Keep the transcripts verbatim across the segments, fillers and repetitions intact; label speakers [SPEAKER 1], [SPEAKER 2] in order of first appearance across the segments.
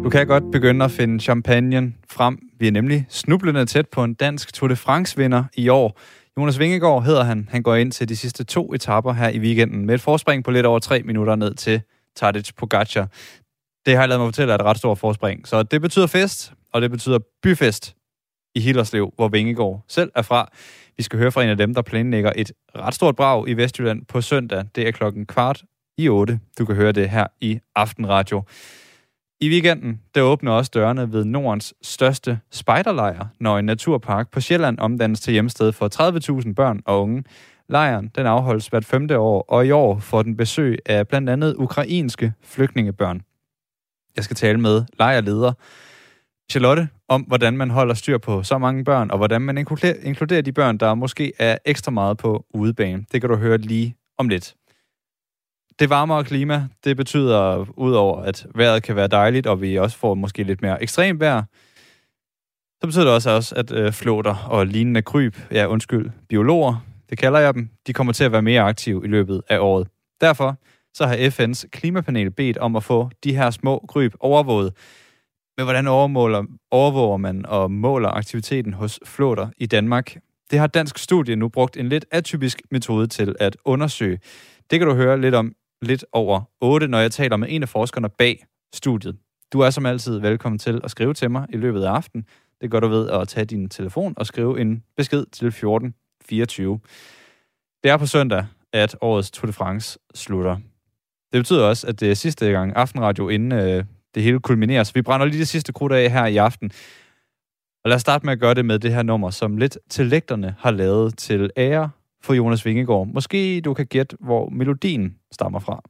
[SPEAKER 1] Du kan godt begynde at finde champagne frem. Vi er nemlig snublende tæt på en dansk Tour de France-vinder i år. Jonas Vingegaard hedder han. Han går ind til de sidste to etaper her i weekenden med et forspring på lidt over tre minutter ned til Tadej Pogačar. Det har jeg ladet mig fortælle er et ret stort forspring. Så det betyder fest, og det betyder byfest i Hillerslev, hvor Vingegaard selv er fra. Vi skal høre fra en af dem, der planlægger et ret stort brag i Vestjylland på søndag. Det er klokken kvart i otte. Du kan høre det her i Aftenradio. I weekenden, der åbner også dørene ved Nordens største spejderlejr, når en naturpark på Sjælland omdannes til hjemsted for tredive tusind børn og unge. Lejren, den afholdes hvert femte år, og i år får den besøg af blandt andet ukrainske flygtningebørn. Jeg skal tale med lejrleder Charlotte om, hvordan man holder styr på så mange børn, og hvordan man inkluderer de børn, der måske er ekstra meget på udebane. Det kan du høre lige om lidt. Det varmere klima, det betyder, udover at vejret kan være dejligt, og vi også får måske lidt mere ekstremt vejr, så betyder det også, også at øh, flåter og lignende kryb, ja undskyld, biologer, det kalder jeg dem, de kommer til at være mere aktive i løbet af året. Derfor så har F N's klimapanel bedt om at få de her små kryb overvåget. Men hvordan overmåler, overvåger man og måler aktiviteten hos flåter i Danmark? Det har Dansk Studie nu brugt en lidt atypisk metode til at undersøge. Det kan du høre lidt om lidt over otte, når jeg taler med en af forskerne bag studiet. Du er som altid velkommen til at skrive til mig i løbet af aftenen. Det gør du ved at tage din telefon og skrive en besked til fjorten fireogtyve. Det er på søndag, at årets Tour de France slutter. Det betyder også, at det er sidste gang Aftenradio, inden øh, det hele kulmineres. Vi brænder lige det sidste krudt af her i aften. Og lad os starte med at gøre det med det her nummer, som lidt til lægterne har lavet til ære for Jonas Vingegaard. Måske du kan gætte, hvor melodien stammer fra.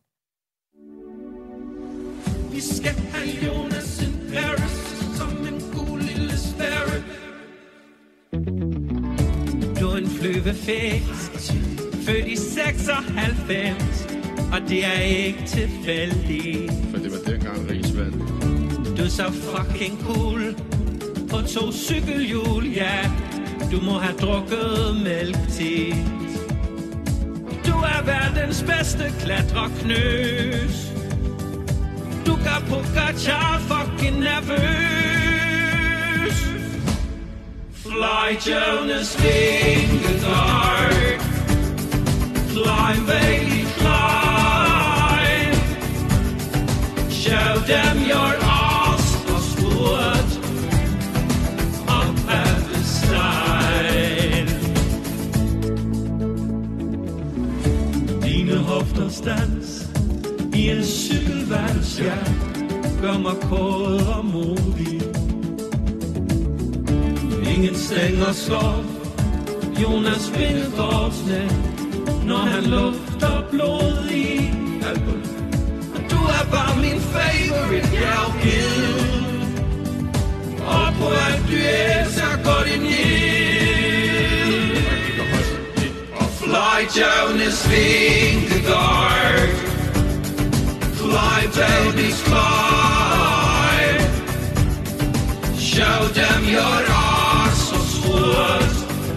[SPEAKER 2] Vi skal have Jonas in Paris, som en god lille spærre. Du er en flyvefisk, født i seksoghalvfems, og det er ikke tilfældigt.
[SPEAKER 3] For det var dengang rigsvand.
[SPEAKER 2] Du er så fucking cool på to cykelhjul, ja. Du må have drukket mælk til. Du er verdens bedste klatreknøs. Du gør Pogačar fucking nervøs. Fly Jonas Vingegaard, climb baby climb. Show them your ass og spurt op ad the style. Dine hofter stands i en cykelvals, ja, gør mig kåd og modig. Ingen stænger slår Jonas Vingegaards næb, når han lugter blod i alkohol. Du er bare min favorite, jeg er givet. Og på alt du elsker går din hjem. Og fly Jonas Vingegaard, fly baby fly. Show them your arse og spurt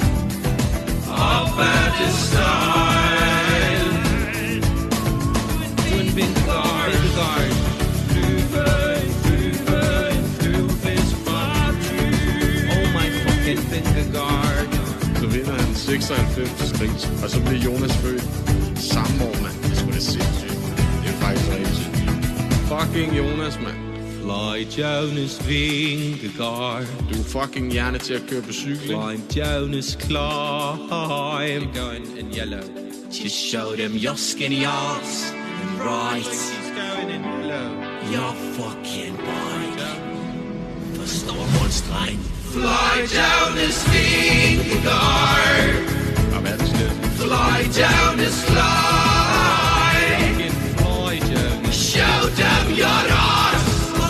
[SPEAKER 2] op ad the style. Du er en Vingegaard, Vingegaard. Flyve, flyve, flyvefiskfartyg. Oh my fucking Vingegaard.
[SPEAKER 3] Så vinder han seksoghalvfems skridt, og så bliver Jonas født samme år, mand. Det er sgu da sindssygt. Det er faktisk rigtigt. Fucking Jonas, mand.
[SPEAKER 2] Fly Jonas Vingegaard.
[SPEAKER 3] Du er fucking hjerne til at køre på cykel, ikke?
[SPEAKER 2] Climb Jonas climb. You're going in yellow. Just show them your skinny arms and right. He's going in yellow. Your fucking bike. Forstår monstren. Fly Jonas Vingegaard.
[SPEAKER 3] Og verdenslet.
[SPEAKER 2] Fly Jonas fly. Fucking fly Jonas. Show them your arms.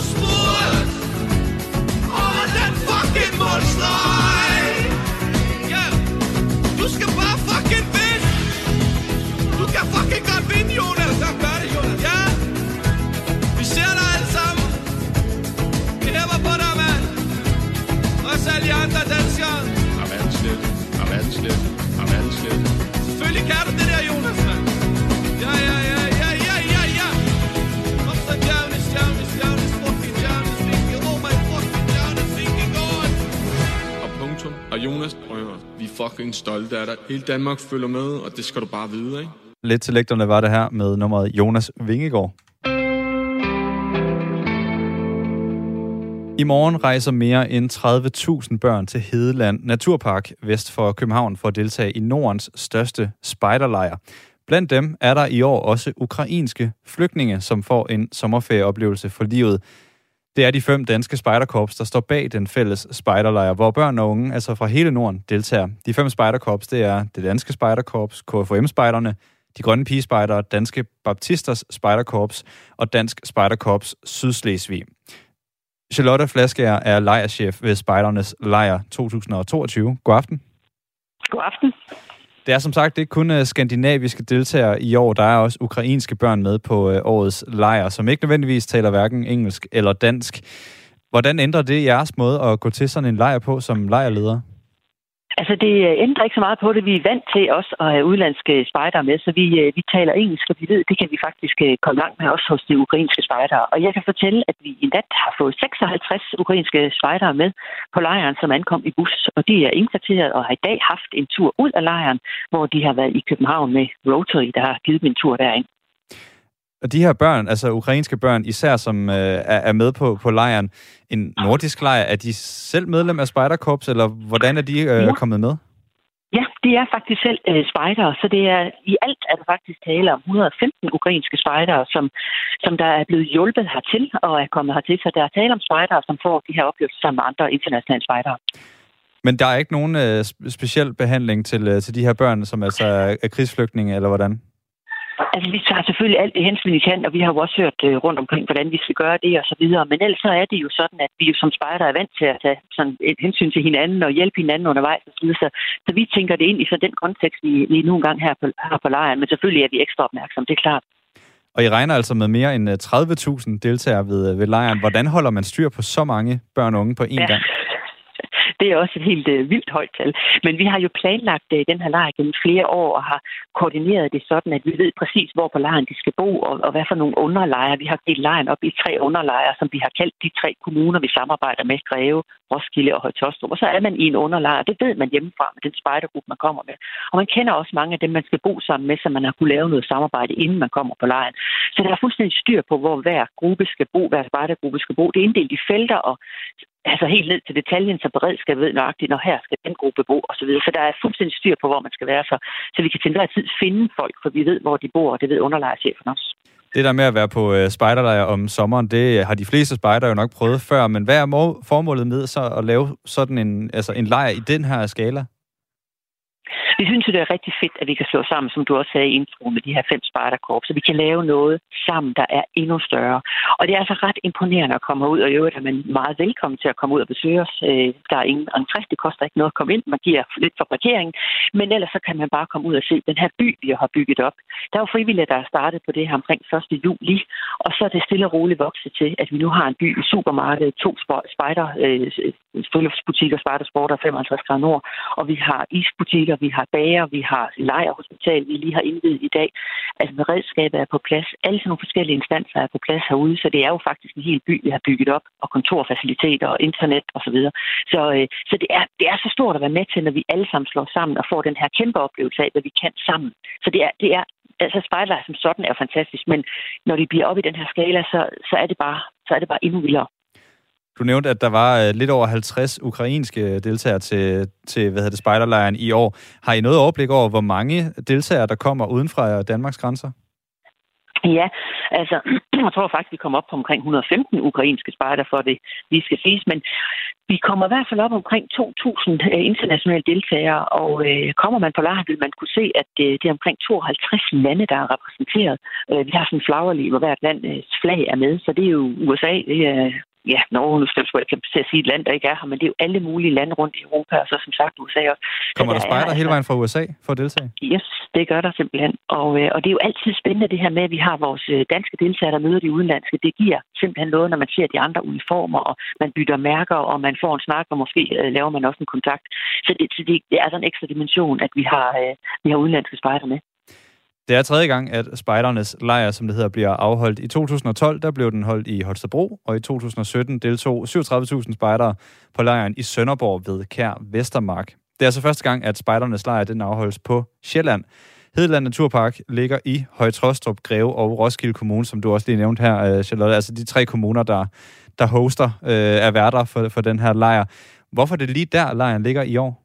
[SPEAKER 2] Ja, du skal bare fucking vinde. Du kan fucking godt vinde, Jonas. Så gør det, Jonas. Ja, vi ser dig alle sammen. Vi hæpper på dig, mand. Også alle de andre danskere.
[SPEAKER 3] Og verdenslet. Og verdenslet. Og verdenslet.
[SPEAKER 2] Selvfølgelig kan du det der, Jonas, mand. Ja, ja, ja, ja, ja, ja, ja. Kom så, Jonas, Jonas, Jonas, fucking Jonas, Jonas.
[SPEAKER 3] Og Jonas, prøv at høre, vi er fucking stolte af dig. Hele Danmark følger med, og det skal du bare vide, ikke?
[SPEAKER 1] Lidt til lægterne var det her med nummeret Jonas Vingegaard. I morgen rejser mere end tredive tusind børn til Hedeland Naturpark vest for København for at deltage i Nordens største spejderlejr. Blandt dem er der i år også ukrainske flygtninge, som får en sommerferieoplevelse for livet. Det er de fem danske spejderkorps, der står bag den fælles spejderlejr, hvor børn og unge, altså fra hele Norden, deltager. De fem spejderkorps, det er det danske spejderkorps, K F U M-spejderne, de grønne pigespejdere, danske baptisters spejderkorps og dansk spejderkorps Sydslesvig. Charlotte Flaskær er lejrchef ved Spejdernes Lejr to tusind og toogtyve. God aften.
[SPEAKER 4] God aften.
[SPEAKER 1] Det er som sagt ikke kun skandinaviske deltagere i år. Der er også ukrainske børn med på årets lejr, som ikke nødvendigvis taler hverken engelsk eller dansk. Hvordan ændrer det jeres måde at gå til sådan en lejr på som lejrleder?
[SPEAKER 4] Altså, det ændrer ikke så meget på det. Vi er vant til også at have udlandske spejdere med, så vi, vi taler engelsk, og vi ved, det kan vi faktisk komme langt med også hos de ukrainske spejdere. Og jeg kan fortælle, at vi i nat har fået seksoghalvtreds ukrainske spejdere med på lejren, som ankom i bus, og de er indkvarteret og har i dag haft en tur ud af lejren, hvor de har været i København med Rotary, der har givet dem en tur derind.
[SPEAKER 1] Og de her børn, altså ukrainske børn, især som øh, er med på, på lejren, en nordisk lejr, er de selv medlem af spejderkorps, eller hvordan er de øh, ja. kommet med?
[SPEAKER 4] Ja, de er faktisk selv øh, spejdere, så det er i alt er der faktisk tale om et hundrede og femten ukrainske spejdere, som, som der er blevet hjulpet hertil og er kommet hertil. Så der er tale om spejdere, som får de her oplevelser sammen med andre internationale spejdere. Men
[SPEAKER 1] der er ikke nogen øh, speciel behandling til, øh, til de her børn, som altså er krigsflygtninge, eller hvordan?
[SPEAKER 4] Altså, vi tager selvfølgelig alt det hensyn, vi kan, og vi har jo også hørt uh, rundt omkring, hvordan vi skal gøre det og så videre. Men ellers så er det jo sådan, at vi som spejder er vant til at tage sådan et hensyn til hinanden og hjælpe hinanden undervejs og så videre. Så, så vi tænker det ind i så den kontekst, vi, vi nu engang her på, her på lejren. Men selvfølgelig er vi ekstra opmærksomme, det er klart.
[SPEAKER 1] Og I regner altså med mere end tredive tusind deltagere ved, ved lejren. Hvordan holder man styr på så mange børn og unge på én ja. gang?
[SPEAKER 4] Det er også et helt øh, vildt højt tal. Men vi har jo planlagt øh, den her lejr gennem flere år og har koordineret det sådan, at vi ved præcis, hvor på lejren de skal bo og, og hvad for nogle underlejre. Vi har delt lejren op i tre underlejre, som vi har kaldt de tre kommuner, vi samarbejder med, Greve, Roskilde og Høje-Taastrup. Og så er man i en underlejr. Det ved man hjemmefra med den spejdergruppe, man kommer med. Og man kender også mange af dem, man skal bo sammen med, så man har kunne lave noget samarbejde, inden man kommer på lejren. Så der er fuldstændig styr på, hvor hver gruppe skal bo, hver spejdergruppe skal bo. Det er inddelt i felter og altså helt ned til detaljen, så beredskab ved nøjagtigt, når her skal den gruppe bo og så videre. Så der er fuldstændig styr på, hvor man skal være, så, så vi kan til enhver tid finde folk, for vi ved, hvor de bor, og det ved underlejrchefen også. Det
[SPEAKER 1] der med at være på uh, spejderlejr om sommeren, det har de fleste spejdere jo nok prøvet før, men hvad er må- formålet med så at lave sådan en, altså en lejr i den her skala?
[SPEAKER 4] Vi synes jo, det er rigtig fedt, at vi kan slå sammen, som du også sagde i introen, med de her fem spejderkorps, så vi kan lave noget sammen, der er endnu større. Og det er altså ret imponerende at komme ud, og i øvrigt er man meget velkommen til at komme ud og besøge os. Der er ingen entré, det koster ikke noget at komme ind, man giver lidt for parkeringen, men ellers så kan man bare komme ud og se den her by, vi har bygget op. Der er jo frivillige, der er startet på det her omkring første juli, og så er det stille og roligt vokset til, at vi nu har en by i supermarkedet, to spejder, friluftsbutikker, spejdersport og femoghalvtreds grader nord, og vi har isbutikker, vi har bager, vi har lejrhospital, vi lige har indvidet i dag. Altså beredskabet er på plads. Alle sådan nogle forskellige instanser er på plads herude, så det er jo faktisk en hel by, vi har bygget op, og kontorfaciliteter og internet osv. Så, videre. så, øh, så det, er, det er så stort at være med til, når vi alle sammen slår sammen og får den her kæmpe oplevelse af, hvad vi kan sammen. Så det er, det er altså spejderlejr som sådan er fantastisk, men når de bliver op i den her skala, så, så, er, det bare, så er det bare endnu vildere.
[SPEAKER 1] Du nævnte, at der var uh, lidt over halvtreds ukrainske deltagere til, til hvad hedder det, spejderlejren i år. Har I noget overblik over, hvor mange deltagere, der kommer uden fra Danmarks grænser?
[SPEAKER 4] Ja, altså, jeg tror faktisk, vi kommer op på omkring et hundrede og femten ukrainske spejder, for det vi skal siges, men vi kommer i hvert fald op omkring to tusind øh, internationale deltagere, og øh, kommer man på lejren, vil man kunne se, at øh, det er omkring tooghalvtreds lande, der er repræsenteret. Øh, vi har sådan en flowerlig, hvor hvert lands øh, flag er med, så det er jo U S A, det er ja, Norge, nu skal jeg kan sige et land, der ikke er her, men det er jo alle mulige lande rundt i Europa, og så som sagt U S A også.
[SPEAKER 1] Kommer der, der spejder hele vejen fra U S A for at deltage?
[SPEAKER 4] Yes, det gør der simpelthen. Og, øh, og det er jo altid spændende det her med, at vi har vores øh, danske deltagere, der møder de udenlandske. Det giver simpelthen noget, når man ser de andre uniformer, og man bytter mærker, og man får en snak, og måske øh, laver man også en kontakt. Så det, så det, det er sådan en ekstra dimension, at vi har, øh, vi har udenlandske spejder med.
[SPEAKER 1] Det er tredje gang, at spejdernes lejr, som det hedder, bliver afholdt. I to tusind og tolv, der blev den holdt i Holstebro, og i to tusind og sytten deltog syvogtredive tusind spejdere på lejren i Sønderborg ved Kær Vestermark. Det er altså første gang, at spejdernes lejr den afholdes på Sjælland. Hedeland Naturpark ligger i Høje-Taastrup, Greve og Roskilde Kommune, som du også lige nævnte her, Charlotte. Altså de tre kommuner, der, der hoster, øh, er værter for, for den her lejr. Hvorfor er det lige der, lejren ligger i år?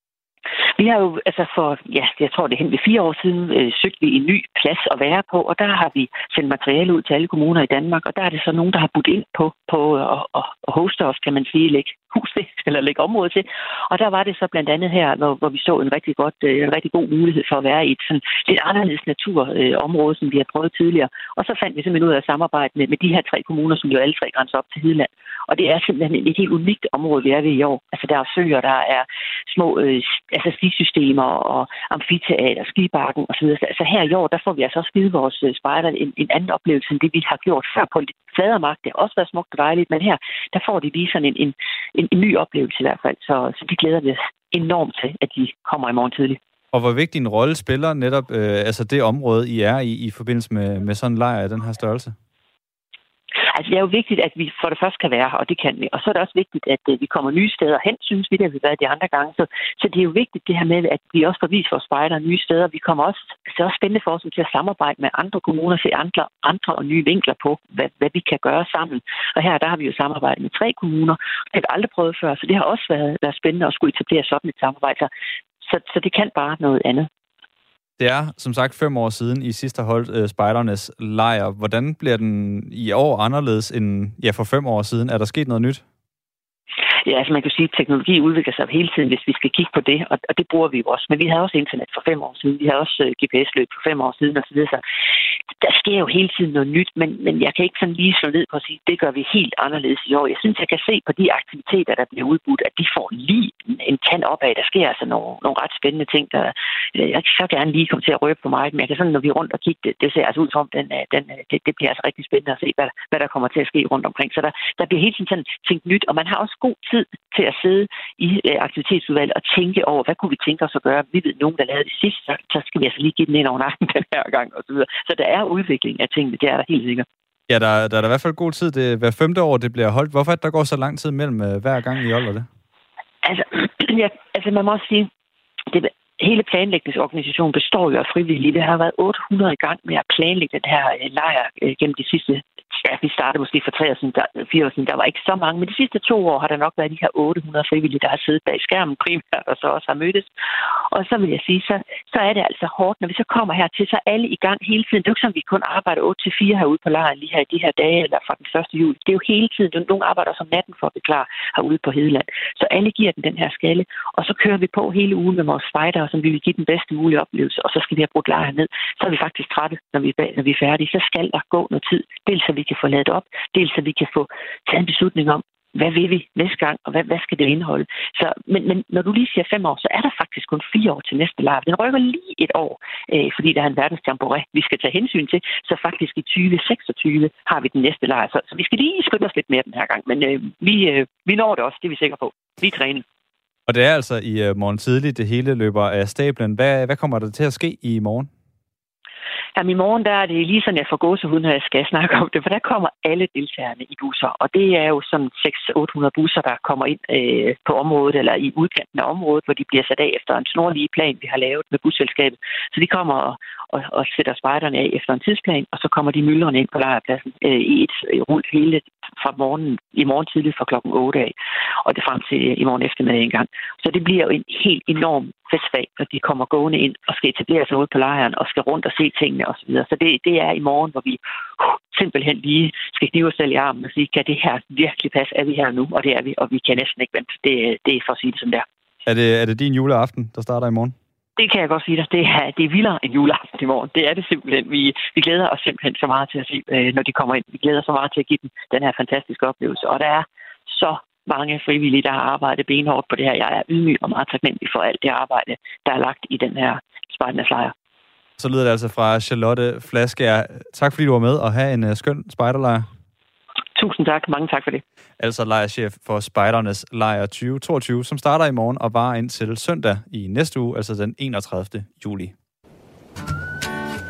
[SPEAKER 4] Vi har jo, altså for, ja, jeg tror det er hen ved fire år siden, øh, søgt vi en ny plads at være på, og der har vi sendt materiale ud til alle kommuner i Danmark, og der er det så nogen, der har budt ind på, på at, at, at hoste os, kan man sige, lægge hus til, eller lægge område til. Og der var det så blandt andet her, hvor, hvor vi så en rigtig, godt, øh, en rigtig god mulighed for at være i et sådan lidt anderledes naturområde, øh, som vi har prøvet tidligere. Og så fandt vi simpelthen ud af at samarbejde med, med de her tre kommuner, som jo alle tre grænser op til Hedeland. Og det er simpelthen et helt unikt område, vi er ved i år. Altså der er søer, der er små øh, altså stisystemer og amfiteater, skibakken osv. Altså her i år, der får vi altså også givet vores øh, spejder en, en anden oplevelse, end det vi har gjort før på lidt fladere mark. Det har også været smukt og dejligt, men her, der får de lige sådan en, en, en, en ny oplevelse i hvert fald. Så, så de glæder vi os enormt til, at de kommer i morgen tidligt.
[SPEAKER 1] Og hvor vigtig en rolle spiller netop øh, altså det område, I er i, i forbindelse med, med sådan en lejr af den her størrelse?
[SPEAKER 4] Altså, det er jo vigtigt, at vi for det første kan være her, og det kan vi. Og så er det også vigtigt, at uh, vi kommer nye steder hen, synes vi, det har vi været de andre gange. Så, så det er jo vigtigt det her med, at vi også får vist vores spejdere nye steder. Vi kommer også, det er også spændende for os til at samarbejde med andre kommuner, se andre, andre og nye vinkler på, hvad, hvad vi kan gøre sammen. Og her, der har vi jo samarbejdet med tre kommuner. Det har vi aldrig prøvet før, så det har også været, været spændende at skulle etablere sådan et samarbejde. Så, så, så det kan bare noget andet.
[SPEAKER 1] Det er, som sagt, fem år siden I sidst har holdt øh, spejdernes lejr. Hvordan bliver den i år anderledes end ja, for fem år siden? Er der sket noget nyt?
[SPEAKER 4] Ja, altså man kan sige, at teknologi udvikler sig hele tiden, hvis vi skal kigge på det, og, og det bruger vi jo også. Men vi havde også internet for fem år siden, vi havde også uh, G P S-løb for fem år siden osv. Så der sker jo hele tiden noget nyt, men, men jeg kan ikke sådan lige slå ned på at sige, at det gør vi helt anderledes i år. Jeg synes, jeg kan se på de aktiviteter, der bliver udbudt, at de får lige en tand opad. Der sker altså nogle, nogle ret spændende ting, der jeg kan så gerne lige komme til at røbe på mig, men jeg kan sådan, når vi er rundt og kigge, det, det ser altså ud som, den, den, det, det bliver altså rigtig spændende at se, hvad, hvad der kommer til at ske rundt omkring. Så der, der bliver hele tiden sådan tænkt nyt, og man har også god tid til at sidde i øh, aktivitetsudvalget og tænke over, hvad kunne vi tænke os at gøre? Vi ved, nogen, der lavede det sidst, så, så skal vi altså lige give den ind over nakken den her gang, og så videre. Så der er udvikling af tingene, det er der helt sikkert.
[SPEAKER 1] Ja, der, der er der i hvert fald god tid. Det er hver femte år, det bliver holdt. Hvorfor er det, der går så lang tid mellem øh, hver gang, I holder det?
[SPEAKER 4] Altså, ja, altså, man må også sige, det, hele planlægningsorganisationen består jo af frivillige. Det har været otte hundrede i gang med at planlægge den her øh, lejr øh, gennem de sidste. Ja, vi startede måske for tre år siden, der, fire år siden, der var ikke så mange, men de sidste to år har der nok været de her otte hundrede frivillige, der har siddet bag skærmen primært, og så også har mødtes. Og så vil jeg sige, så, så er det altså hårdt, når vi så kommer hertil, så er alle i gang hele tiden. Det er jo ikke sådan, at vi kun arbejder otte til fire herude på lejren lige her i de her dage, eller fra den første juli. Det er jo hele tiden. Nogle arbejder som natten for at blive klar herude på Hedeland. Så alle giver den den her skalle, og så kører vi på hele ugen med vores spejdere, som vi vil give den bedste mulige oplevelse, og så skal vi have brugt lejren ned. Så er vi faktisk trætte, når vi, når vi er færdige. Så skal der gå noget tid. Dels så vi kan få ladet op, dels så vi kan få taget en beslutning om, hvad vil vi næste gang, og hvad, hvad skal det indeholde? Så, men, men når du lige siger fem år, så er der faktisk kun fire år til næste lejr. Den rykker lige et år, øh, fordi der er en verdenstemporé, vi skal tage hensyn til. Så faktisk i tyve seksogtyve har vi den næste lejr. Så, så vi skal lige skynde os lidt mere den her gang. Men øh, vi, øh, vi når det også, det er vi sikre på. Vi træner.
[SPEAKER 1] Og det er altså i øh, morgen tidligt, det hele løber af stablen. Hvad, hvad kommer der til at ske i morgen?
[SPEAKER 4] Jamen, i morgen der er det lige sådan, jeg får gåsehud, når jeg skal snakke om det, for der kommer alle deltagerne i busser, og det er jo sådan seks til otte hundrede busser, der kommer ind øh, på området, eller i udkanten af området, hvor de bliver sat af efter en snorlige plan, vi har lavet med busselskabet. Så de kommer og, og, og sætter spejderne af efter en tidsplan, og så kommer de myldrene ind på lejrpladsen øh, i et rund hele fra morgen, i morgen tidligt fra klokken otte af, og det frem til i morgen eftermiddag en gang. Så det bliver jo en helt enorm festdag, når de kommer gående ind og skal etablere sig ude på lejren og skal rundt og se tingene osv. Så det, det er i morgen, hvor vi uh, simpelthen lige skal knive os selv i armen og sige, kan det her virkelig passe? Er vi her nu? Og det er vi, og vi kan næsten ikke vente. Det, det er for at sige det som det er. Er
[SPEAKER 1] det, er det din juleaften, der starter i morgen?
[SPEAKER 4] Det kan jeg godt sige dig. Det er, det er vildere end juleaften i morgen. Det er det simpelthen. Vi, vi glæder os simpelthen så meget til at se, øh, når de kommer ind. Vi glæder os så meget til at give dem den her fantastiske oplevelse. Og der er så mange frivillige, der har arbejdet benhårdt på det her. Jeg er ydmyg og meget taknemmelig for alt det arbejde, der er lagt i den her spejdernes lejr.
[SPEAKER 1] Så lyder det altså fra Charlotte Flaskær. Tak fordi du var med, og have en uh, skøn spejderlejr.
[SPEAKER 4] Tusind tak. Mange tak for det.
[SPEAKER 1] Altså lejrchef for Spejdernes Lejr tyve toogtyve, som starter i morgen og varer indtil søndag i næste uge, altså den enogtredivte juli.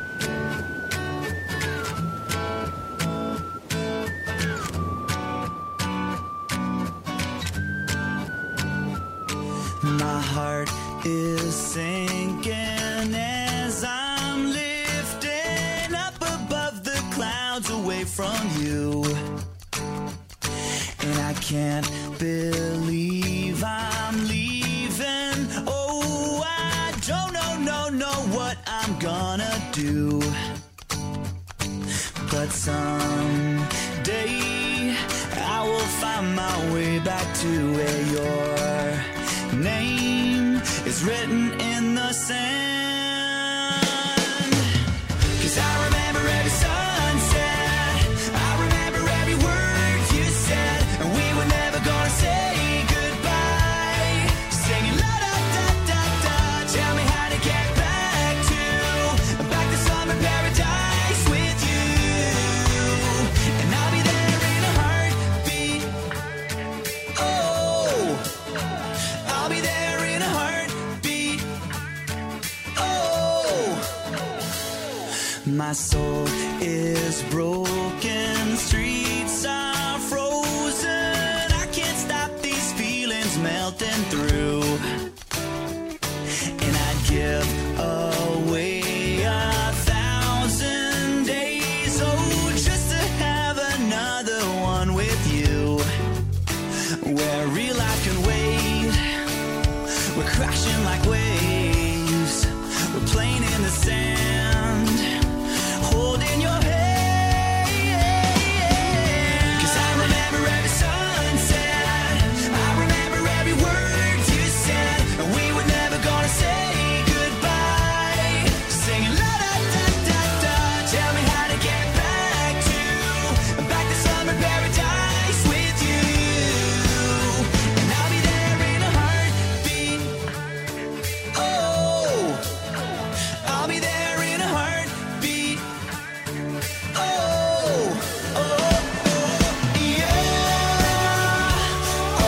[SPEAKER 5] is sinking as I'm lifting up above the clouds away from you. And I can't believe I'm leaving. Oh, I don't know, no, know what I'm gonna do. But someday I will find my way back to where your name is written in the sand. 'Cause I remember every sunset, I remember every word you said, and we were never gonna say goodbye. Singing la da da da da, tell me how to get back to, back to summer paradise with you. And I'll be there in a heartbeat. Oh, I'll be there in a heartbeat. Oh, my soul is broken, streets are frozen. I can't stop these feelings melting through. And I'd give away a thousand days, oh, just to have another one with you. Where real life can wait, we're crashing like waves, we're playing in the sand, holding your hand. 'Cause I remember every sunset, I remember every word you said, and we were never gonna say goodbye. Singing la da da da da, tell me how to get back to, back to summer paradise with you. And I'll be there in a heartbeat. Oh, I'll be there in a heartbeat. Oh, oh, oh, yeah. Oh,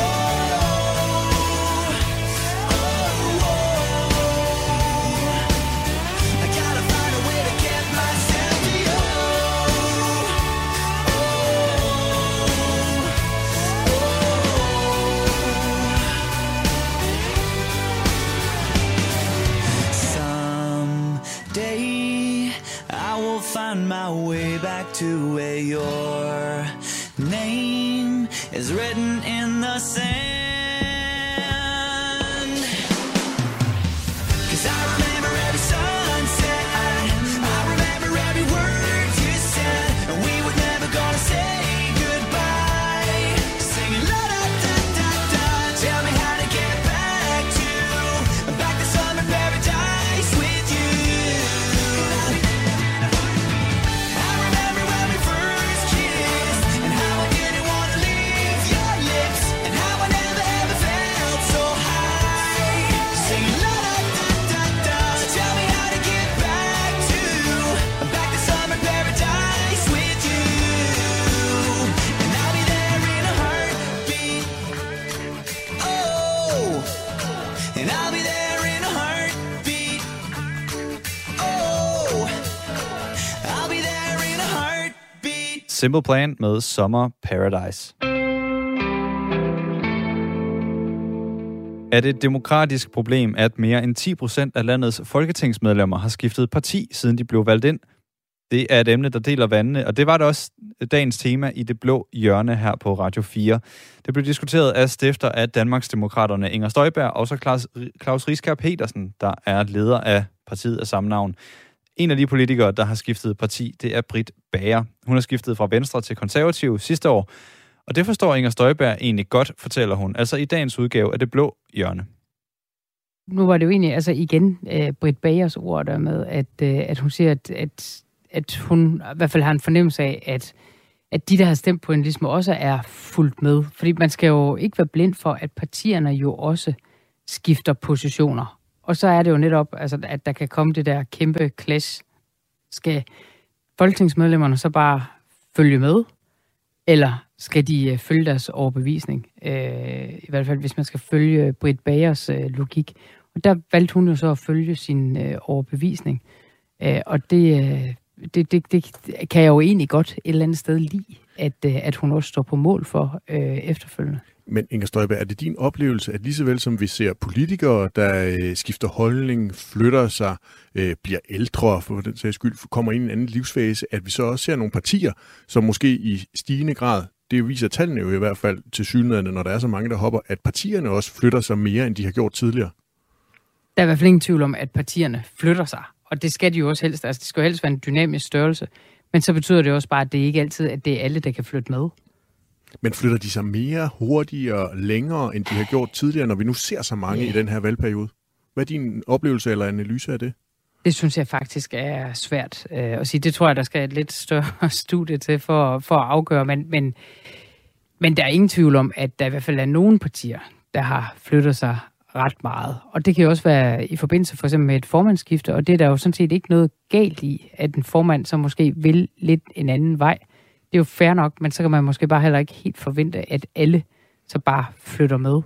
[SPEAKER 5] oh, oh. I gotta find a way to get myself to you. Someday I will find my way back to where your name is written in the sand. 'Cause I remember every sunset, I remember every word you said, and we were never gonna say goodbye. Singing la da da da da, tell me how to get back to, back to summer paradise with you. I remember when we first kissed, and how I didn't wanna leave your lips, and how I never ever felt so high. Singing la da da da da, tell me how to get back to, back to summer paradise with you. And I'll be there in a heartbeat. Oh, and I'll be there in a heartbeat. Oh, I'll be there in a heartbeat.
[SPEAKER 1] Simple Plan med Summer Paradise. Er det et demokratisk problem, at mere end ti procent af landets folketingsmedlemmer har skiftet parti, siden de blev valgt ind? Det er et emne, der deler vandene, og det var det også dagens tema i Det Blå Hjørne her på Radio fire. Det blev diskuteret af stifter af Danmarksdemokraterne Inger Støjberg og så Claus, Claus Riskær Petersen, der er leder af partiet af samme navn. En af de politikere, der har skiftet parti, det er Britt Bager. Hun har skiftet fra Venstre til Konservative sidste år, og det forstår Inger Støjberg egentlig godt, fortæller hun, altså i dagens udgave af Det Blå Hjørne.
[SPEAKER 6] Nu var det jo egentlig altså igen uh, Britt Bagers ord der med, at, uh, at hun siger, at, at, at hun i hvert fald har en fornemmelse af, at, at de, der har stemt på hende, ligesom også er fuldt med. Fordi man skal jo ikke være blind for, at partierne jo også skifter positioner. Og så er det jo netop, altså, at der kan komme det der kæmpe clash. Skal folketingsmedlemmerne så bare følge med? Eller skal de følge deres overbevisning? Øh, I hvert fald, hvis man skal følge Britt Bagers øh, logik. Og der valgte hun jo så at følge sin øh, overbevisning. Øh, og det, øh, det, det, det kan jeg jo egentlig godt et eller andet sted lide, at, øh, at hun også står på mål for øh, efterfølgende.
[SPEAKER 7] Men Inger Støjberg, er det din oplevelse, at lige så vel som vi ser politikere, der øh, skifter holdning, flytter sig, øh, bliver ældre, for den sags skyld, kommer ind i en anden livsfase, at vi så også ser nogle partier, som måske i stigende grad, det viser tallene jo i hvert fald til synligheden, når der er så mange, der hopper, at partierne også flytter sig mere, end de har gjort tidligere?
[SPEAKER 6] Der er i hvert fald ingen tvivl om, at partierne flytter sig. Og det skal de jo også helst. Altså, det skal jo helst være en dynamisk størrelse. Men så betyder det også bare, at det ikke altid at det er alle, der kan flytte med.
[SPEAKER 7] Men flytter de sig mere, hurtigere, længere, end de har gjort tidligere, når vi nu ser så mange yeah. i den her valgperiode? Hvad er din oplevelse eller analyse af det? Det
[SPEAKER 6] synes jeg faktisk er svært øh, at sige. Det tror jeg, der skal et lidt større studie til for, for at afgøre. Men, men, men der er ingen tvivl om, at der i hvert fald er nogle partier, der har flyttet sig ret meget. Og det kan jo også være i forbindelse for eksempel med et formandsskifte, og det er der jo sådan set ikke noget galt i, at en formand så måske vil lidt en anden vej. Det er jo fair nok, men så kan man måske bare heller ikke helt forvente, at alle så bare flytter med.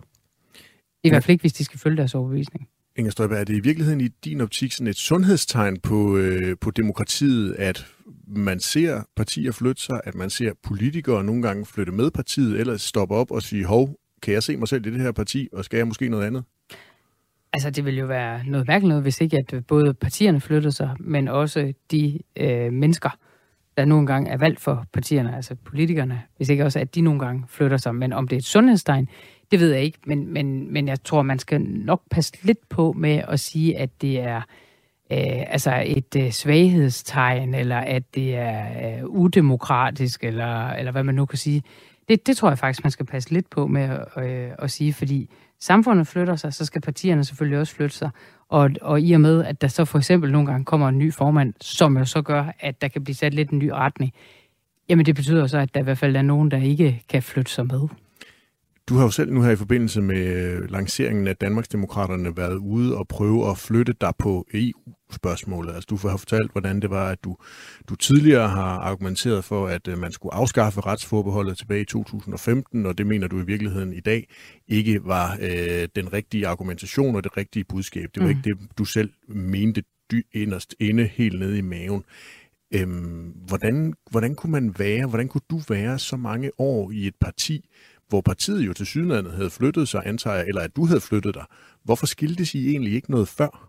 [SPEAKER 6] I hvert fald ikke, hvis de skal følge deres overbevisning.
[SPEAKER 7] Inger Støjberg, er det i virkeligheden i din optik sådan et sundhedstegn på, øh, på demokratiet, at man ser partier flytte sig, at man ser politikere nogle gange flytte med partiet, eller stoppe op og sige, hov, kan jeg se mig selv i det her parti, og skal jeg måske noget andet?
[SPEAKER 6] Altså, det vil jo være noget mærkeligt noget, hvis ikke at både partierne flytter sig, men også de øh, mennesker, der nogle gange er valgt for partierne, altså politikerne, hvis ikke også, at de nogle gange flytter sig. Men om det er et sundhedstegn, det ved jeg ikke, men, men, men jeg tror, man skal nok passe lidt på med at sige, at det er øh, altså et øh, svaghedstegn, eller at det er øh, udemokratisk, eller, eller hvad man nu kan sige. Det, det tror jeg faktisk, man skal passe lidt på med at, øh, at sige, fordi samfundet flytter sig, så skal partierne selvfølgelig også flytte sig. Og, og i og med, at der så for eksempel nogle gange kommer en ny formand, som jo så gør, at der kan blive sat lidt en ny retning, jamen det betyder så, at der i hvert fald er nogen, der ikke kan flytte sig med.
[SPEAKER 7] Du har jo selv nu her i forbindelse med lanceringen af Danmarksdemokraterne været ude og prøve at flytte dig på E U-spørgsmålet. Altså du har fortalt, hvordan det var, at du, du tidligere har argumenteret for, at man skulle afskaffe retsforbeholdet tilbage i to tusind og femten, og det mener du i virkeligheden i dag ikke var øh, den rigtige argumentation og det rigtige budskab. Det var mm. ikke det, du selv mente dy- inderst inde helt nede i maven. Øhm, hvordan, hvordan kunne man være, hvordan kunne du være så mange år i et parti, hvor partiet jo til sydenlandet havde flyttet sig, antager jeg, eller at du havde flyttet dig. Hvorfor skiltes I egentlig ikke noget før?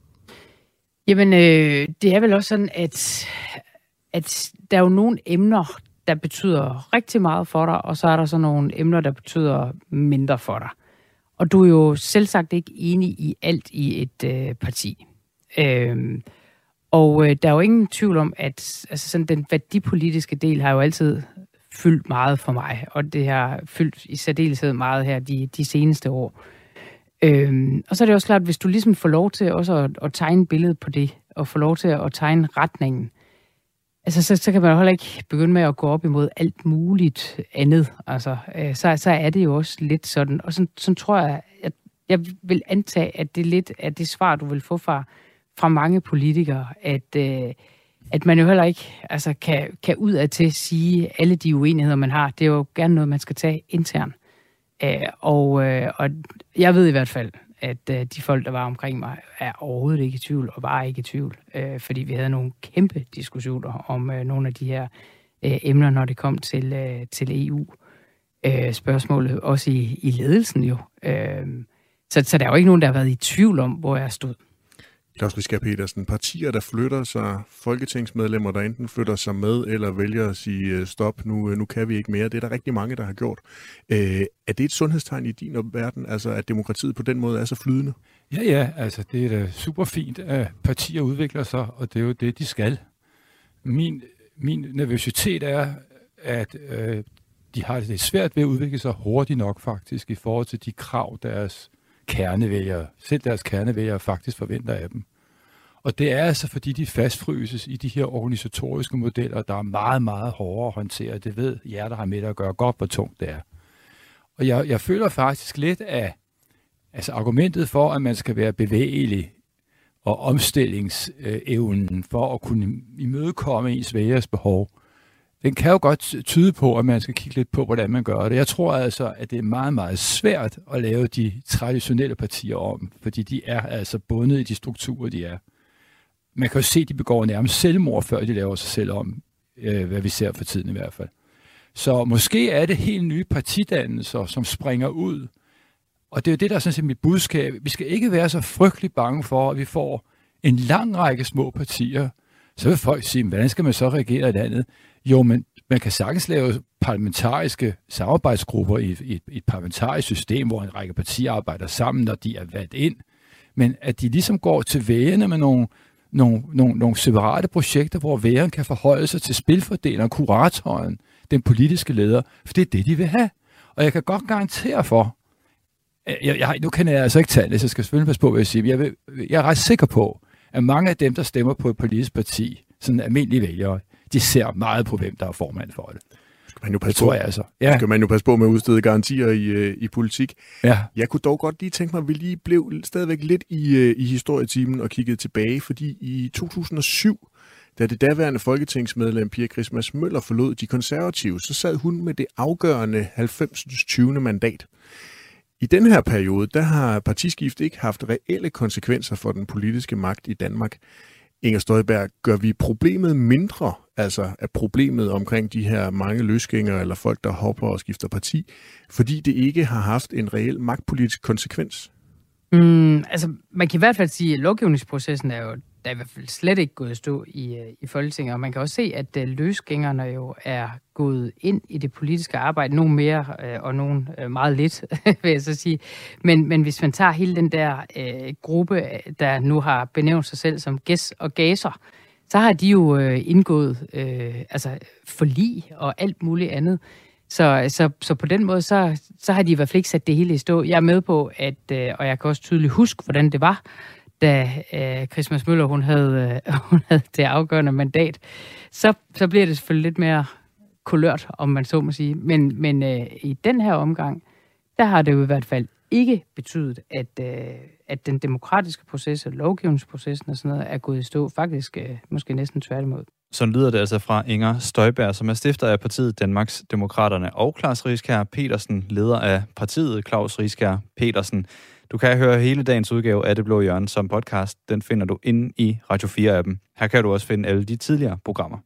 [SPEAKER 6] Jamen, øh, det er vel også sådan, at, at der er jo nogle emner, der betyder rigtig meget for dig, og så er der så nogle emner, der betyder mindre for dig. Og du er jo selvsagt ikke enig i alt i et øh, parti. Øh, og øh, der er jo ingen tvivl om, at altså sådan, den værdipolitiske del har jo altid fyldt meget for mig, og det har fyldt i særdeleshed meget her de, de seneste år. Øhm, og så er det også klart, at hvis du ligesom får lov til også at, at tegne billedet på det, og får lov til at, at tegne retningen, altså så, så kan man jo heller ikke begynde med at gå op imod alt muligt andet. Altså, øh, så, så er det jo også lidt sådan, og sådan, sådan tror jeg, at jeg vil antage, at det er lidt af det svar, du vil få fra, fra mange politikere, at øh, at man jo heller ikke altså, kan, kan ud af til sige alle de uenigheder, man har. Det er jo gerne noget, man skal tage internt. Øh, og, øh, og jeg ved i hvert fald, at øh, de folk, der var omkring mig, er overhovedet ikke i tvivl, og var ikke i tvivl. Øh, fordi vi havde nogle kæmpe diskussioner om øh, nogle af de her øh, emner, når det kom til, øh, til E U-spørgsmålet. Øh, også i, i ledelsen jo. Øh, så, så der er jo ikke nogen, der har været i tvivl om, hvor jeg stod.
[SPEAKER 7] Claus Riskær Petersen, partier, der flytter sig, folketingsmedlemmer, der enten flytter sig med, eller vælger at sige, stop, nu, nu kan vi ikke mere. Det er der rigtig mange, der har gjort. Øh, er det et sundhedstegn i din verden, altså at demokratiet på den måde er så flydende?
[SPEAKER 8] Ja, ja, altså det er da super fint, at partier udvikler sig, og det er jo det, de skal. Min, min nervøsitet er, at øh, de har det svært ved at udvikle sig hurtigt nok faktisk, i forhold til de krav, deres kernevælgere, selv deres kernevælgere faktisk forventer af dem. Og det er altså, fordi de fastfryses i de her organisatoriske modeller, der er meget, meget hårdere at håndtere. Det ved jer, der har med at gøre godt, hvor tungt det er. Og jeg, jeg føler faktisk lidt af altså argumentet for, at man skal være bevægelig og omstillingsevnen for at kunne imødekomme ens vælgers behov. Den kan jo godt tyde på, at man skal kigge lidt på, hvordan man gør det. Jeg tror altså, at det er meget, meget svært at lave de traditionelle partier om, fordi de er altså bundet i de strukturer, de er. Man kan jo se, at de begår nærmest selvmord, før de laver sig selv om, øh, hvad vi ser for tiden i hvert fald. Så måske er det helt nye partidannelser, som springer ud. Og det er jo det, der er sådan set mit budskab. Vi skal ikke være så frygtelig bange for, at vi får en lang række små partier. Så vil folk sige, hvordan skal man så regere i landet? Jo, men man kan sagtens lave parlamentariske samarbejdsgrupper i, i, i et parlamentarisk system, hvor en række partier arbejder sammen, når de er valgt ind. Men at de ligesom går til vælgerne med nogle, nogle, nogle, nogle separate projekter, hvor vælgerne kan forholde sig til spilfordeleren, kuratoren, den politiske leder, for det er det, de vil have. Og jeg kan godt garantere for, jeg, jeg, nu kan jeg altså ikke tale det, så jeg skal selvfølgelig passe på, hvad jeg siger, jeg, vil, jeg er ret sikker på, at mange af dem, der stemmer på et politisk parti, sådan almindelige vælgere, de ser meget på, hvem der er formand for det.
[SPEAKER 7] Skal man jo passe
[SPEAKER 8] det tror
[SPEAKER 7] på.
[SPEAKER 8] jeg altså. Ja.
[SPEAKER 7] Skal man jo passe på med at udstede garantier i, i politik.
[SPEAKER 8] Ja.
[SPEAKER 7] Jeg kunne dog godt lige tænke mig, at vi lige blev stadigvæk lidt i, i historietimen og kiggede tilbage, fordi i to tusind og syv, da det daværende folketingsmedlem Pia Christmas Møller forlod De Konservative, så sad hun med det afgørende halvfems tyvende mandat. I den her periode, der har partiskift ikke haft reelle konsekvenser for den politiske magt i Danmark. Inger Støjberg, gør vi problemet mindre, altså at problemet omkring de her mange løsgængere eller folk, der hopper og skifter parti, fordi det ikke har haft en reel magtpolitisk konsekvens?
[SPEAKER 6] Mm, altså, man kan i hvert fald sige, at lovgivningsprocessen er jo der er i hvert fald slet ikke gået at stå i, i Folketinget, og man kan også se, at uh, løsgængerne jo er gået ind i det politiske arbejde, nogle mere uh, og nogle uh, meget lidt, vil jeg så sige. Men, men hvis man tager hele den der uh, gruppe, der nu har benævnt sig selv som gæs og gaser, så har de jo uh, indgået uh, altså forlig og alt muligt andet. Så, så, så på den måde, så, så har de i hvert fald ikke sat det hele i stå. Jeg er med på, at, uh, og jeg kan også tydeligt huske, hvordan det var, da øh, Christmas Møller, hun havde, øh, hun havde det afgørende mandat, så, så bliver det selvfølgelig lidt mere kulørt, om man så må sige. Men, men øh, i den her omgang, der har det jo i hvert fald ikke betydet, at, øh, at den demokratiske proces og lovgivningsprocessen og sådan noget er gået i stå. Faktisk øh, måske næsten tværtimod.
[SPEAKER 1] Sådan lyder det altså fra Inger Støjberg, som er stifter af partiet Danmarks Demokraterne, og Claus Riskær Petersen, leder af partiet Claus Riskær Petersen. Du kan høre hele dagens udgave af Det Blå Hjørne som podcast. Den finder du inde i Radio fire-appen. Her kan du også finde alle de tidligere programmer.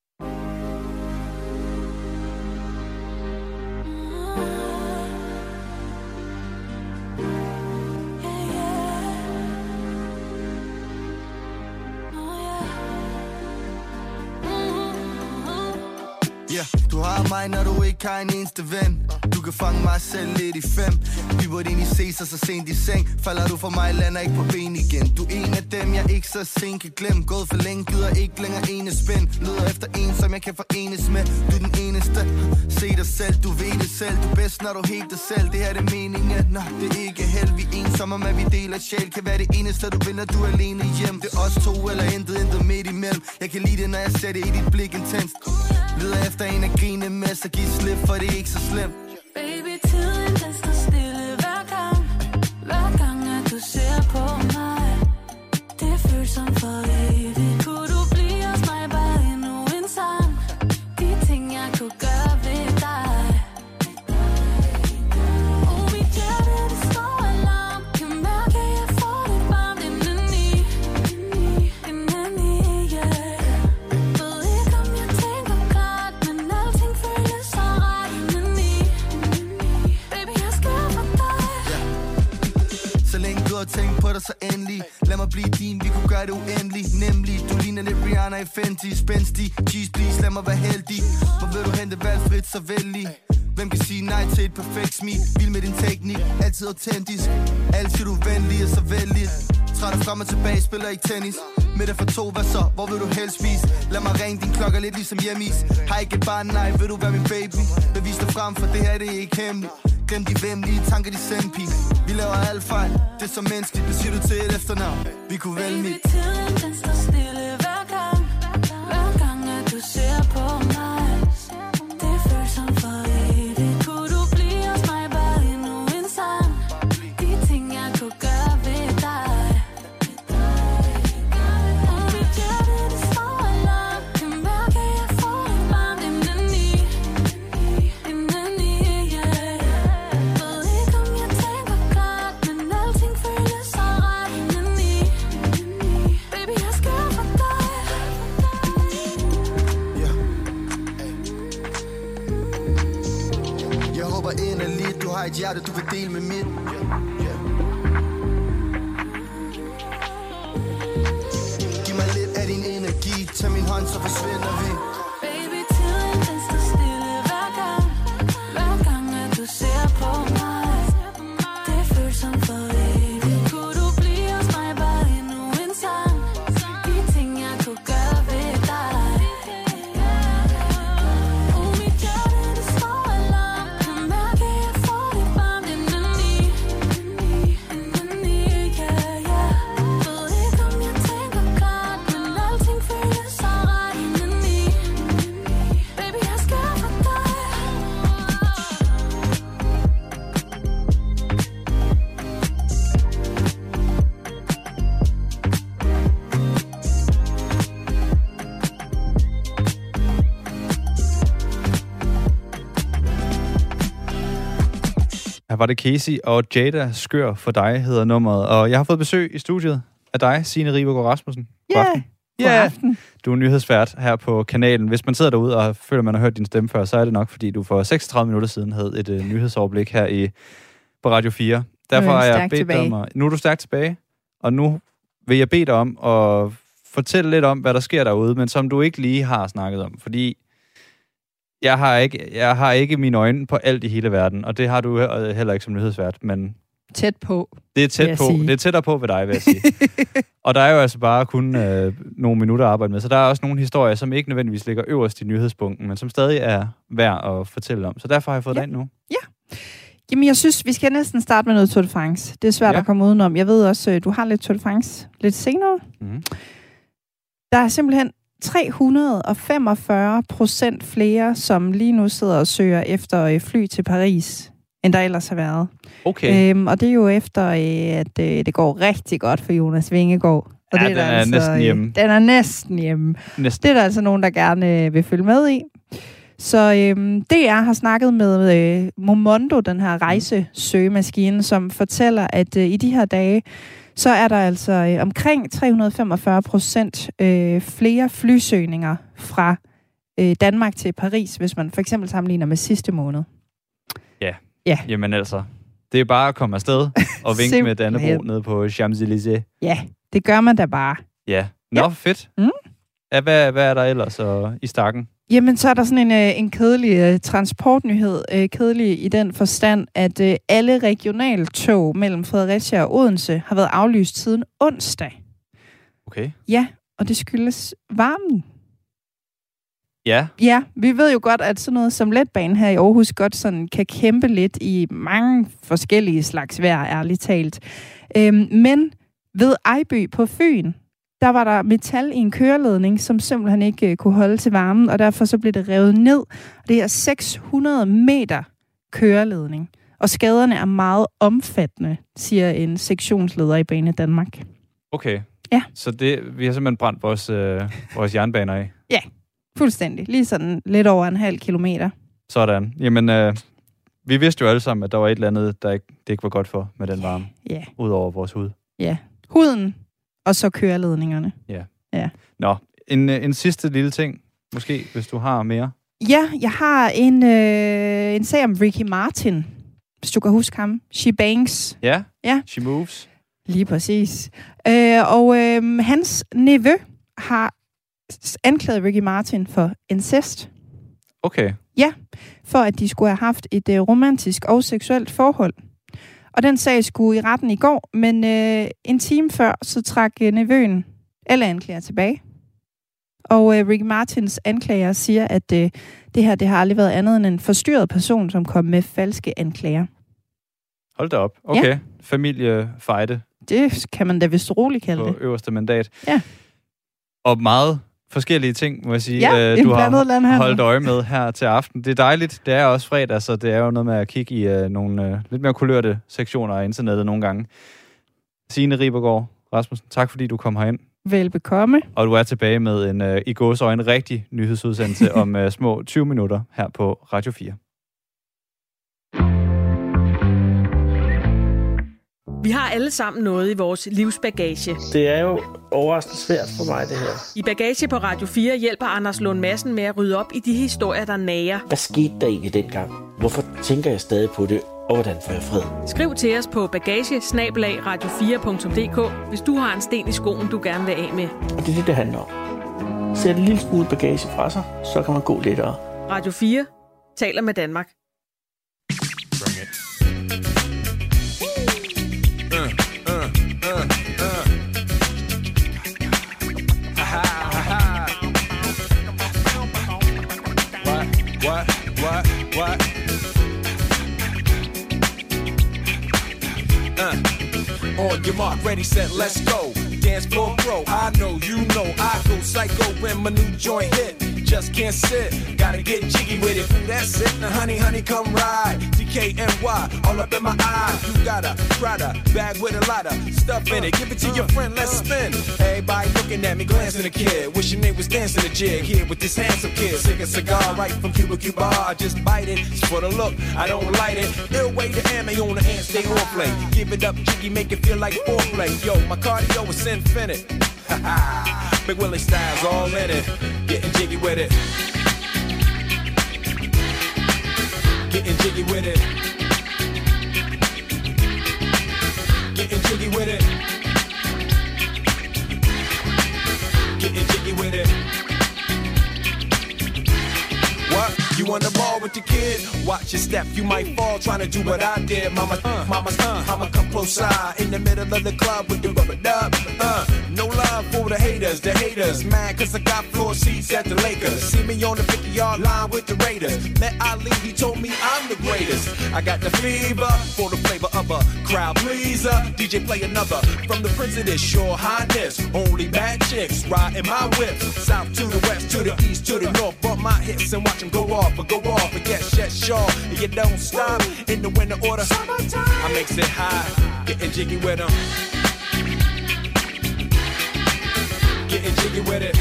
[SPEAKER 9] Yeah, du har mig, når du ikke har en eneste ven. Du kan fange mig selv lidt i fem. Vi burde egentlig se sig så sent i seng. Falder du for mig, lander ikke på ben igen. Du er en af dem, jeg ikke så sent kan glemme. Gået for længe, gider ikke længere ene spænd. Leder efter en, som jeg kan forenes med. Du er den eneste. Se dig selv, du ved det selv. Du er bedst, når du er helt dig selv. Det her er det meningen. Nå, det er ikke held. Vi er ensomme, men vi deler sjæl. Kan være det eneste, du vil, når du er alene hjem. Det er os to, eller intet, intet midt imellem. Jeg kan lide det, når jeg ser det i dit blik intenst. Leder efter en at grine med, så giv slip, for det er ikke så slemt.
[SPEAKER 10] Baby, tiden den står stille hver gang. Hver gang, at du ser på mig. Det føles som for evigt. Kunne du blive hos mig bare endnu en sang? De ting, jeg kunne gøre ved dig. Oh, mit hjerte, det står alarm. Kan mærke, at jeg får det varmt indeni. Indeni, yeah. Ved ikke, om jeg tænker klart, men alting føles så ret indeni. Baby, jeg skal for dig.
[SPEAKER 9] Så længe du har tænkt på dig, så endelig. Lad mig blive din, vi kunne gøre det uendelig. Nemlig, du ligner lidt Rihanna i Fenty. Spændstig, cheese please, lad mig være heldig. Hvor vil du hente valgfrit, så vældig. Hvem kan sige nej til et perfekt smil? Vild med din teknik, altid autentisk. Altid du venlig og så vældig. Træt frem og tilbage, spiller ikke tennis. Middag for to, hvad så? Hvor vil du helst spise? Lad mig ringe din klokker lidt ligesom hjemmeis. Har ikke et barn, nej, vil du være min baby? Bevis dig frem, for det her det er ikke hemmeligt. Glem de vemmelige tanker, de sendpige. Vi laver alt fejl, det er så menneskeligt. Hvad siger du til et efternavn? Vi kunne vælge mit.
[SPEAKER 10] Baby, tiden den står stille hver gang. Hver gang, at du ser på mig. Det føles som for evigt. Kunne du blive hos mig bare endnu en sang? De ting, jeg kunne gøre ved dig. Oh, mit hjerte, det står alarm. Kan mærke, at jeg får det varmt indeni. Indeni, yeah. Ved ikke, om jeg tænker klart, men alting føles så ret indeni. Baby, jeg skal for
[SPEAKER 9] inderligt. Du har et hjerte, du vil dele med mit. Giv mig lidt af din energi. Tag min hånd, så forsvinder vi.
[SPEAKER 10] Baby, tiden den står stille hver gang. Hver gang, at du ser på mig. Det føles som for evigt. Kunne du blive hos mig bare endnu en sang? De ting, jeg kunne gøre ved dig. Oh, mit hjerte, det slår alarm. Kan mærke, jeg får det varmt indeni. Indeni, ja, ja. Ved ikke, om jeg tænker klart, men alting føles så ret indeni. Baby, jeg skal for dig.
[SPEAKER 1] Her var det Casey og Jada Skør for dig, hedder nummeret. Og jeg har fået besøg i studiet af dig, Signe Ribergaard Rasmussen. God
[SPEAKER 11] Ja,
[SPEAKER 1] aften.
[SPEAKER 11] god
[SPEAKER 1] Ja,
[SPEAKER 11] aften.
[SPEAKER 1] du er nyhedsvært her på kanalen. Hvis man sidder derude og føler, man har hørt din stemme før, så er det nok, fordi du for seksogtredive minutter siden havde et uh, nyhedsoverblik her i, på Radio fire. Derfor
[SPEAKER 11] Nu er jeg
[SPEAKER 1] har jeg
[SPEAKER 11] stærkt
[SPEAKER 1] bedt dig
[SPEAKER 11] tilbage.
[SPEAKER 1] om at, nu er du stærkt tilbage, og nu vil jeg bede dig om at fortælle lidt om, hvad der sker derude, men som du ikke lige har snakket om. Fordi jeg har ikke, jeg har ikke mine øjne på alt i hele verden, og det har du øh, heller ikke som nyhedsvært, men
[SPEAKER 11] Tæt på.
[SPEAKER 1] det er
[SPEAKER 11] Vil
[SPEAKER 1] tæt
[SPEAKER 11] jeg
[SPEAKER 1] på.
[SPEAKER 11] sige.
[SPEAKER 1] Det er tættere på ved dig, vil jeg sige. Og der er jo altså bare kun øh, nogle minutter at arbejde med, så der er også nogle historier, som ikke nødvendigvis ligger øverst i nyhedspunkten, men som stadig er værd at fortælle om. Så derfor har jeg fået
[SPEAKER 11] Ja.
[SPEAKER 1] dig ind nu.
[SPEAKER 11] Jamen, jeg synes, vi skal næsten starte med noget Tour de France. Det er svært
[SPEAKER 1] Ja.
[SPEAKER 11] at komme udenom. Jeg ved også, øh, du har lidt Tour de France lidt senere.
[SPEAKER 1] Mm.
[SPEAKER 11] Der er simpelthen tre hundrede og femogfyrre procent flere, som lige nu sidder og søger efter øh, fly til Paris, end der ellers har været.
[SPEAKER 1] Okay.
[SPEAKER 11] Øhm, og det er jo efter, øh, at øh, det går rigtig godt for Jonas Vingegaard. Og
[SPEAKER 1] Ja,
[SPEAKER 11] det
[SPEAKER 1] den er
[SPEAKER 11] altså,
[SPEAKER 1] næsten
[SPEAKER 11] øh,
[SPEAKER 1] hjemme.
[SPEAKER 11] Den er næsten hjemme.
[SPEAKER 1] Næsten.
[SPEAKER 11] Det er der altså nogen, der gerne øh, vil følge med i. Så øhm, D R har snakket med øh, Momondo, den her rejsesøgemaskine, som fortæller, at øh, i de her dage, så er der altså øh, omkring tre hundrede og femogfyrre procent øh, flere flysøgninger fra øh, Danmark til Paris, hvis man for eksempel sammenligner med sidste måned.
[SPEAKER 1] Ja.
[SPEAKER 11] Ja.
[SPEAKER 1] Jamen altså, det er bare at komme afsted og vinke med Dannebro
[SPEAKER 11] Simpelthen.
[SPEAKER 1] nede på Champs-Élysées.
[SPEAKER 11] Ja, det gør man da bare.
[SPEAKER 1] Ja. Nå,
[SPEAKER 11] Ja.
[SPEAKER 1] fedt.
[SPEAKER 11] Mm.
[SPEAKER 1] Ja, hvad, hvad er der ellers og, i stakken?
[SPEAKER 11] Jamen, så er der sådan en, øh, en kedelig øh, transportnyhed. Øh, kedelig i den forstand, at øh, alle regionaltog mellem Fredericia og Odense har været aflyst siden onsdag.
[SPEAKER 1] Okay.
[SPEAKER 11] Ja, og det skyldes varmen.
[SPEAKER 1] Ja.
[SPEAKER 11] Ja, vi ved jo godt, at sådan noget som letbanen her i Aarhus godt sådan kan kæmpe lidt i mange forskellige slags vejr, ærligt talt. Øhm, men ved Ejby på Fyn, der var der metal i en køreledning, som simpelthen ikke øh, kunne holde til varmen, og derfor så blev det revet ned. Det er seks hundrede meter køreledning, og skaderne er meget omfattende, siger en sektionsleder i Bane Danmark.
[SPEAKER 1] Okay.
[SPEAKER 11] Ja.
[SPEAKER 1] Så det, vi har simpelthen brændt vores, øh, vores jernbaner af.
[SPEAKER 11] Ja, fuldstændig. Lige sådan lidt over en halv kilometer.
[SPEAKER 1] Sådan. Jamen, øh, vi vidste jo alle sammen, at der var et eller andet, der ikke, det ikke var godt for med den varme.
[SPEAKER 11] Ja.
[SPEAKER 1] Udover vores hud.
[SPEAKER 11] Ja, huden, og så køreledningerne.
[SPEAKER 1] Ja.
[SPEAKER 11] Ja.
[SPEAKER 1] Nå, en, en sidste lille ting, måske, hvis du har mere.
[SPEAKER 11] Ja, jeg har en, øh, en sag om Ricky Martin, hvis du kan huske ham. She Bangs.
[SPEAKER 1] Ja,
[SPEAKER 11] Ja.
[SPEAKER 1] She Moves.
[SPEAKER 11] Lige præcis. Øh, og øh, hans nevø har s- anklaget Ricky Martin for incest.
[SPEAKER 1] Okay.
[SPEAKER 11] Ja, for at de skulle have haft et øh, romantisk og seksuelt forhold. Og den sag skulle i retten i går, men øh, en time før, så trak øh, nevøen alle anklager tilbage. Og øh, Ricky Martins anklager siger, at øh, det her det har aldrig været andet end en forstyrret person, som kom med falske anklager.
[SPEAKER 1] Hold da op. Okay. Ja. Familiefejde
[SPEAKER 11] Det kan man da vist roligt kalde
[SPEAKER 1] på
[SPEAKER 11] det.
[SPEAKER 1] øverste mandat.
[SPEAKER 11] Ja.
[SPEAKER 1] Og meget forskellige ting, må jeg sige,
[SPEAKER 11] Ja,
[SPEAKER 1] øh,
[SPEAKER 11] en
[SPEAKER 1] du har
[SPEAKER 11] blandet landhandel.
[SPEAKER 1] holdt øje med her til aften. Det er dejligt. Det er også fredag, så det er jo noget med at kigge i øh, nogle øh, lidt mere kulørte sektioner af internettet nogle gange. Signe Ribergaard Rasmussen, tak fordi du kom herind.
[SPEAKER 11] Velbekomme.
[SPEAKER 1] Og du er tilbage med en øh, i gåseøjne rigtig nyhedsudsendelse om øh, små tyve minutter her på Radio fire.
[SPEAKER 12] Vi har alle sammen noget i vores livsbagage.
[SPEAKER 13] Det er jo overraskende svært for mig, det her.
[SPEAKER 12] I Bagage på Radio fire hjælper Anders Lund Madsen med at rydde op i de historier, der nager.
[SPEAKER 13] Hvad skete der egentlig dengang? Hvorfor tænker jeg stadig på det? Og hvordan får jeg fred?
[SPEAKER 12] Skriv til os på bagage snabel-a radio fire punktum d k, hvis du har en sten i skoen, du gerne vil af med.
[SPEAKER 13] Og det er det, det handler om. Sæt en lille smule bagage fra sig, så kan man gå lettere.
[SPEAKER 12] Radio fire taler med Danmark.
[SPEAKER 2] Bring it. Uh, uh, uh, uh. Ha, ha, ha. What, what, what, what? Uh. On your mark, ready, set, let's go. Dance floor bro, I know, you know, I go psycho when my new joint hit. Just can't sit, gotta get jiggy with it. That's it, now honey, honey, come ride. D K N Y, all up in my eye. You got a Prada bag with a lot of stuff in it. Give it to your friend, let's spin. Everybody looking at me, glancing a kid. Wishing they was dancing a jig here with this handsome kid. Sick a cigar right from Cuba Cuba. I just bite it, it's for the look, I don't light it. Ill way to ammo on the hand, stay on play. Give it up, jiggy, make it feel like foreplay. Yo, my cardio is infinite. Big Willie style's all in it. Getting jiggy with it. Getting jiggy with it. Getting jiggy with it. Getting jiggy with it. What? You on the ball with your kid? Watch your step, you might fall trying to do what I did. Mama, uh, mama, uh, mama, come close side in the middle of the club with the rubber dub. Uh, no love for the haters, the haters. Mad cause I got floor seats at the Lakers. See me on the fifty-yard line with the Raiders. Met Ali, he told me I'm the greatest. I got the fever for the flavor of a crowd pleaser. D J play another from the Prince of this Sure Highness. Only bad chicks riding my whip. South to the west, to the east, to the north. Bump my hips and watch them go off. But go off and get shit sure. And you don't stop in the winter order. I makes it high, getting jiggy with them. Getting jiggy with it.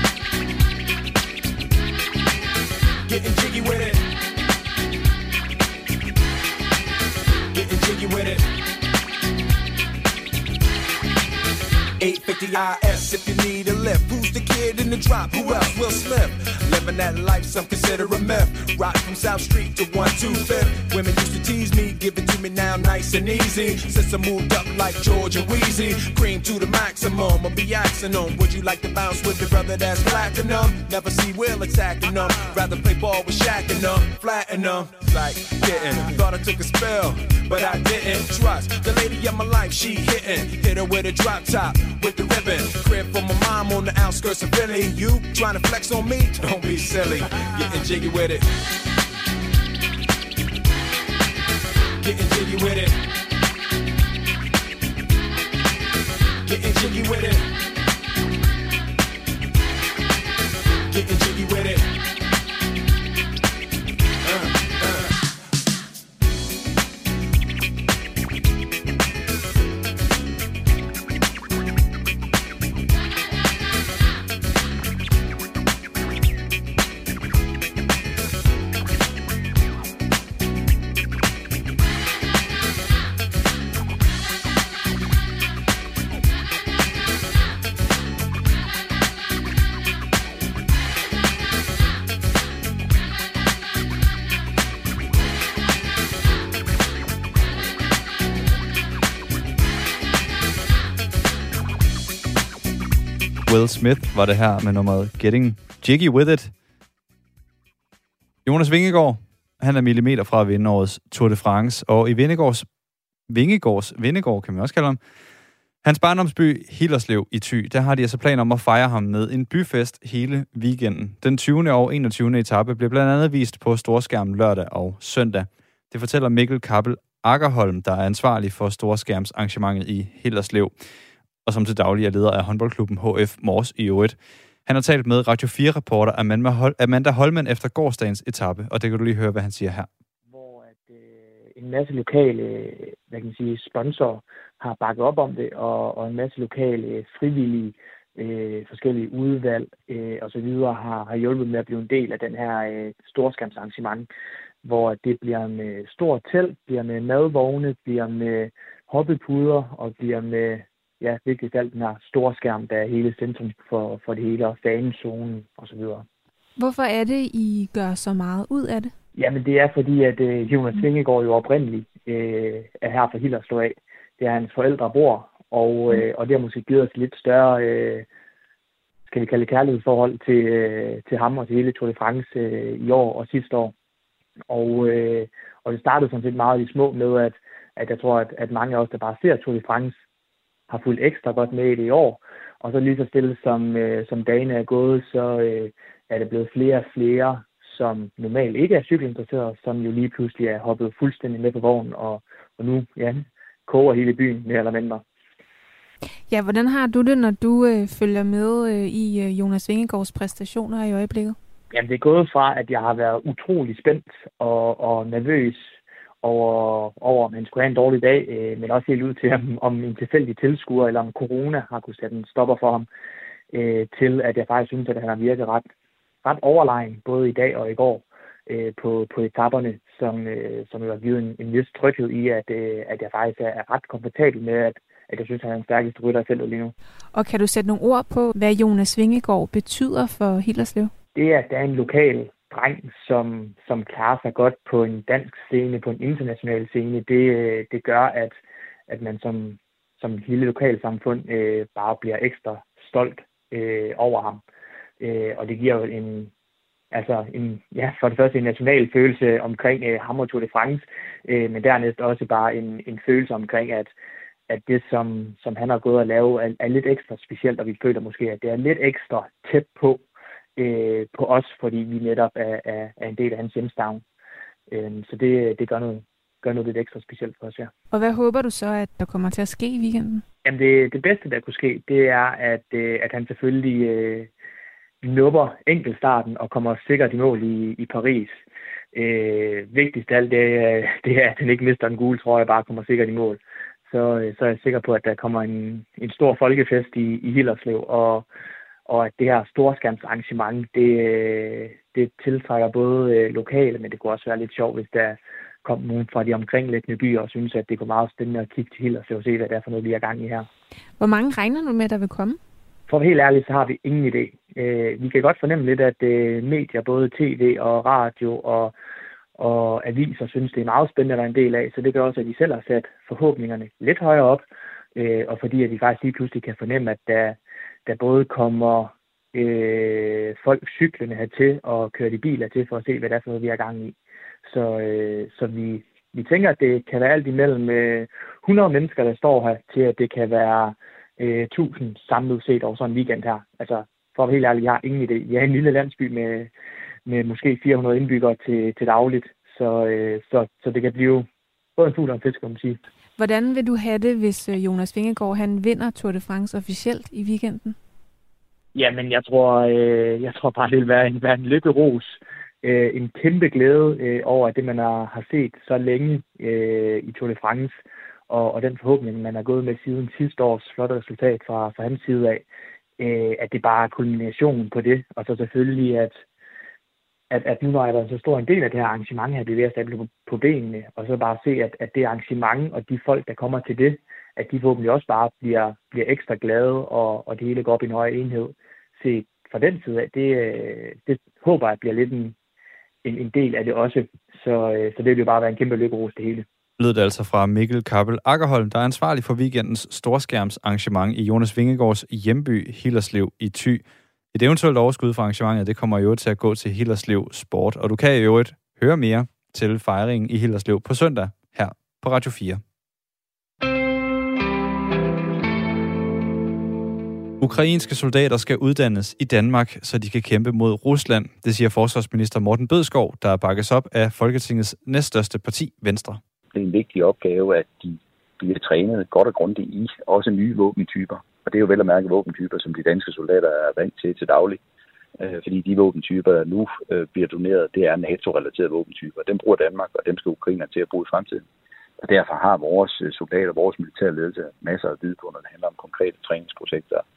[SPEAKER 2] Getting jiggy with it. Getting jiggy with it. eight fifty I S if you need a lift. Who's the kid in the drop? Who else? Will Smith. Living that life some consider a myth. Rock from South Street to one two fifth. Women used to tease me, give it to me now nice and easy. Since I moved up like George and Wheezy, cream to the maximum. I'll be axing them. Would you like to bounce with the brother that's platinum? Never see Will attacking them. Rather play ball with Shaq and them, flatten them. Like getting, thought I took a spell, but I didn't trust the lady of my life. She hitting, hit her with a drop top with the ribbon. Crib for my mom on the outskirts of Philly. You trying to flex on me? Don't be silly. Getting jiggy with it. Getting jiggy with it. Getting jiggy with it. Getting jiggy with it.
[SPEAKER 1] Will Smith var det her med nummeret Getting Jiggy With It. Jonas Vingegaard, han er millimeter fra at vinde årets Tour de France, og i Vingegaards, Vingegaards, Vingegaard kan man også kalde ham, hans barndomsby Hillerslev i Thy, der har de altså planer om at fejre ham med en byfest hele weekenden. Den tyvende og enogtyvende etape bliver blandt andet vist på storskærm lørdag og søndag. Det fortæller Mikkel Kappel Akkerholm, der er ansvarlig for storskærmsarrangementet i Hillerslev, og som til daglig er leder af håndboldklubben H F Mors i øvrigt. Han har talt med Radio fire-reporter Amanda Holmen efter gårsdagens etape, og det kan du lige høre, hvad han siger her.
[SPEAKER 14] Hvor at, øh, en masse lokale hvad kan man sige, sponsorer har bakket op om det, og, og en masse lokale frivillige øh, forskellige udvalg øh, og så videre har, har hjulpet med at blive en del af den her øh, storskærmsarrangement, hvor det bliver med stor telt, bliver med madvogne, bliver med hoppepuder og bliver med, ja, vigtigst alt den her store skærm, der er hele centrum for, for det hele, og fanezonen osv.
[SPEAKER 15] Hvorfor er det, I gør så meget ud af det?
[SPEAKER 14] Jamen det er fordi, at øh, Jonas Vingegaard jo oprindeligt øh, er her fra Hillerslev af. Det er hans forældre bor, og, øh, og det har måske givet os lidt større, øh, skal vi kalde det kærlighedsforhold til, øh, til ham og til hele Tour de France øh, i år og sidste år. Og, øh, og det startede sådan set meget i små med, at, at jeg tror, at, at mange af os, der bare ser Tour de France, har fulgt ekstra godt med i det i år. Og så lige så stille som, øh, som dagene er gået, så øh, er det blevet flere og flere, som normalt ikke er cykelinteresserede, som jo lige pludselig er hoppet fuldstændig med på vognen, og, og nu ja, koger hele byen mere eller mindre.
[SPEAKER 15] Ja, hvordan har du det, når du øh, følger med øh, i øh, Jonas Vingegaards præstationer i øjeblikket?
[SPEAKER 14] Jamen, det er gået fra, at jeg har været utrolig spændt og, og nervøs over, over, om han skulle have en dårlig dag, øh, men også helt ud til, om, om en tilfældig tilskuer eller om corona har kunne sætte en stopper for ham, øh, til at jeg faktisk synes, at han har virket ret, ret overlegen, både i dag og i går, øh, på, på etaperne, som, øh, som jo har givet en, en vis tryghed i, at, øh, at jeg faktisk er, er ret komfortabel med, at, at jeg synes, at han er den stærkeste rytter i feltet lige nu.
[SPEAKER 15] Og kan du sætte nogle ord på, hvad Jonas Vingegaard betyder for Hillerslev?
[SPEAKER 14] Det er, at der er en lokal dreng, som, som klarer sig godt på en dansk scene, på en international scene, det, det gør, at, at man som, som et lille lokalsamfund øh, bare bliver ekstra stolt øh, over ham. Øh, og det giver jo en, altså en, ja, for det første en national følelse omkring øh, ham og Tour de France, øh, men dernæst også bare en, en følelse omkring, at, at det, som, som han har gået at lave, er, er lidt ekstra specielt, og vi føler måske, at det er lidt ekstra tæt på, Øh, på os, fordi vi netop er, er, er en del af hans hjemstavn. Øh, så det, det gør, noget, gør noget lidt ekstra specielt for os, ja.
[SPEAKER 15] Og hvad håber du så, at der kommer til at ske i weekenden?
[SPEAKER 14] Jamen det, det bedste, der kunne ske, det er, at, øh, at han selvfølgelig øh, nupper enkeltstarten og kommer sikkert i mål i, i Paris. Øh, vigtigst af alt, det, det er, at han ikke mister en gule trøje, bare kommer sikkert i mål. Så, øh, så er jeg sikker på, at der kommer en, en stor folkefest i, i Hillerslev, og Og at det her storskærmsarrangement, det, det tiltrækker både lokale, men det kunne også være lidt sjovt, hvis der kom nogen fra de omkringliggende byer og synes, at det kunne meget spændende at kigge til Hillerslev og se, hvad det er for noget, vi er gang i her.
[SPEAKER 15] Hvor mange regner du med, der vil komme?
[SPEAKER 14] For at være helt ærligt, så har vi ingen idé. Vi kan godt fornemme lidt, at medier, både tv og radio og, og aviser, synes, det er meget spændende at være en del af. Så det gør også, at vi selv har sat forhåbningerne lidt højere op, og fordi at vi faktisk lige pludselig kan fornemme, at der der både kommer øh, folk cyklende hertil og kører de biler til for at se, hvad det er for noget, vi er gang i. Så, øh, så vi, vi tænker, at det kan være alt imellem øh, hundrede mennesker, der står her, til at det kan være øh, tusind samlet set over sådan en weekend her. Altså, for at være helt ærlig, jeg har ingen idé. Vi er en lille landsby med, med måske fire hundrede indbyggere til, til dagligt, så, øh, så, så det kan blive både en fugl og en fisk, kan man sige.
[SPEAKER 15] Hvordan vil du have det, hvis Jonas Vingegaard han vinder Tour de France officielt i weekenden?
[SPEAKER 14] Jamen, jeg tror, øh, jeg tror bare, det vil være en, være en lykkeros. Øh, en kæmpe glæde øh, over det, man har, har set så længe øh, i Tour de France, og, og den forhåbning, man har gået med siden sidste års flotte resultat fra, fra hans side af, øh, at det bare er kulminationen på det. Og så selvfølgelig, at At, at nu når jeg er så stor en del af det her arrangement her, bevæger sig på, på benene, og så bare se, at, at det arrangement og de folk, der kommer til det, at de forhåbentlig også bare bliver, bliver ekstra glade, og, og det hele går op i en højere enhed. Se, fra den side af, det, det håber jeg bliver lidt en, en, en del af det også. Så, så det vil jo bare være en kæmpe lykkeros det hele.
[SPEAKER 1] Lød det altså fra Mikkel Kappel Akkerholm, der er ansvarlig for weekendens storskærmsarrangement i Jonas Vingegaards hjemby Hillerslev i Thy. Et eventuelt overskud fra arrangementet, det kommer jo til at gå til Hillerslev Sport, og du kan i øvrigt høre mere til fejringen i Hillerslev på søndag her på Radio fire. Ukrainske soldater skal uddannes i Danmark, så de kan kæmpe mod Rusland. Det siger forsvarsminister Morten Bødskov, der bakkes op af Folketingets næststørste parti, Venstre.
[SPEAKER 16] Det er en vigtig opgave, at de bliver trænet godt og grundigt i også nye våbentyper. Og det er jo vel at mærke våbentyper, som de danske soldater er vant til til daglig. Øh, fordi de våbentyper, der nu øh, bliver doneret, det er NATO-relaterede våbentyper. Dem bruger Danmark, og dem skal Ukraine til at bruge i fremtiden. Og derfor har vores soldater, vores militære ledelse masser af viden på, når det handler om konkrete træningsprojekter.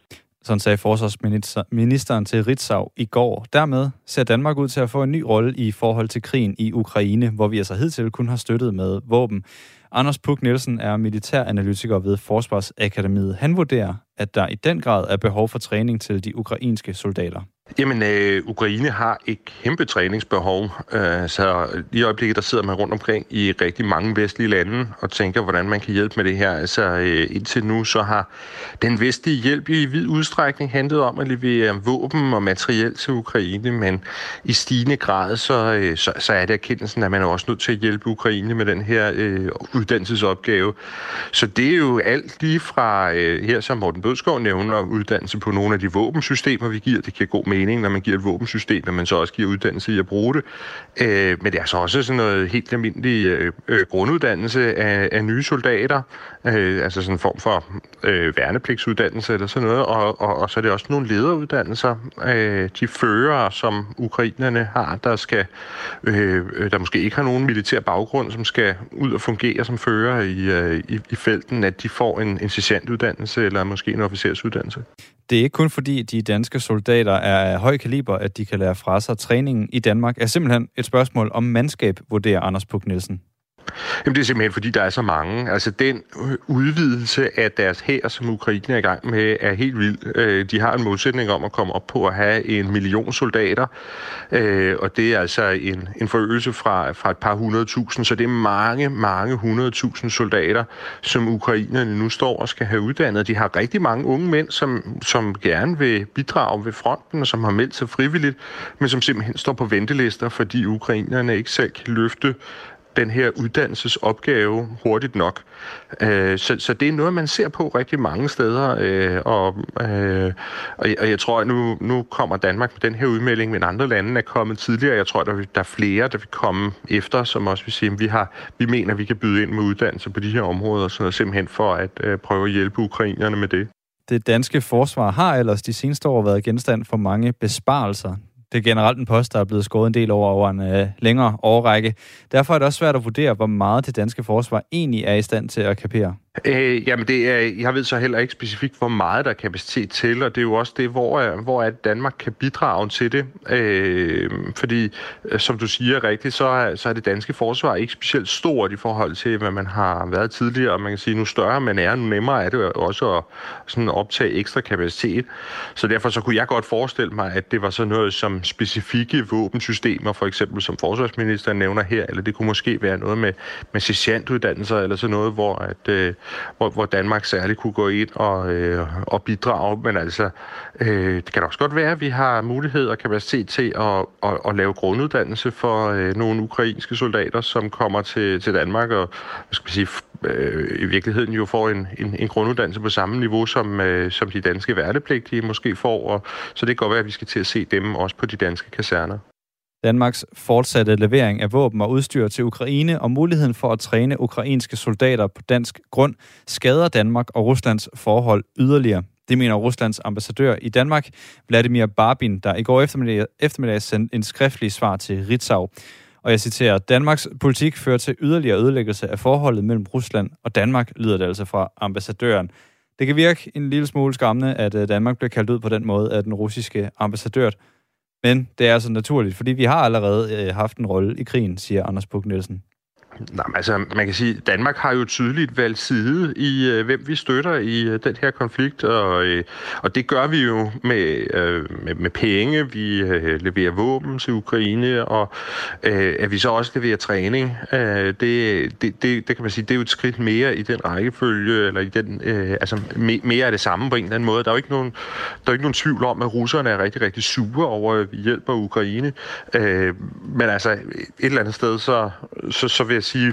[SPEAKER 1] Sådan sagde forsvarsministeren til Ritzau i går. Dermed ser Danmark ud til at få en ny rolle i forhold til krigen i Ukraine, hvor vi altså hidtil kun har støttet med våben. Anders Puk Nielsen er militæranalytiker ved Forsvarsakademiet. Han vurderer, at der i den grad er behov for træning til de ukrainske soldater.
[SPEAKER 17] Jamen, øh, Ukraine har et kæmpe træningsbehov. Øh, så i øjeblikket, der sidder man rundt omkring i rigtig mange vestlige lande og tænker, hvordan man kan hjælpe med det her. Altså, øh, indtil nu, så har den vestlige hjælp i vid udstrækning handlet om at levere våben og materiel til Ukraine, men i stigende grad, så, øh, så, så er det erkendelsen, at man er også nødt til at hjælpe Ukraine med den her øh, uddannelsesopgave. Så det er jo alt lige fra, øh, her som Morten Bødskov nævner, uddannelse på nogle af de våbensystemer, vi giver. Det giver god mening, når man giver et våbensystem, at man så også giver uddannelse i at bruge det. Øh, men det er så også sådan noget helt almindelig øh, grunduddannelse af, af nye soldater, øh, altså sådan en form for øh, værnepligtsuddannelse eller sådan noget, og, og, og så er det også nogle lederuddannelser. Øh, de førere, som ukrainerne har, der skal, øh, der måske ikke har nogen militær baggrund, som skal ud og fungere som fører i, øh, i, i felten, at de får en, en sergeantuddannelse eller måske en officersuddannelse.
[SPEAKER 1] Det er ikke kun fordi de danske soldater er af høj kaliber, at de kan lære fra sig. Træningen i Danmark er simpelthen et spørgsmål om mandskab, vurderer Anders Puk Nielsen.
[SPEAKER 17] Jamen det er simpelthen, fordi der er så mange. Altså den udvidelse af deres hær, som Ukraine er i gang med, er helt vild. De har en modsætning om at komme op på at have en million soldater, og det er altså en, en forøgelse fra, fra et par hundrede tusind, så det er mange, mange hundrede tusind soldater, som ukrainerne nu står og skal have uddannet. De har rigtig mange unge mænd, som, som gerne vil bidrage ved fronten, og som har meldt sig frivilligt, men som simpelthen står på ventelister, fordi ukrainerne ikke selv kan løfte den her uddannelsesopgave hurtigt nok. Øh, så, så det er noget, man ser på rigtig mange steder, øh, og, øh, og, jeg, og jeg tror, at nu, nu kommer Danmark med den her udmelding, men andre lande er kommet tidligere. Jeg tror, at der, der er flere, der vil komme efter, som også vil sige, at vi, har, vi mener, at vi kan byde ind med uddannelse på de her områder, så simpelthen for at øh, prøve at hjælpe ukrainerne med det.
[SPEAKER 1] Det danske forsvar har ellers de seneste år været genstand for mange besparelser. Det er generelt en post, der er blevet skåret en del over over en øh, længere årrække. Derfor er det også svært at vurdere, hvor meget det danske forsvar egentlig er i stand til at kapere.
[SPEAKER 17] Øh, jamen, det er, jeg ved så heller ikke specifikt, hvor meget der er kapacitet til, og det er jo også det, hvor, hvor at Danmark kan bidrage til det. Øh, fordi, som du siger rigtigt, så er, så er det danske forsvar ikke specielt stort i forhold til, hvad man har været tidligere. Og man kan sige, nu større man er, nu nemmere er det også at sådan optage ekstra kapacitet. Så derfor så kunne jeg godt forestille mig, at det var sådan noget som specifikke våbensystemer, for eksempel som forsvarsministeren nævner her, eller det kunne måske være noget med, med sergeantuddannelser, eller sådan noget, hvor at øh, Hvor, hvor Danmark særligt kunne gå ind og, øh, og bidrage. Men altså, øh, det kan også godt være, at vi har mulighed og kapacitet til at, at, at lave grunduddannelse for øh, nogle ukrainske soldater, som kommer til, til Danmark og hvad skal man sige, øh, i virkeligheden jo får en, en, en grunduddannelse på samme niveau, som, øh, som de danske værnepligtige måske får. Og, så det kan godt være, at vi skal til at se dem også på de danske kaserner.
[SPEAKER 1] Danmarks fortsatte levering af våben og udstyr til Ukraine og muligheden for at træne ukrainske soldater på dansk grund skader Danmark og Ruslands forhold yderligere. Det mener Ruslands ambassadør i Danmark, Vladimir Barbin, der i går eftermiddag, eftermiddag sendte en skriftlig svar til Ritzau. Og jeg citerer, Danmarks politik fører til yderligere ødelæggelse af forholdet mellem Rusland og Danmark, lyder det altså fra ambassadøren. Det kan virke en lille smule skræmmende, at Danmark bliver kaldt ud på den måde af den russiske ambassadør. Men det er altså naturligt, fordi vi har allerede øh, haft en rolle i krigen, siger Anders Puk Nielsen.
[SPEAKER 17] Nej, altså man kan sige, at Danmark har jo tydeligt valgt side i, øh, hvem vi støtter i øh, den her konflikt, og, øh, og det gør vi jo med, øh, med, med penge. Vi øh, leverer våben til Ukraine, og øh, at vi så også leverer træning. Øh, det, det, det, det kan man sige, det er jo et skridt mere i den rækkefølge, eller i den, øh, altså me, mere af det samme på en eller anden måde. Der er jo ikke nogen, der er ikke nogen tvivl om, at russerne er rigtig, rigtig sure over, at vi hjælper Ukraine. Øh, men altså et eller andet sted, så, så, så vil jeg sige,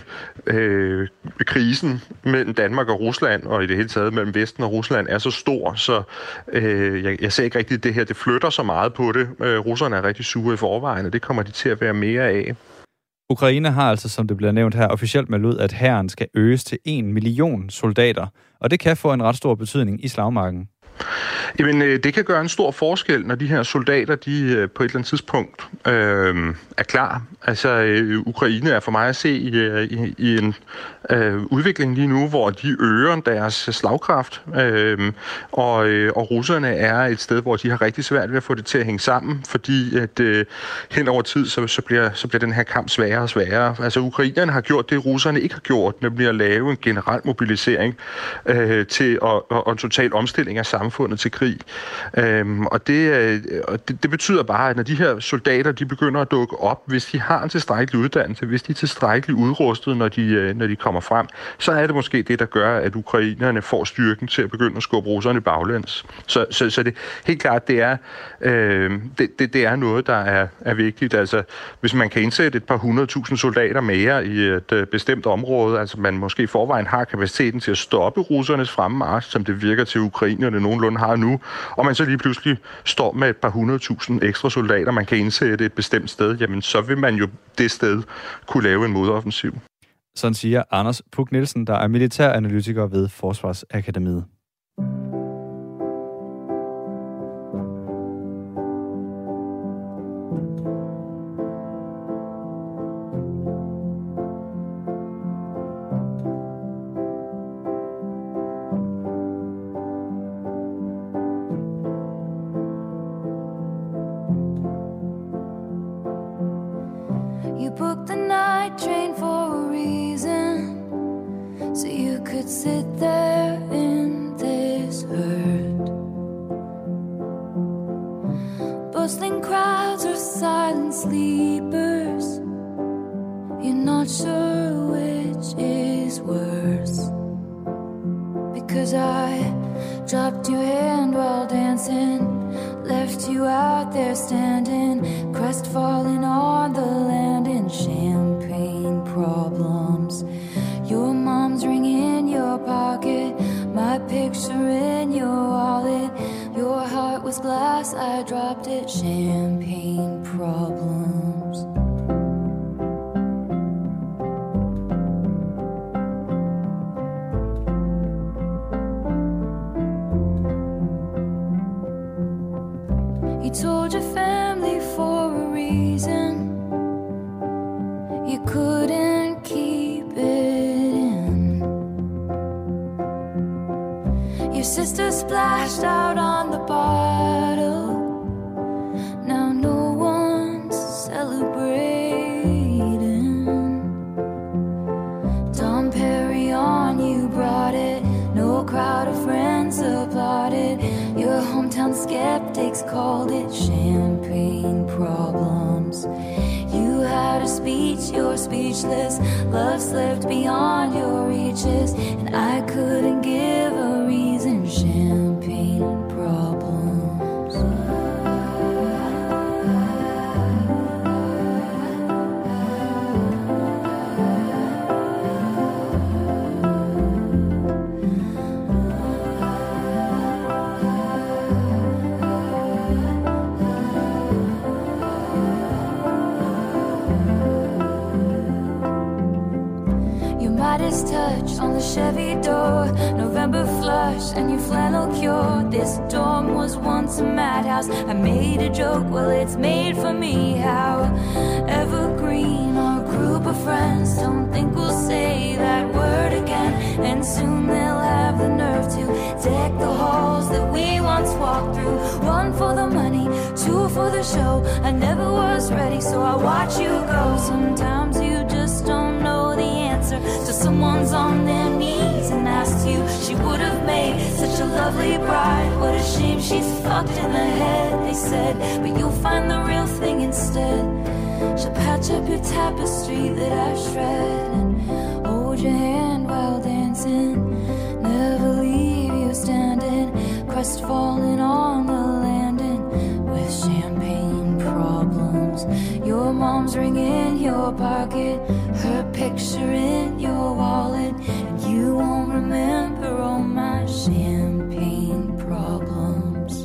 [SPEAKER 17] øh, krisen mellem Danmark og Rusland, og i det hele taget mellem Vesten og Rusland, er så stor, så øh, jeg, jeg ser ikke rigtigt, at det her det flytter så meget på det. Øh, russerne er rigtig sure i forvejen, og det kommer de til at være mere af.
[SPEAKER 1] Ukraine har altså, som det bliver nævnt her, officielt meldt ud, at hæren skal øges til en million soldater, og det kan få en ret stor betydning i slagmarken.
[SPEAKER 17] Jamen, øh, det kan gøre en stor forskel, når de her soldater, de øh, på et eller andet tidspunkt øh, er klar. Altså, øh, Ukraine er for mig at se i, øh, i, i en øh, udvikling lige nu, hvor de øger deres slagkraft, øh, og, øh, og russerne er et sted, hvor de har rigtig svært ved at få det til at hænge sammen, fordi at øh, hen over tid, så, så, bliver, så bliver den her kamp sværere og sværere. Altså, ukrainerne har gjort det, russerne ikke har gjort, nemlig at lave en generel mobilisering øh, til og, og, og en total omstilling af samfundet til krig. Øhm, og det, og det, det betyder bare, at når de her soldater, de begynder at dukke op, hvis de har en tilstrækkelig uddannelse, hvis de er tilstrækkeligt udrustet, når de, når de kommer frem, så er det måske det, der gør, at ukrainerne får styrken til at begynde at skubbe russerne baglæns. Så, så, så det helt klart, det er, øh, det, det, det er noget, der er, er vigtigt. Altså, hvis man kan indsætte et par hundredtusind soldater mere i et øh, bestemt område, altså man måske i forvejen har kapaciteten til at stoppe russernes fremmarch, som det virker til ukrainerne nogenlunde har nu, og man så lige pludselig står med et par hundredtusind ekstra soldater, man kan indsætte et bestemt sted, jamen så vil man jo det sted kunne lave en modoffensiv.
[SPEAKER 1] Sådan siger Anders Puk Nielsen, der er militæranalytiker ved Forsvarsakademiet.
[SPEAKER 10] You booked the night train for a reason, so you could sit there in this hurt. Bustling crowds or silent sleepers, you're not sure which is worse. Because I dropped your hand while dancing, left you out there standing, crestfallen on the land in champagne problems. Your mom's ring in your pocket, my picture in your wallet. Your heart was glass, I dropped it, champagne problems. You told your family for a reason, you couldn't keep it in. Your sister splashed out on the bottle, now no one's celebrating. Dom Perignon, you brought it, no crowd of friends applauded. Your hometown skeptics called it champagne problems. You had a speech, you're speechless. Love slipped beyond your reaches, and I couldn't give a reason. Champagne problems. Midas touch on the Chevy door, November flush and your flannel cure. This dorm was once a madhouse. I made a joke, well it's made for me. How evergreen our group of friends, don't think we'll say that word again. And soon they'll have the nerve to deck the halls that we once walked through. One for the money, two for the show. I never was ready, so I watch you go. Sometimes you just don't know the answer, so someone's on their knees and asks you. She would have made such a lovely bride. What a shame she's fucked in the head, they said. But you'll find the real thing instead. She'll patch up your tapestry that I shred and hold your hand while dancing. Never leave you standing, crestfallen on the landing with champagne problems. Your mom's ring in your pocket, her picture in your wallet, and you won't remember all my champagne problems.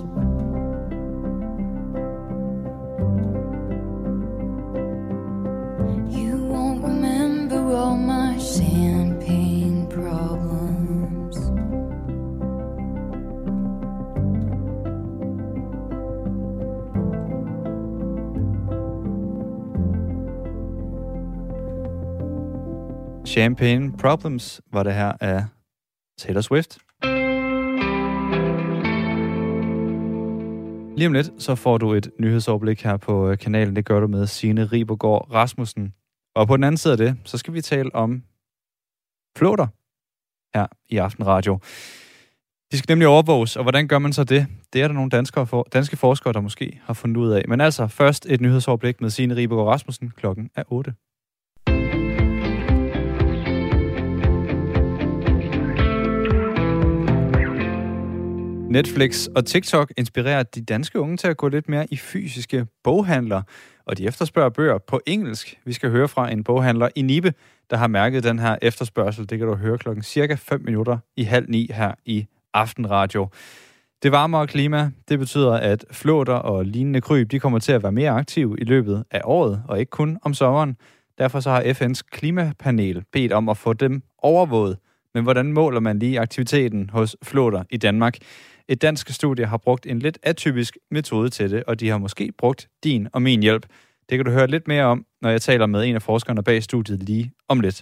[SPEAKER 10] You won't remember all my champagne problems.
[SPEAKER 1] Champagne Problems var det her af Taylor Swift. Lige om lidt, så får du et nyhedsoverblik her på kanalen. Det gør du med Signe Ribergaard Rasmussen. Og på den anden side af det, så skal vi tale om flåter her i Aftenradio. De skal nemlig overvåges, og hvordan gør man så det? Det er der nogle danskere for, danske forskere, der måske har fundet ud af. Men altså, først et nyhedsoverblik med Signe Ribergaard Rasmussen. Klokken er otte. Netflix og TikTok inspirerer de danske unge til at gå lidt mere i fysiske boghandler, og de efterspørger bøger på engelsk. Vi skal høre fra en boghandler i Nibe, der har mærket den her efterspørgsel. Det kan du høre klokken cirka fem minutter i halv ni her i Aftenradio. Det varmere klima, det betyder, at flåter og lignende kryb, de kommer til at være mere aktive i løbet af året, og ikke kun om sommeren. Derfor så har F N's klimapanel bedt om at få dem overvåget. Men hvordan måler man lige aktiviteten hos flåter i Danmark? Et dansk studie har brugt en lidt atypisk metode til det, og de har måske brugt din og min hjælp. Det kan du høre lidt mere om, når jeg taler med en af forskerne bag studiet lige om lidt.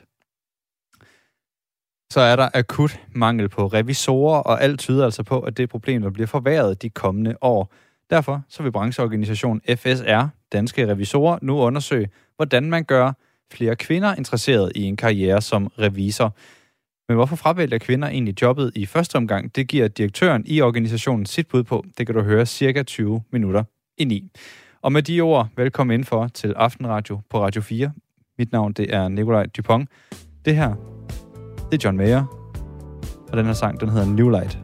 [SPEAKER 1] Så er der akut mangel på revisorer, og alt tyder altså på, at det problem, der bliver forværret de kommende år. Derfor så vil brancheorganisationen F S R, Danske Revisorer, nu undersøge, hvordan man gør flere kvinder interesseret i en karriere som revisor. Men hvorfor fravælger kvinder egentlig jobbet i første omgang? Det giver direktøren i organisationen sit bud på. Det kan du høre cirka tyve minutter ind i. Og med de ord, velkommen indenfor til Aftenradio på Radio fire. Mit navn, det er Nikolaj Dupont. Det her, det er John Mayer. Og den her sang, den hedder New Light.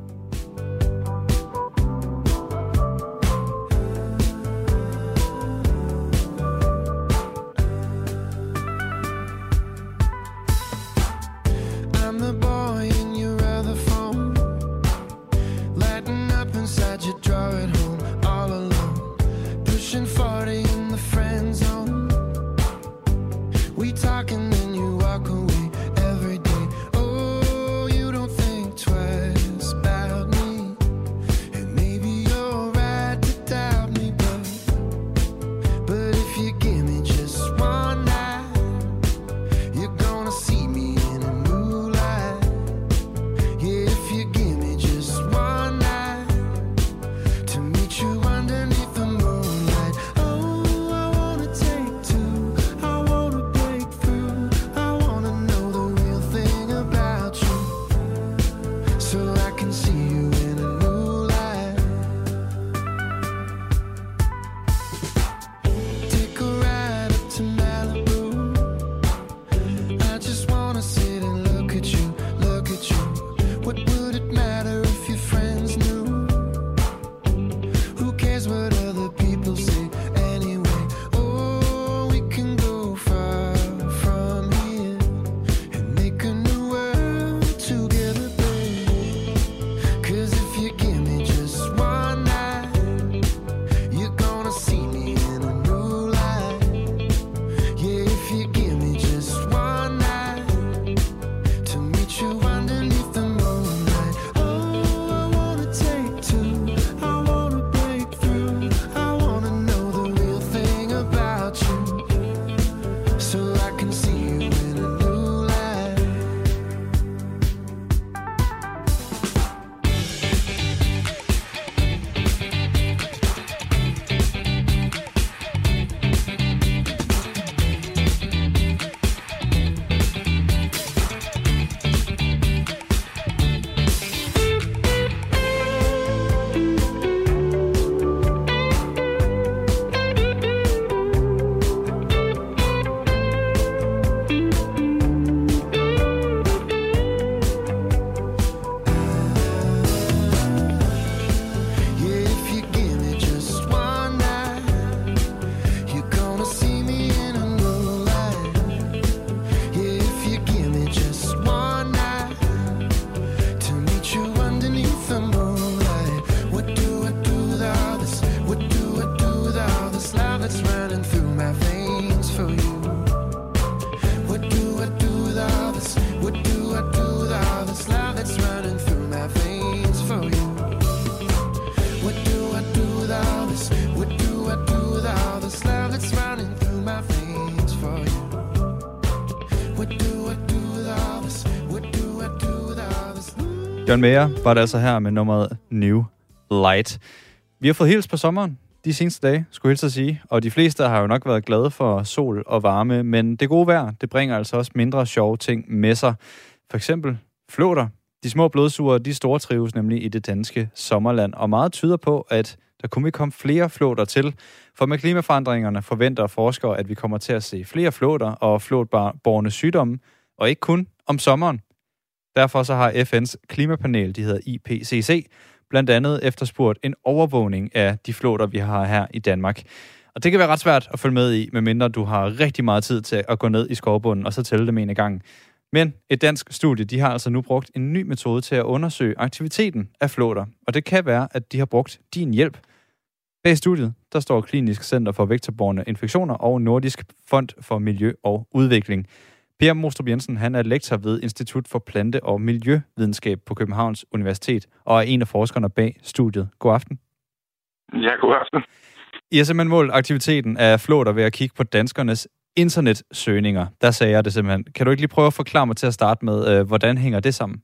[SPEAKER 1] John Mayer var det altså her med nummeret New Light. Vi har fået hils på sommeren de seneste dage, skulle jeg hilse at sige, og de fleste har jo nok været glade for sol og varme, men det gode vejr, det bringer altså også mindre sjove ting med sig. For eksempel flåter. De små blodsuger, de stortrives nemlig i det danske sommerland, og meget tyder på, at der kunne vi komme flere flåter til. For med klimaforandringerne forventer forskere, at vi kommer til at se flere flåter og flåtbårne sygdomme, og ikke kun om sommeren. Derfor så har F N's klimapanel, de hedder I P C C, blandt andet efterspurgt en overvågning af de flåter, vi har her i Danmark. Og det kan være ret svært at følge med i, medmindre du har rigtig meget tid til at gå ned i skovbunden og så tælle dem en gang. Men et dansk studie, de har altså nu brugt en ny metode til at undersøge aktiviteten af flåter. Og det kan være, at de har brugt din hjælp. Bag studiet, der står Klinisk Center for Vektorbårne Infektioner og Nordisk Fond for Miljø og Udvikling. Per Mostrup Jensen, han er lektor ved Institut for Plante- og Miljøvidenskab på Københavns Universitet og er en af forskerne bag studiet. God aften.
[SPEAKER 18] Ja, god aften.
[SPEAKER 1] I har simpelthen målt aktiviteten af flåter ved at kigge på danskernes internetsøgninger. Der sagde jeg det simpelthen. Kan du ikke lige prøve at forklare mig til at starte med, øh, hvordan hænger det sammen?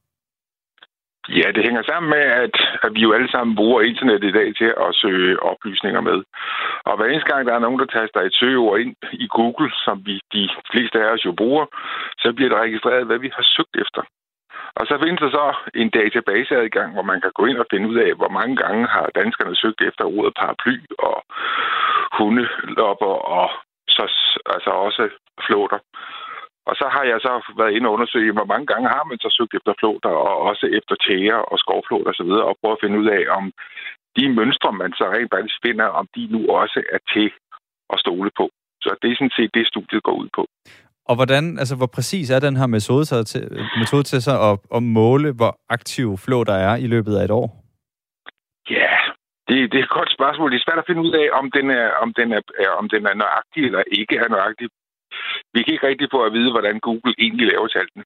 [SPEAKER 18] Ja, det hænger sammen med, at, at vi jo alle sammen bruger internet i dag til at søge oplysninger med. Og hver eneste gang, der er nogen, der taster et søgeord ind i Google, som vi de fleste af os jo bruger, så bliver det registreret, hvad vi har søgt efter. Og så findes der så en databaseadgang, hvor man kan gå ind og finde ud af, hvor mange gange har danskerne søgt efter ordet paraply og hundelopper og så altså også flåter. Og så har jeg så været inde og undersøge, hvor mange gange har man så søgt efter flåter, og også efter tæger og skovflåter osv., og prøve at finde ud af, om de mønstre, man så rent faktisk finder, om de nu også er til at stole på. Så det er sådan set det, studiet går ud på.
[SPEAKER 1] Og hvordan, altså hvor præcis er den her metode til, metode til så at, at måle, hvor aktive flåter er i løbet af et år?
[SPEAKER 18] Ja, det, det er et godt spørgsmål. Det er svært at finde ud af, om den er, om den er, om den er nøjagtig eller ikke er nøjagtig. Vi kan ikke rigtig få at vide, hvordan Google egentlig laver tallene.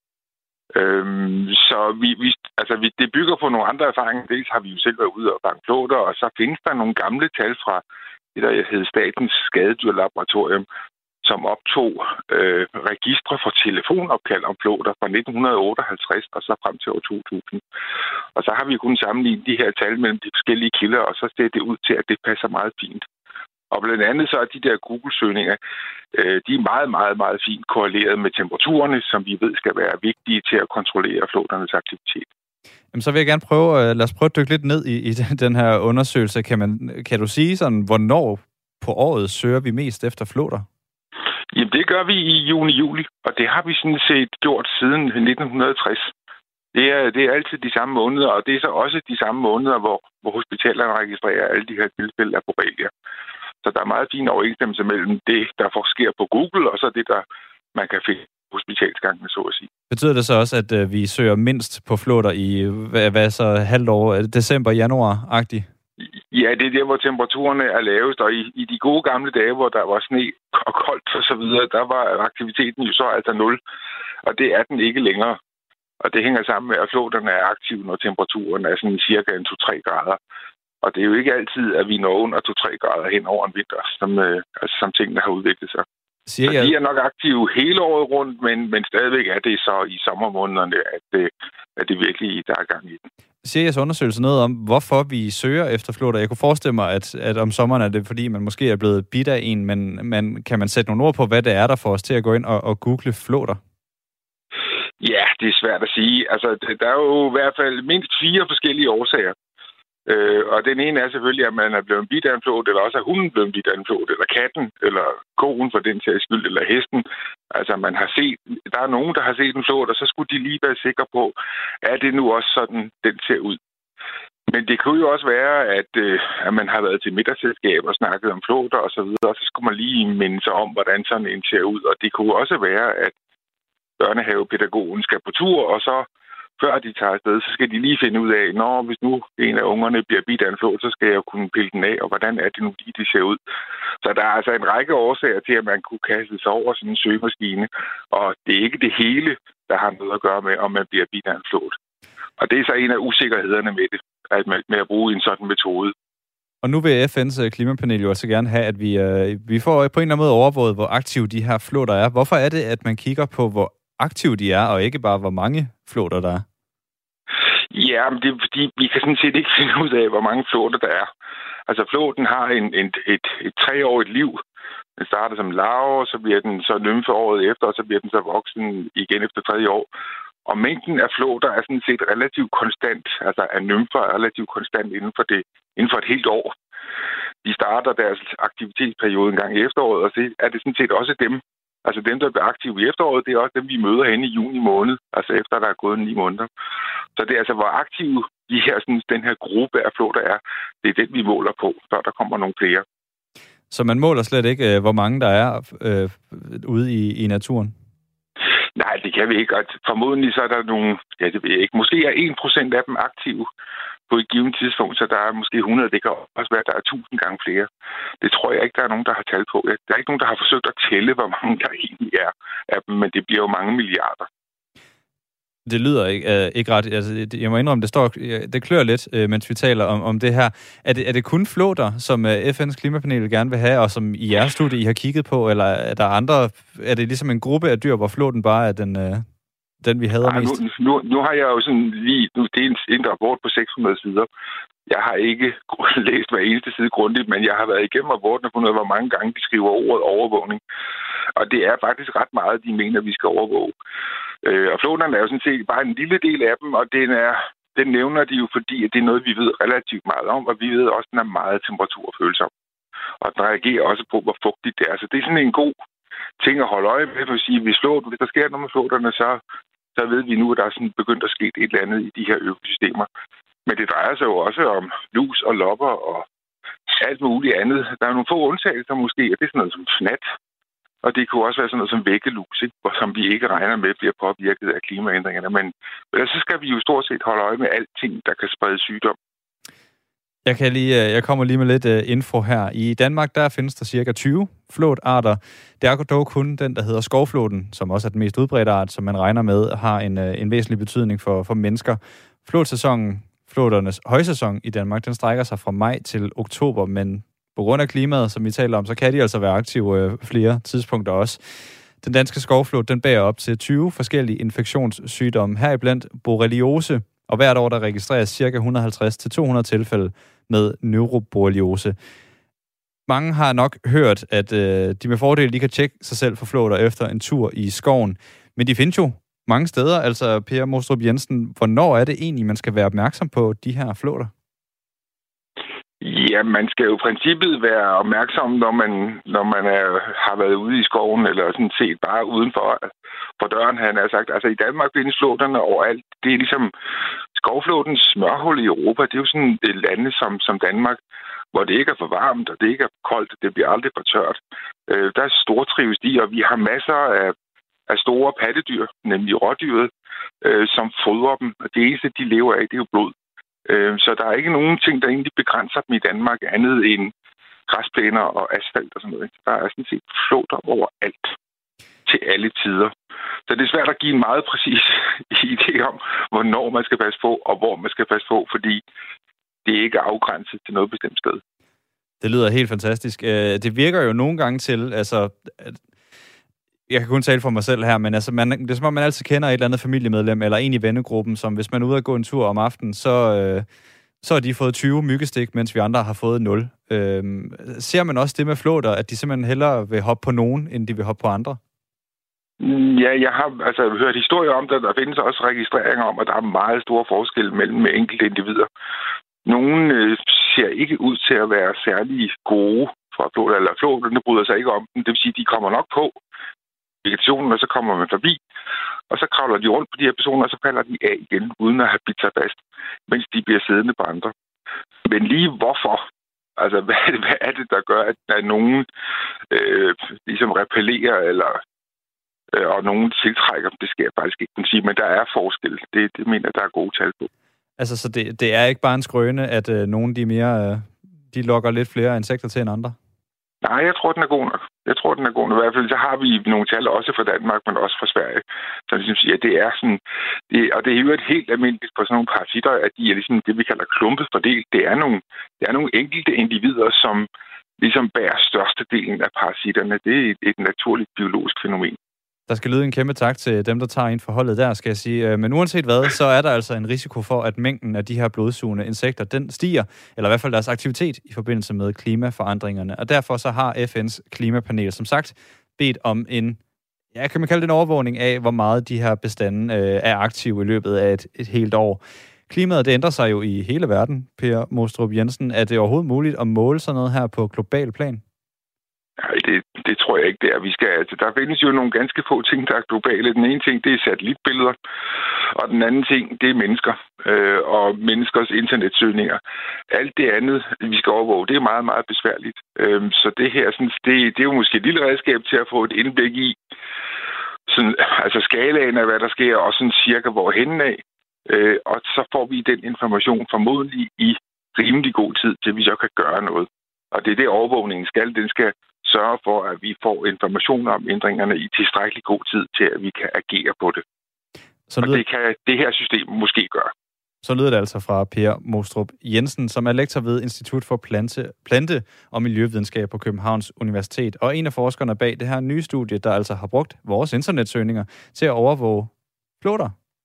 [SPEAKER 18] Øhm, så vi, vi, altså vi, det bygger på nogle andre erfaringer. Dels har vi jo selv været ude og fange flåter, og så findes der nogle gamle tal fra det, der hedder Statens Skadedyrlaboratorium, som optog øh, registre for telefonopkald om flåter fra nitten otteoghalvtreds og så frem til år to tusind. Og så har vi kunnet sammenligne de her tal mellem de forskellige kilder, og så ser det ud til, at det passer meget fint. Og blandt andet så er de der Google-søgninger, øh, de er meget, meget, meget fint korreleret med temperaturerne, som vi ved skal være vigtige til at kontrollere flåternes aktivitet.
[SPEAKER 1] Jamen, så vil jeg gerne prøve, uh, lad os prøve at dykke lidt ned i, i den her undersøgelse. Kan, man, kan du sige sådan, hvornår på året søger vi mest efter flåter?
[SPEAKER 18] Jamen, det gør vi i juni-juli, og det har vi sådan set gjort siden nitten tres. Det er, det er altid de samme måneder, og det er så også de samme måneder, hvor, hvor hospitalerne registrerer alle de her tilfælde af borrelia. Så der er meget fin overensstemmelse mellem det, der sker på Google, og så det, der man kan finde hospitalsgangene, så at sige.
[SPEAKER 1] Betyder det så også, at øh, vi søger mindst på flåter i, hvad, hvad så, halvt år, december, januar-agtigt?
[SPEAKER 18] Ja, det er der, hvor temperaturerne er lavest, og i, i de gode gamle dage, hvor der var sne og koldt og så videre, der var aktiviteten jo så altså nul, og det er den ikke længere. Og det hænger sammen med, at flåterne er aktive, når temperaturen er sådan cirka to til tre grader. Og det er jo ikke altid, at vi når under to til tre grader hen over en vinter, som, øh, altså, som tingene har udviklet sig.
[SPEAKER 1] Siger
[SPEAKER 18] så
[SPEAKER 1] jeg...
[SPEAKER 18] de er nok aktive hele året rundt, men, men stadigvæk er det så i sommermånederne, at, øh, at det virkelig der er gang i den.
[SPEAKER 1] Siger jeres undersøgelse noget om, hvorfor vi søger efter flåter? Jeg kunne forestille mig, at, at om sommeren er det, fordi man måske er blevet bidt af en, men man, kan man sætte nogle ord på, hvad det er, der får os til at gå ind og, og google flåter?
[SPEAKER 18] Ja, det er svært at sige. Altså, der er jo i hvert fald mindst fire forskellige årsager. Øh, og den ene er selvfølgelig, at man er blevet bidt af en flåt, eller også er hunden blevet bidt af en flåt, eller katten, eller koen for den sags skyld, eller hesten. Altså, man har set, der er nogen, der har set en flåt, og så skulle de lige være sikre på, er det nu også sådan, den ser ud. Men det kunne jo også være, at, øh, at man har været til middagsselskab og snakket om flåter og så videre, og så skulle man lige minde sig om, hvordan sådan en ser ud. Og det kunne også være, at børnehavepædagogen skal på tur, og så før de tager afsted, så skal de lige finde ud af, når hvis nu en af ungerne bliver bidt af en flåt, så skal jeg jo kunne pille den af, og hvordan er det nu lige, de ser ud. Så der er altså en række årsager til, at man kunne kaste sig over sådan en søgemaskine, og det er ikke det hele, der har noget at gøre med, om man bliver bidt af en flåt. Og det er så en af usikkerhederne med det, at man, med at bruge en sådan metode.
[SPEAKER 1] Og nu vil F N's klimapanel jo også gerne have, at vi, øh, vi får på en eller anden måde overvåget, hvor aktive de her flåter er. Hvorfor er det, at man kigger på, hvor aktive de er, og ikke bare, hvor mange flåter der er?
[SPEAKER 18] Ja, men det er fordi, vi kan sådan set ikke finde ud af, hvor mange flåter der er. Altså, flåten har en, en, et, et treårigt liv. Den starter som larve, så bliver den så nymfe året efter, og så bliver den så voksen igen efter tredje år. Og mængden af flåter er sådan set relativt konstant, altså af nymfer er relativt konstant inden for, det, inden for et helt år. De starter deres aktivitetsperiode en gang i efteråret, og så er det sådan set også dem, altså dem, der bliver aktive i efteråret, det er også dem, vi møder henne i juni måned, altså efter der er gået ni måneder. Så det er altså, hvor aktive de her, sådan, den her gruppe af flåter er, det er den, vi måler på, før der kommer nogle flere.
[SPEAKER 1] Så man måler slet ikke, hvor mange der er øh, ude i, i naturen?
[SPEAKER 18] Nej, det kan vi ikke. Og formodentlig så er der nogle, ja, det ved jeg ikke, måske er en procent af dem aktive på et givet tidspunkt, så der er måske hundrede, det kan også være, at der er tusind gange flere. Det tror jeg ikke, der er nogen, der har talt på. Der er ikke nogen, der har forsøgt at tælle, hvor mange der egentlig er af dem, men det bliver jo mange milliarder.
[SPEAKER 1] Det lyder ikke, øh, ikke ret. Altså, jeg må indrømme, det står, det klør lidt, øh, mens vi taler om, om det her. Er det, er det kun flåter, som øh, F N's klimapanel gerne vil have, og som i jeres studie I har kigget på, eller er der andre? Er det ligesom en gruppe af dyr, hvor flåten bare er den, øh, den vi hader
[SPEAKER 18] Ej,
[SPEAKER 1] mest?
[SPEAKER 18] Nu, nu, nu har jeg jo sådan lige, nu, det er en, en rapport på seks hundrede sider. Jeg har ikke læst hver eneste side grundigt, men jeg har været igennem rapporten og fundet ud af, hvor mange gange de skriver ordet overvågning. Og det er faktisk ret meget, de mener, vi skal overvåge. Øh, og flåterne er jo sådan set bare en lille del af dem, og den, er, den nævner de jo, fordi at det er noget, vi ved relativt meget om, og vi ved også, at den er meget temperaturfølsom. Og den reagerer også på, hvor fugtigt det er. Så det er sådan en god ting at holde øje med, for at sige, hvis, flåten, hvis der sker noget med flåterne, så, så ved vi nu, at der er sådan begyndt at ske et eller andet i de her økosystemer. Men det drejer sig jo også om lus og lopper og alt muligt andet. Der er nogle få undtagelser måske, og det er sådan noget som fnat. Og det kunne også være sådan noget som væggelus, ikke? Som vi ikke regner med bliver påvirket af klimaændringerne. Men så skal vi jo stort set holde øje med alting, der kan sprede sygdom.
[SPEAKER 1] Jeg, kan lige, jeg kommer lige med lidt info her. I Danmark der findes der cirka tyve flåtarter. Det er dog kun den, der hedder skovflåten, som også er den mest udbredte art, som man regner med, har en, en væsentlig betydning for, for mennesker. Flåtsæsonen, flåternes højsæson i Danmark, den strækker sig fra maj til oktober, men på grund af klimaet, som vi taler om, så kan de altså være aktive øh, flere tidspunkter også. Den danske skovflåt, den bærer op til tyve forskellige infektionssygdomme, heriblandt borreliose, og hvert år der registreres ca. et hundrede og halvtreds til to hundrede tilfælde med neuroborreliose. Mange har nok hørt, at øh, de med fordel lige kan tjekke sig selv for flåter efter en tur i skoven, men de findes jo mange steder. Altså, Per Mostrup Jensen, hvornår er det egentlig, man skal være opmærksom på de her flåter?
[SPEAKER 18] Ja, man skal jo i princippet være opmærksom, når man, når man er, har været ude i skoven, eller sådan set bare uden for, for døren, han har sagt. Altså i Danmark findes flåterne overalt. Det er ligesom skovflåtens smørhul i Europa. Det er jo sådan et lande som, som Danmark, hvor det ikke er for varmt, og det ikke er for koldt. Det bliver aldrig for tørt. Øh, der er store trives de, og vi har masser af, af store pattedyr, nemlig rådyret, øh, som fodrer dem. Og det eneste, de lever af, det er jo blod. Så der er ikke nogen ting, der egentlig begrænser dem i Danmark, andet end græsplæner og asfalt og sådan noget. Der er sådan set flåter overalt til alle tider. Så det er svært at give en meget præcis idé om, hvornår man skal passe på, og hvor man skal passe på, fordi det ikke er afgrænset til noget bestemt sted.
[SPEAKER 1] Det lyder helt fantastisk. Det virker jo nogle gange til, altså... Jeg kan kun tale for mig selv her, men altså, man, det er som om, man altid kender et eller andet familiemedlem, eller en i vennegruppen, som hvis man er ude at gå en tur om aftenen, så, øh, så har de fået tyve myggestik, mens vi andre har fået nul. Øh, ser man også det med flåter, at de simpelthen hellere vil hoppe på nogen, end de vil hoppe på andre?
[SPEAKER 18] Ja, jeg har altså hørt historier om det. Der findes også registreringer om, at der er meget store forskelle mellem enkelte individer. Nogle øh, ser ikke ud til at være særlig gode fra flåter, eller flåterne bryder sig ikke om dem. Det vil sige, at de kommer nok på vegetationen, og så kommer man forbi, og så kravler de rundt på de her personer, og så falder de af igen, uden at have bidt sig fast, mens de bliver siddende på andre. Men lige hvorfor? Altså, hvad, hvad er det, der gør, at der er nogen øh, ligesom repellerer, eller øh, og nogen tiltrækker dem? Det skal jeg faktisk ikke kunne sige, men der er forskel. Det, det mener jeg, der er gode tal på.
[SPEAKER 1] Altså, så det, det er ikke bare en skrøne, at øh, nogen de mere, øh, de lokker lidt flere insekter til end andre?
[SPEAKER 18] Nej, jeg tror, den er god nok. Jeg tror, den er god nok. I hvert fald så har vi nogle tal også fra Danmark, men også fra Sverige, som ligesom siger, at det er sådan... Det, og det er jo et helt almindeligt for sådan nogle parasitter, at de er ligesom det, vi kalder klumpet fordelt. Det er nogle, det er nogle enkelte individer, som ligesom bærer størstedelen af parasitterne. Det er et, et naturligt biologisk fænomen.
[SPEAKER 1] Der skal lyde en kæmpe tak til dem, der tager ind for holdet der, skal jeg sige. Men uanset hvad, så er der altså en risiko for, at mængden af de her blodsugende insekter, den stiger, eller i hvert fald deres aktivitet i forbindelse med klimaforandringerne. Og derfor så har F N's klimapanel, som sagt, bedt om en, ja, kan man kalde det en overvågning af, hvor meget de her bestande øh, er aktive i løbet af et, et helt år. Klimaet, det ændrer sig jo i hele verden, Per Mostrup Jensen. Er det overhovedet muligt at måle sådan noget her på global plan?
[SPEAKER 18] Nej, det, det tror jeg ikke, det er. Vi skal, altså, der findes jo nogle ganske få ting, der er globale. Den ene ting, det er satellitbilleder, og den anden ting, det er mennesker øh, og menneskers internetsøgninger. Alt det andet, vi skal overvåge, det er meget, meget besværligt. Øh, så det her, sådan, det, det er jo måske et lille redskab til at få et indblik i sådan, altså skalaen af, hvad der sker, og sådan cirka hvorhen af. Øh, og så får vi den information formodentlig i rimelig god tid, til vi så kan gøre noget. Og det er det, overvågningen skal. Den skal sørge for, at vi får information om ændringerne i tilstrækkelig god tid til, at vi kan agere på det. Så lyder... Og det kan det her system måske gøre.
[SPEAKER 1] Så lyder det altså fra Per Mostrup Jensen, som er lektor ved Institut for Plante, Plante- og Miljøvidenskab på Københavns Universitet, og en af forskerne bag det her nye studie, der altså har brugt vores internetsøgninger til at overvåge flåter.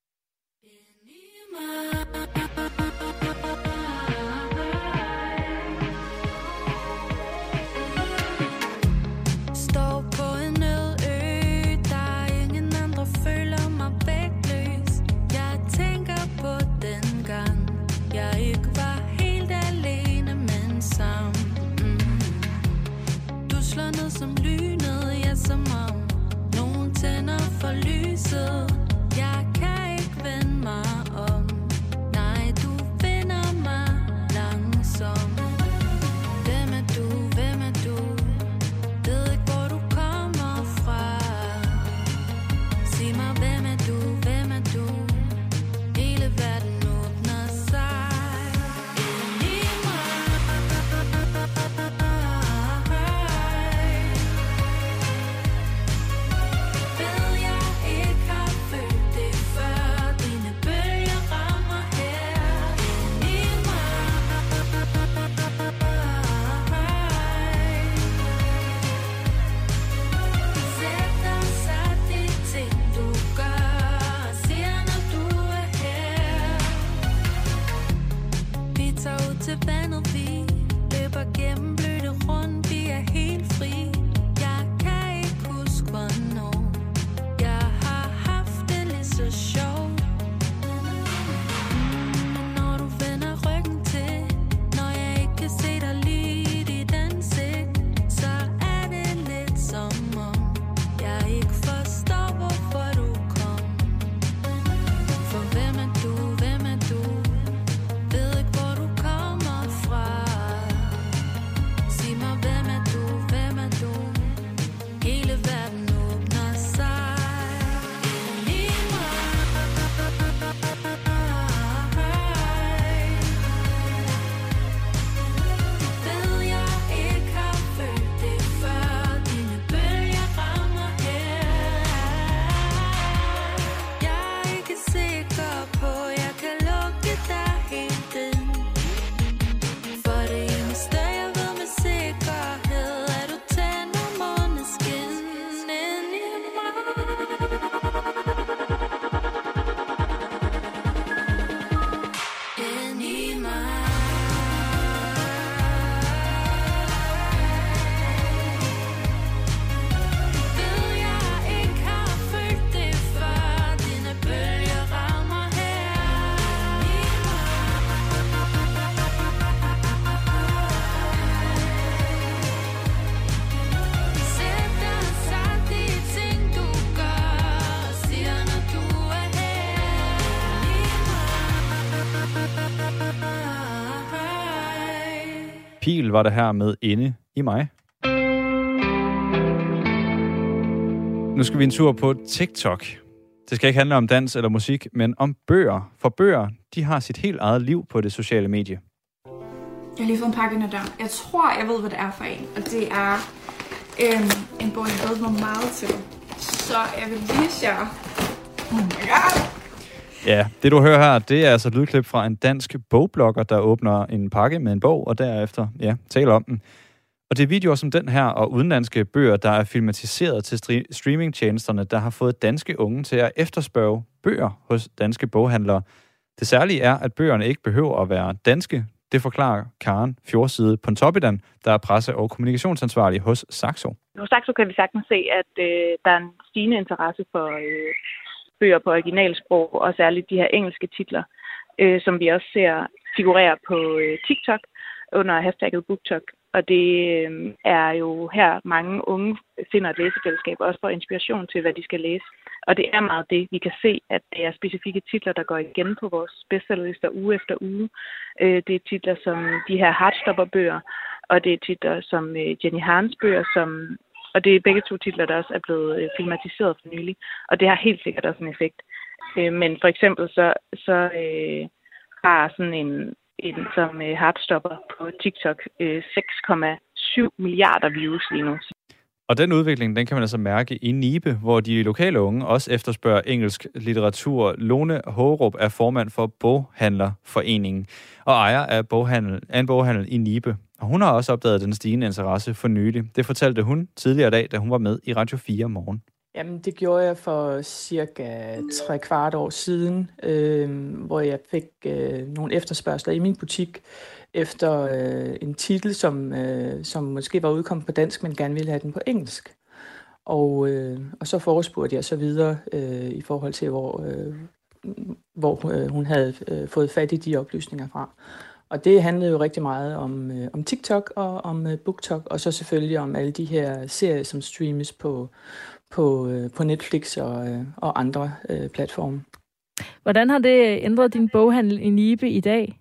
[SPEAKER 10] Som lynet, ja, som om nogen tænder for lyset. Jeg kan ikke vende mig om. Nej, du finder mig langsomt. Hvem er du, hvem er du? Ved ikke, hvor du kommer fra. Sig mig, hvem er du, hvem er du? Hele verden åbner sig ind i mig. Til vandet, vi løber gennem blødte rundt, vi er helt fri. Jeg kan ikke huske, hvornår jeg har haft det lige så sjovt. Men når du vender ryggen til, når jeg ikke kan se dig lige i dit ansigt, så er det lidt som om jeg ikke forstår, hvorfor du kom. For hvem er du, hvem er du? Ved ikke, hvor du kommer fra. Sig mig, hvem er du, hvem er du? Hele verden åbner sig ind i mig. Ved jeg ikke har følt det før. Dine bølger rammer her. Jeg er ikke sikker på, jeg kan lukke dig helt ind. For det eneste jeg ved med sikkerhed, er du tænder måneskin ind i mig. Ind i mig. Ved jeg ikke har følt det før. Dine bølger rammer her. Ind i Sætter sig de ting, du gør, siger, når du er her.
[SPEAKER 1] Pil var det her med Inde i mig. Nu skal vi en tur på TikTok. Det skal ikke handle om dans eller musik, men om bøger. For bøger, de har sit helt eget liv på det sociale medie.
[SPEAKER 19] Jeg har lige fået en pakke ind ad døren. Jeg tror, jeg ved, hvad det er for en. Og det er øhm, en bog, jeg glæder mig meget til. Så jeg vil vise jer. Oh my god.
[SPEAKER 1] Ja, det du hører her, det er altså et lydklip fra en dansk bogblogger, der åbner en pakke med en bog, og derefter, ja, taler om den. Og det er videoer som den her og udenlandske bøger, der er filmatiseret til stri- streamingtjenesterne, der har fået danske unge til at efterspørge bøger hos danske boghandlere. Det særlige er, at bøgerne ikke behøver at være danske. Det forklarer Karen Fjordside Pontoppidan, der er presse- og kommunikationsansvarlig hos Saxo.
[SPEAKER 20] Hos Saxo kan vi sagtens se, at øh, der er en stigende interesse for øh, bøger på originalsprog, og særligt de her engelske titler, øh, som vi også ser figurere på øh, TikTok under hashtagget BookTok. Og det øh, er jo her mange unge finder et læsefællesskab, også for inspiration til, hvad de skal læse. Og det er meget det, vi kan se, at det er specifikke titler, der går igen på vores bestsellerlister uge efter uge. Øh, det er titler som de her Heartstopper-bøger, og det er titler som øh, Jenny Hans bøger, som, og det er begge to titler, der også er blevet øh, filmatiseret for nylig. Og det har helt sikkert også en effekt. Øh, men for eksempel så, så øh, har sådan en... en som uh, Heartstopper på TikTok uh, seks komma syv milliarder views lige nu.
[SPEAKER 1] Og den udvikling, den kan man altså mærke i Nibe, hvor de lokale unge også efterspørger engelsk litteratur. Lone Hårup er formand for Boghandlerforeningen og ejer af, boghandel, af en boghandel i Nibe. Og hun har også opdaget den stigende interesse for nylig. Det fortalte hun tidligere i dag, da hun var med i Radio fire morgen.
[SPEAKER 21] Jamen, det gjorde jeg for cirka tre kvart år siden, øh, hvor jeg fik øh, nogle efterspørgsler i min butik efter øh, en titel, som, øh, som måske var udkommet på dansk, men gerne ville have den på engelsk. Og, øh, og så forespurgte jeg så videre øh, i forhold til, hvor, øh, hvor øh, hun havde øh, fået fat i de oplysninger fra. Og det handlede jo rigtig meget om, øh, om TikTok og om øh, BookTok, og så selvfølgelig om alle de her serier, som streames på På, på Netflix og, og andre øh, platforme.
[SPEAKER 22] Hvordan har det ændret din boghandel i Nibe i dag?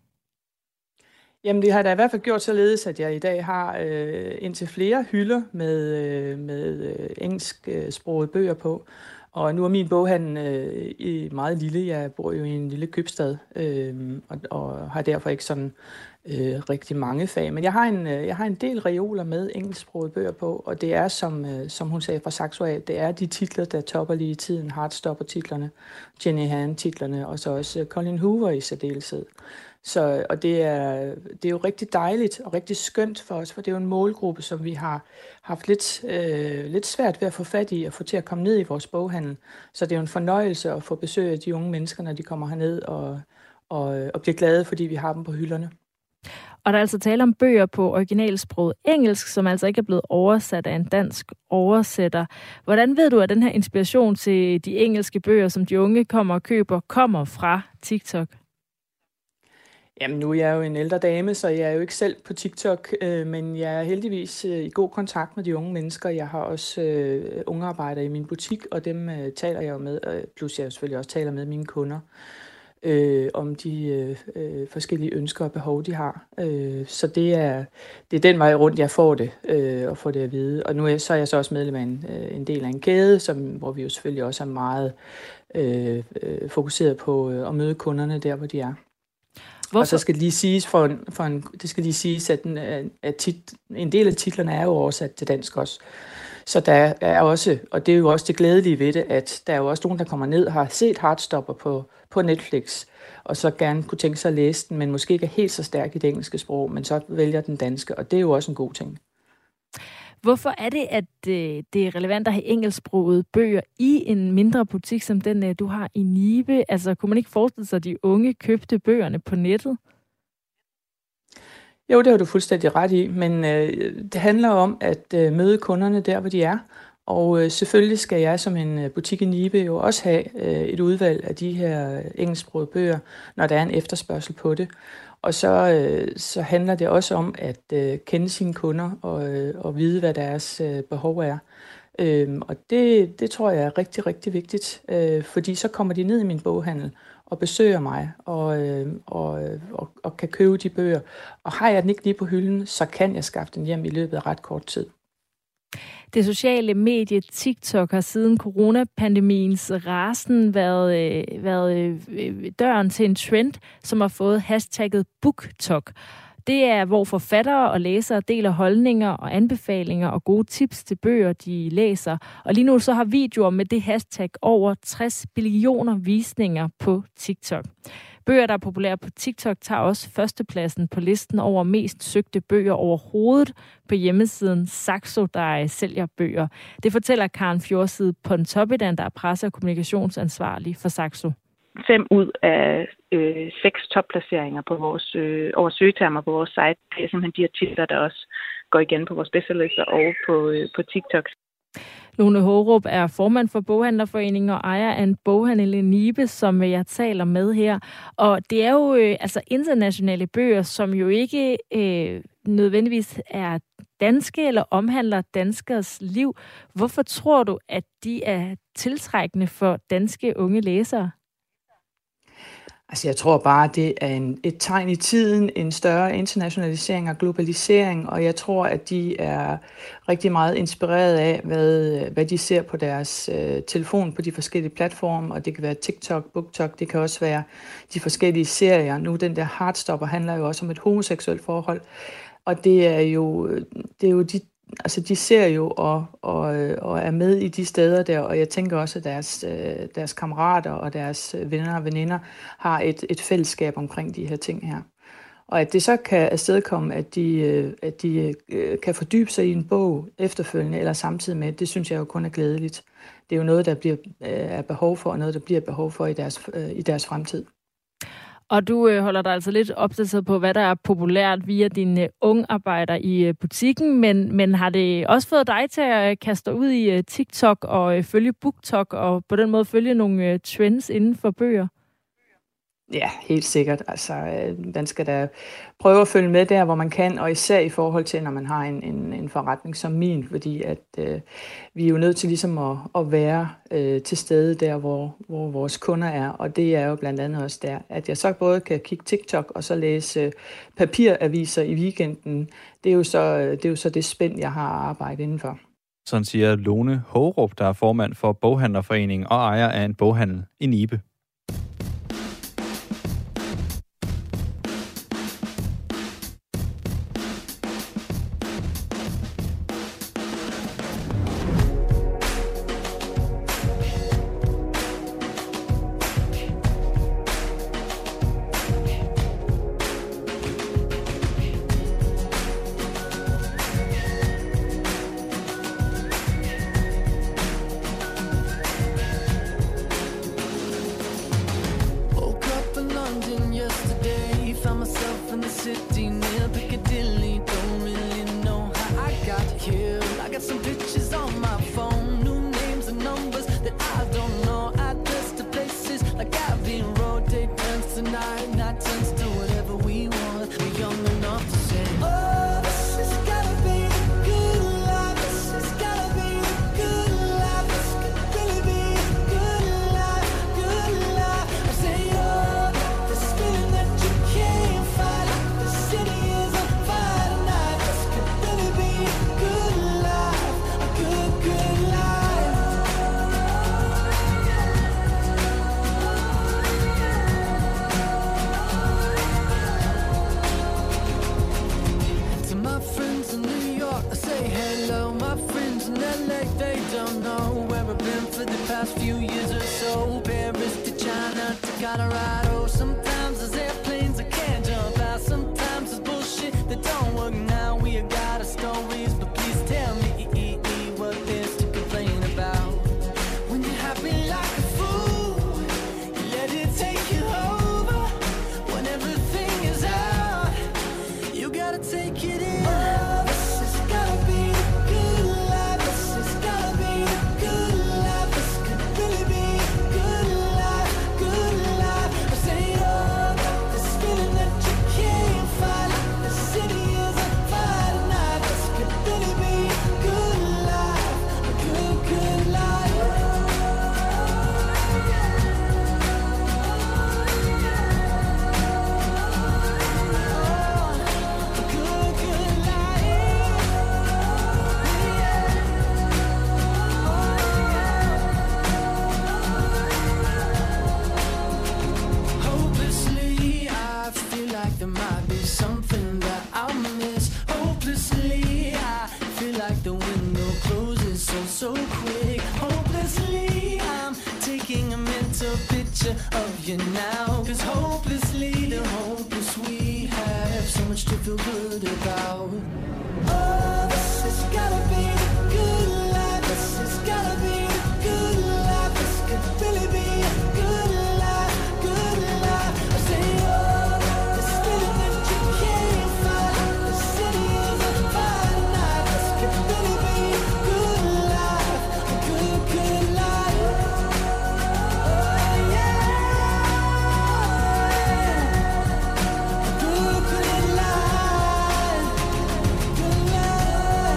[SPEAKER 21] Jamen, det har da i hvert fald gjort således, at jeg i dag har øh, indtil flere hylder med, øh, med øh, engelsksprogede bøger på. Og nu er min boghandel øh, i meget lille. Jeg bor jo i en lille købstad, øh, og, og har derfor ikke sådan øh, rigtig mange fag. Men jeg har en, øh, jeg har en del reoler med engelsksprogede bøger på, og det er, som, øh, som hun sagde fra Saxo af, det er de titler, der topper lige i tiden. Heartstopper-titlerne, Jenny Han-titlerne, og så også Colin Hoover i særdeleshed. Så, og det er, det er jo rigtig dejligt og rigtig skønt for os, for det er jo en målgruppe, som vi har haft lidt, øh, lidt svært ved at få fat i og få til at komme ned i vores boghandel. Så det er jo en fornøjelse at få besøg af de unge mennesker, når de kommer herned og, og, og bliver glade, fordi vi har dem på hylderne.
[SPEAKER 22] Og der er altså tale om bøger på originalsproget engelsk, som altså ikke er blevet oversat af en dansk oversætter. Hvordan ved du, at den her inspiration til de engelske bøger, som de unge kommer og køber, kommer fra TikTok?
[SPEAKER 21] Jamen, nu er jeg jo en ældre dame, så jeg er jo ikke selv på TikTok, øh, men jeg er heldigvis øh, i god kontakt med de unge mennesker. Jeg har også øh, unge arbejdere i min butik, og dem øh, taler jeg jo med, øh, plus jeg selvfølgelig også taler med mine kunder, øh, om de øh, forskellige ønsker og behov, de har. Øh, så det er, det er den vej rundt, jeg får det, øh, og får det at vide. Og nu er, så er jeg så også medlem af en, øh, en del af en kæde, som, hvor vi jo selvfølgelig også er meget øh, øh, fokuseret på øh, at møde kunderne der, hvor de er. Hvorfor? Og så skal det lige siges, for en, for en, det skal lige siges at, den, at tit, en del af titlerne er jo oversat til dansk også. Så der er også, og det er jo også det glædelige ved det, at der er jo også nogen, der kommer ned og har set Heartstopper på, på Netflix, og så gerne kunne tænke sig at læse den, men måske ikke er helt så stærk i det engelske sprog, men så vælger den danske, og det er jo også en god ting.
[SPEAKER 22] Hvorfor er det, at det er relevant at have engelsksprogede bøger i en mindre butik, som den, du har i Nibe? Altså, kunne man ikke forestille sig, at de unge købte bøgerne på nettet?
[SPEAKER 21] Jo, det har du fuldstændig ret i, men øh, det handler om at øh, møde kunderne der, hvor de er. Og øh, selvfølgelig skal jeg som en butik i Nibe jo også have øh, et udvalg af de her engelsksprogede bøger, når der er en efterspørgsel på det. Og så, øh, så handler det også om at øh, kende sine kunder og, øh, og vide, hvad deres øh, behov er. Øhm, og det, det tror jeg er rigtig, rigtig vigtigt, øh, fordi så kommer de ned i min boghandel og besøger mig og, øh, og, og, og kan købe de bøger. Og har jeg den ikke lige på hylden, så kan jeg skaffe den hjem i løbet af ret kort tid.
[SPEAKER 22] Det sociale medie TikTok har siden coronapandemiens rasen været, øh, været øh, døren til en trend, som har fået hashtagget BookTok. Det er, hvor forfattere og læsere deler holdninger og anbefalinger og gode tips til bøger, de læser. Og lige nu så har videoer med det hashtag over tres billioner visninger på TikTok. Bøger, der er populære på TikTok, tager også førstepladsen på listen over mest søgte bøger overhovedet på hjemmesiden Saxo, der sælger bøger. Det fortæller Karen Fjordside Pontoppidan, der er presse- og kommunikationsansvarlig for Saxo.
[SPEAKER 20] Fem ud af øh, seks topplaceringer på vores, øh, over søgetermer på vores site, det er simpelthen de artikler, der også går igen på vores bestsellerlister og på, øh, på TikTok.
[SPEAKER 22] Lone Hårup er formand for Boghandlerforeningen og ejer af en boghandel i Nibe, som jeg taler med her. Og det er jo øh, altså internationale bøger, som jo ikke øh, nødvendigvis er danske eller omhandler danskers liv. Hvorfor tror du, at de er tiltrækkende for danske unge læsere?
[SPEAKER 21] Altså jeg tror bare, det er en, et tegn i tiden, en større internationalisering og globalisering, og jeg tror, at de er rigtig meget inspireret af, hvad, hvad de ser på deres øh, telefon på de forskellige platforme, og det kan være TikTok, BookTok, det kan også være de forskellige serier. Nu den der Heartstopper handler jo også om et homoseksuelt forhold, og det er jo, det er jo de Altså, de ser jo og, og, og er med i de steder der, og jeg tænker også, at deres, deres kammerater og deres venner og veninder har et, et fællesskab omkring de her ting her. Og at det så kan afstedkomme, at de, at de kan fordybe sig i en bog efterfølgende eller samtidig med, det synes jeg jo kun er glædeligt. Det er jo noget, der bliver er behov for, og noget, der bliver behov for i deres, i deres fremtid.
[SPEAKER 22] Og du øh, holder dig altså lidt opdateret på, hvad der er populært via dine øh, unge arbejder i øh, butikken, men, men har det også fået dig til at øh, kaste dig ud i øh, TikTok og øh, følge BookTok, og på den måde følge nogle øh, trends inden for bøger?
[SPEAKER 21] Ja, helt sikkert. Altså, øh, man skal da prøve at følge med der, hvor man kan, og især i forhold til, når man har en, en, en forretning som min, fordi at øh, vi er jo nødt til ligesom at, at være øh, til stede der, hvor, hvor vores kunder er, og det er jo blandt andet også der, at jeg så både kan kigge TikTok og så læse øh, papiraviser i weekenden. Det er jo så det, er jo så det spænd, jeg har arbejdet indenfor.
[SPEAKER 1] Sådan siger Lone Hårup, der er formand for Boghandlerforeningen og ejer af en boghandel i Nibe.
[SPEAKER 5] so quick. Hopelessly, I'm taking a mental picture of you now. Cause hopelessly, the hopeless we have so much to feel good about. Oh, this has gotta be the good life. This has gotta be the good life. This could really be a good life, good life. I say, oh, this feeling that you can't find. The city is on fire tonight. This could really be a good life, a good, good life. Oh, yeah. A good, good life. Good life.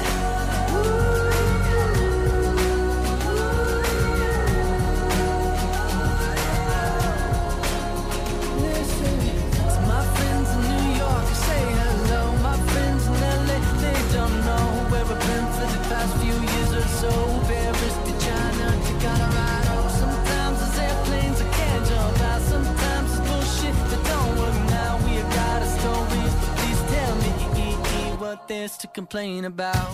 [SPEAKER 5] Listen to my friends in New York, say hello. My friends in L A, they don't know where I've been for the past few years or so. Paris to China to Colorado. Sometimes there's airplanes I can't jump out. Sometimes it's bullshit that don't work now. We have got our stories, but please tell me what there's to complain about.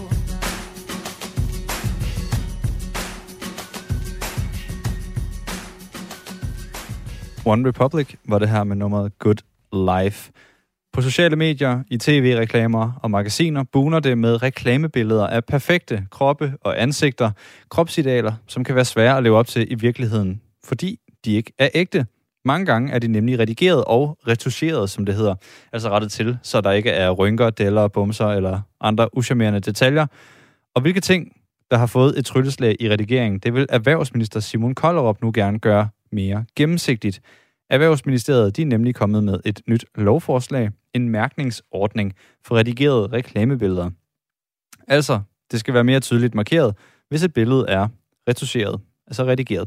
[SPEAKER 1] One Republic var det her med nummeret Good Life. På sociale medier, i tv-reklamer og magasiner buner det med reklamebilleder af perfekte kroppe og ansigter, kropsidealer, som kan være svære at leve op til i virkeligheden, fordi de ikke er ægte. Mange gange er de nemlig redigeret og retuscheret, som det hedder, altså rettet til, så der ikke er rynker, deller, bumser eller andre uschammerende detaljer. Og hvilke ting, der har fået et trylleslag i redigeringen, det vil erhvervsminister Simon Kollerup nu gerne gøre mere gennemsigtigt. Erhvervsministeriet de er nemlig kommet med et nyt lovforslag, en mærkningsordning for redigerede reklamebilleder. Altså, det skal være mere tydeligt markeret, hvis et billede er retuscheret, altså redigeret.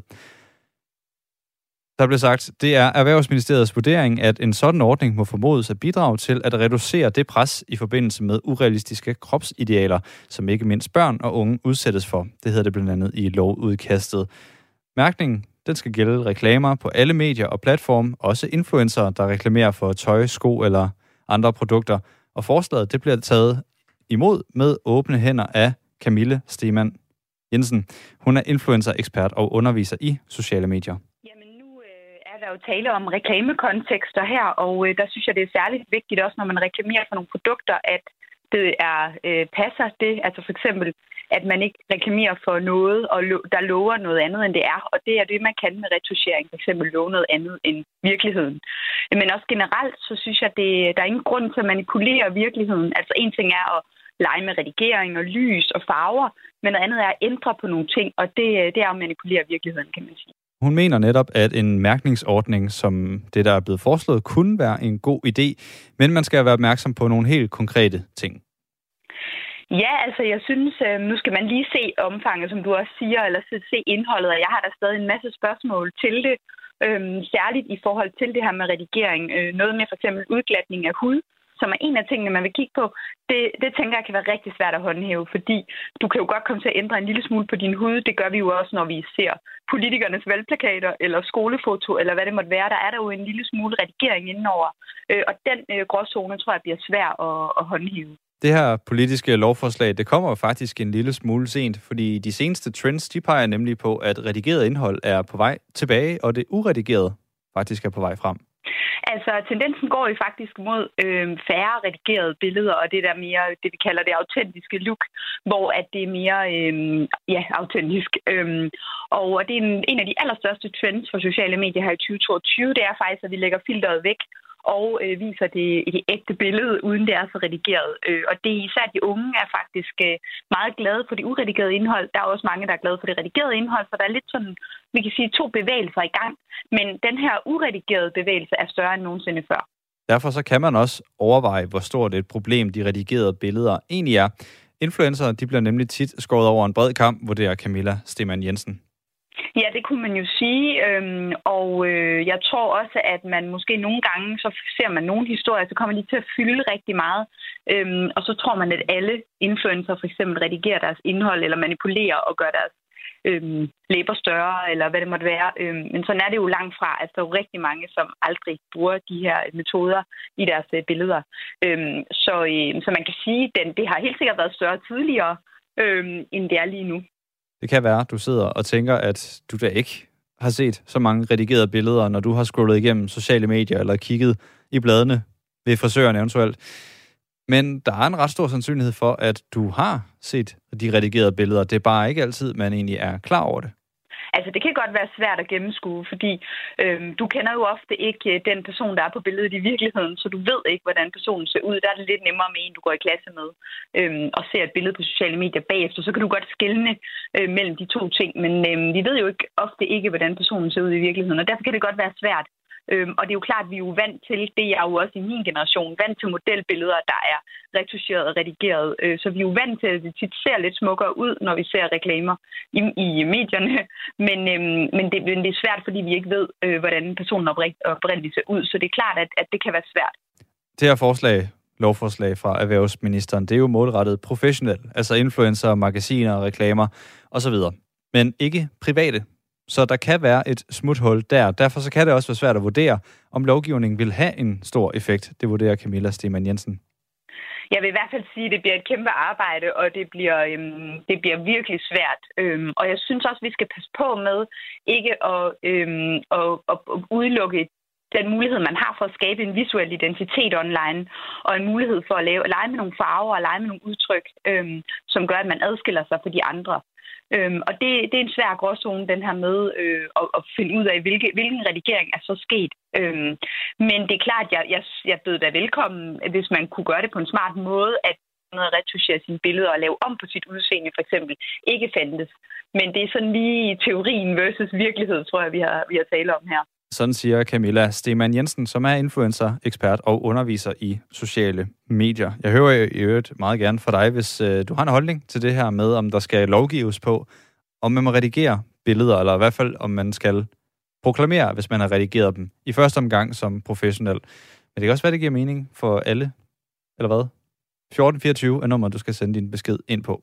[SPEAKER 1] Der blev sagt, det er Erhvervsministeriets vurdering, at en sådan ordning må formodes at bidrage til at reducere det pres i forbindelse med urealistiske kropsidealer, som ikke mindst børn og unge udsættes for. Det hedder det blandt andet i lovudkastet. Mærkningen den skal gælde reklamer på alle medier og platforme, også influencer, der reklamerer for tøj, sko eller andre produkter. Og forslaget det bliver taget imod med åbne hænder af Camille Stemann Jensen. Hun er influencer-ekspert og underviser i sociale medier.
[SPEAKER 20] Er der jo tale om reklamekontekster her, og øh, der synes jeg, det er særligt vigtigt også, når man reklamerer for nogle produkter, at det er øh, passer det, altså for eksempel, at man ikke reklamerer for noget, og lo- der lover noget andet, end det er, og det er det, man kan med retuschering, for eksempel love noget andet end virkeligheden. Men også generelt, så synes jeg, det, der er ingen grund til at manipulere virkeligheden. Altså en ting er at lege med redigering og lys og farver, men noget andet er at ændre på nogle ting, og det, det er at manipulere virkeligheden, kan man sige.
[SPEAKER 1] Hun mener netop, at en mærkningsordning, som det, der er blevet foreslået, kunne være en god idé, men man skal være opmærksom på nogle helt konkrete ting.
[SPEAKER 20] Ja, altså jeg synes, øh, nu skal man lige se omfanget, som du også siger, eller se indholdet, og jeg har der stadig en masse spørgsmål til det, øh, særligt i forhold til det her med redigering. Øh, noget med for eksempel udglatning af hud, som er en af tingene, man vil kigge på, det, det tænker jeg kan være rigtig svært at håndhæve, fordi du kan jo godt komme til at ændre en lille smule på din hud. Det gør vi jo også, når vi ser politikernes valgplakater eller skolefoto, eller hvad det måtte være. Der er der jo en lille smule redigering indenover, øh, og den øh, gråzone tror jeg bliver svær at, at håndhæve.
[SPEAKER 1] Det her politiske lovforslag, det kommer jo faktisk en lille smule sent, fordi de seneste trends, de peger nemlig på, at redigeret indhold er på vej tilbage, og det uredigerede faktisk er på vej frem.
[SPEAKER 20] Altså, tendensen går jo faktisk mod øh, færre redigerede billeder, og det der mere, det vi kalder det autentiske look, hvor at det er mere, øh, ja, autentisk. Øh, og det er en, en af de allerstørste trends for sociale medier her i tyve toogtyve, det er faktisk, at vi lægger filteret væk og øh, viser det, det ægte billede, uden det er så redigeret. Øh, og det er især de unge er faktisk øh, meget glade for det uredigerede indhold. Der er også mange, der er glade for det redigerede indhold, så der er lidt sådan, vi kan sige, to bevægelser i gang. Men den her uredigerede bevægelse er større end nogensinde før.
[SPEAKER 1] Derfor så kan man også overveje, hvor stort et problem de redigerede billeder egentlig er. Influencer, de bliver nemlig tit skåret over en bred kamp, vurderer Camilla Stemann Jensen.
[SPEAKER 20] Ja, det kunne man jo sige, øhm, og øh, jeg tror også, at man måske nogle gange, så ser man nogle historier, så kommer de til at fylde rigtig meget, øhm, og så tror man, at alle influencer for eksempel redigerer deres indhold, eller manipulerer og gør deres øhm, læber større, eller hvad det måtte være. Øhm, men sådan er det jo langt fra, at der er jo rigtig mange, som aldrig bruger de her metoder i deres øh, billeder. Øhm, så, øh, så man kan sige, at det har helt sikkert været større tidligere, øhm, end det er lige nu.
[SPEAKER 1] Det kan være, at du sidder og tænker, at du da ikke har set så mange redigerede billeder, når du har scrollet igennem sociale medier eller kigget i bladene ved frisøren eventuelt. Men der er en ret stor sandsynlighed for, at du har set de redigerede billeder. Det er bare ikke altid, man egentlig er klar over det.
[SPEAKER 3] Altså, det kan godt være svært at gennemskue, fordi øhm, du kender jo ofte ikke den person, der er på billedet i virkeligheden, så du ved ikke, hvordan personen ser ud. Der er det lidt nemmere med en, du går i klasse med, øhm, og ser et billede på sociale medier bagefter. Så kan du godt skelne øh, mellem de to ting, men øhm, vi ved jo ikke ofte ikke, hvordan personen ser ud i virkeligheden, og derfor kan det godt være svært. Øhm, og det er jo klart, at vi er jo vant til, det er jo også i min generation, vant til modelbilleder, der er retuscheret og redigeret. Øh, så vi er jo vant til, at det tit ser lidt smukkere ud, når vi ser reklamer i, i medierne. Men, øhm, men, det, men det er svært, fordi vi ikke ved, øh, hvordan personen oprindeligt ser ud. Så det er klart, at, at det kan være svært.
[SPEAKER 1] Det her forslag, lovforslag fra erhvervsministeren, det er jo målrettet professionelle, altså influencer, magasiner, reklamer osv. Men ikke private. Så der kan være et smuthul der. Derfor så kan det også være svært at vurdere, om lovgivningen vil have en stor effekt. Det vurderer Camilla Stemann Jensen.
[SPEAKER 3] Jeg vil i hvert fald sige, at det bliver et kæmpe arbejde, og det bliver, øhm, det bliver virkelig svært. Øhm, og jeg synes også, at vi skal passe på med ikke at, øhm, at, at udelukke den mulighed, man har for at skabe en visuel identitet online, og en mulighed for at lave, lege med nogle farver og lege med nogle udtryk, øhm, som gør, at man adskiller sig fra de andre. Øhm, og det, det er en svær gråzone, den her med øh, at, at finde ud af, hvilke, hvilken redigering er så sket. Øhm, men det er klart, at jeg, jeg, jeg bød da velkommen, hvis man kunne gøre det på en smart måde, at noget at retuschere sine billeder og lave om på sit udseende, for eksempel, ikke fandtes. Men det er sådan lige teorien versus virkelighed, tror jeg, vi har, vi har talt om her.
[SPEAKER 1] Sådan siger Camilla Stemann Jensen, som er influencer, ekspert og underviser i sociale medier. Jeg hører i øvrigt meget gerne fra dig, hvis øh, du har en holdning til det her med, om der skal lovgives på, om man må redigere billeder, eller i hvert fald om man skal proklamere, hvis man har redigeret dem, i første omgang som professionel. Men det kan også være, det giver mening for alle, eller hvad? fjorten fireogtyve er nummer, du skal sende din besked ind på.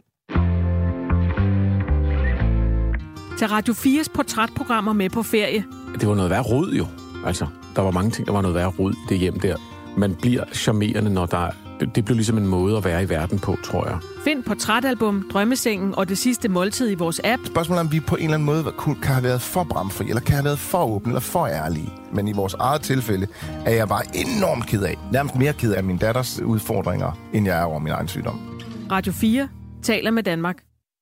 [SPEAKER 12] Til Radio fires portrætprogrammer med på ferie.
[SPEAKER 4] Det var noget værre rod jo. Altså, der var mange ting, der var noget værre rod i det hjem der. Man bliver charmerende, når der... Det blev ligesom en måde at være i verden på, tror jeg.
[SPEAKER 12] Find portrætalbum, Drømmesengen og Det sidste måltid i vores app.
[SPEAKER 23] Spørgsmålet er, om vi på en eller anden måde kan have været for bramfri, eller kan have været for åbne, eller for ærlige. Men i vores eget tilfælde er jeg bare enormt ked af. Nærmest mere ked af min datters udfordringer, end jeg er over min egen sygdom.
[SPEAKER 12] Radio fire taler med Danmark.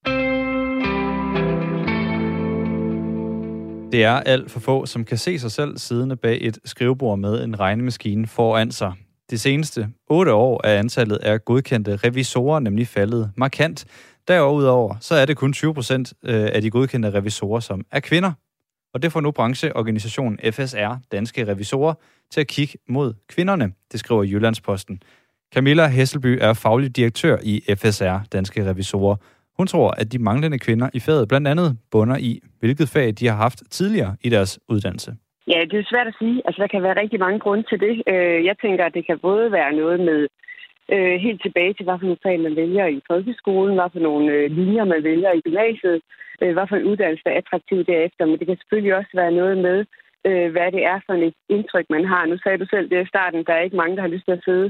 [SPEAKER 1] Det er alt for få, som kan se sig selv siddende bag et skrivebord med en regnemaskine foran sig. De seneste otte år er antallet af godkendte revisorer nemlig faldet markant. Derudover så er det kun tyve procent af de godkendte revisorer, som er kvinder. Og det får nu brancheorganisationen F S R, Danske Revisorer, til at kigge mod kvinderne, det skriver Jyllandsposten. Camilla Hesselby er faglig direktør i F S R, Danske Revisorer. Hun tror, at de manglende kvinder i faget blandt andet bunder i, hvilket fag de har haft tidligere i deres uddannelse.
[SPEAKER 24] Ja, det er svært at sige. Altså, der kan være rigtig mange grunde til det. Jeg tænker, at det kan både være noget med øh, helt tilbage til, hvad for nogle fag man vælger i folkeskolen, hvad for nogle øh, linjer man vælger i gymnasiet, øh, hvad for en uddannelse der er attraktiv derefter. Men det kan selvfølgelig også være noget med, øh, hvad det er for et indtryk, man har. Nu sagde du selv det i starten, der er ikke mange, der har lyst til at sidde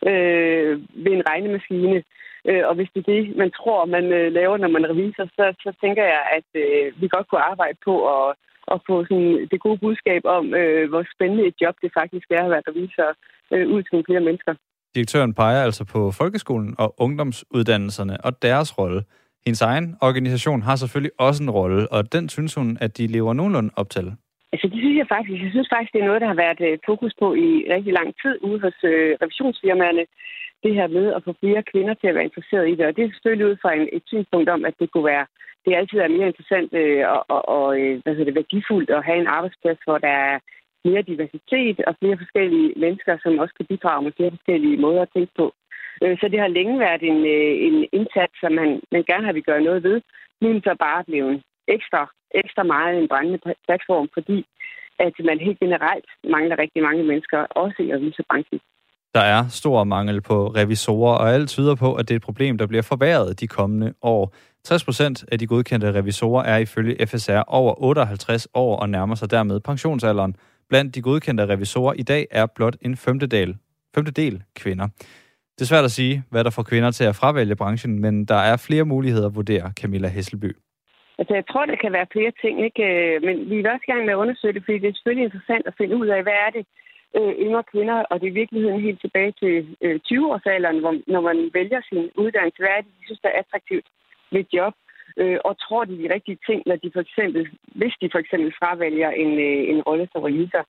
[SPEAKER 24] øh, ved en regnemaskine. Øh, og hvis det er det, man tror, man øh, laver, når man reviser, så, så tænker jeg, at øh, vi godt kunne arbejde på at og få sådan det gode budskab om, øh, hvor spændende et job det faktisk er at være revisor øh, ud til nogle flere mennesker.
[SPEAKER 1] Direktøren peger altså på folkeskolen og ungdomsuddannelserne og deres rolle. Hendes egen organisation har selvfølgelig også en rolle, og den synes hun, at de lever nogenlunde op til.
[SPEAKER 24] Altså det synes jeg faktisk. Jeg synes faktisk, det er noget, der har været øh, fokus på i rigtig lang tid ude hos øh, revisionsfirmaerne. Det her med at få flere kvinder til at være interesseret i det. Og det er selvfølgelig ud fra en, et synspunkt om, at det kunne være, det altid er mere interessant øh, og, og, og hvad hedder det, værdifuldt at have en arbejdsplads, hvor der er mere diversitet og flere forskellige mennesker, som også kan bidrage med flere forskellige måder at tænke på. Øh, så det har længe været en, øh, en indsats, som man, man gerne har vil gøre noget ved. Nu er det så bare blevet ekstra, ekstra meget en brændende platform, fordi at man helt generelt mangler rigtig mange mennesker, også i revisorbranchen.
[SPEAKER 1] Der er stor mangel på revisorer, og alt tyder på, at det er et problem, der bliver forværret de kommende år. tres procent af de godkendte revisorer er ifølge F S R over otteoghalvtreds år og nærmer sig dermed pensionsalderen. Blandt de godkendte revisorer i dag er blot en femtedel, femtedel kvinder. Det er svært at sige, hvad der får kvinder til at fravælge branchen, men der er flere muligheder, vurderer Camilla Hesselby.
[SPEAKER 24] Altså, jeg tror, der kan være flere ting, ikke? Men vi er også i gang med at undersøge det, fordi det er selvfølgelig interessant at finde ud af, hvad er det øh, yngre kvinder, og det er i virkeligheden helt tilbage til øh, tyve-årsalderen, hvor, når man vælger sin uddannelse, hvad er det, de synes, der er attraktivt ved et job, øh, og tror de de rigtige ting, når de for eksempel, hvis de for eksempel fravælger en, øh, en rolle som revisor.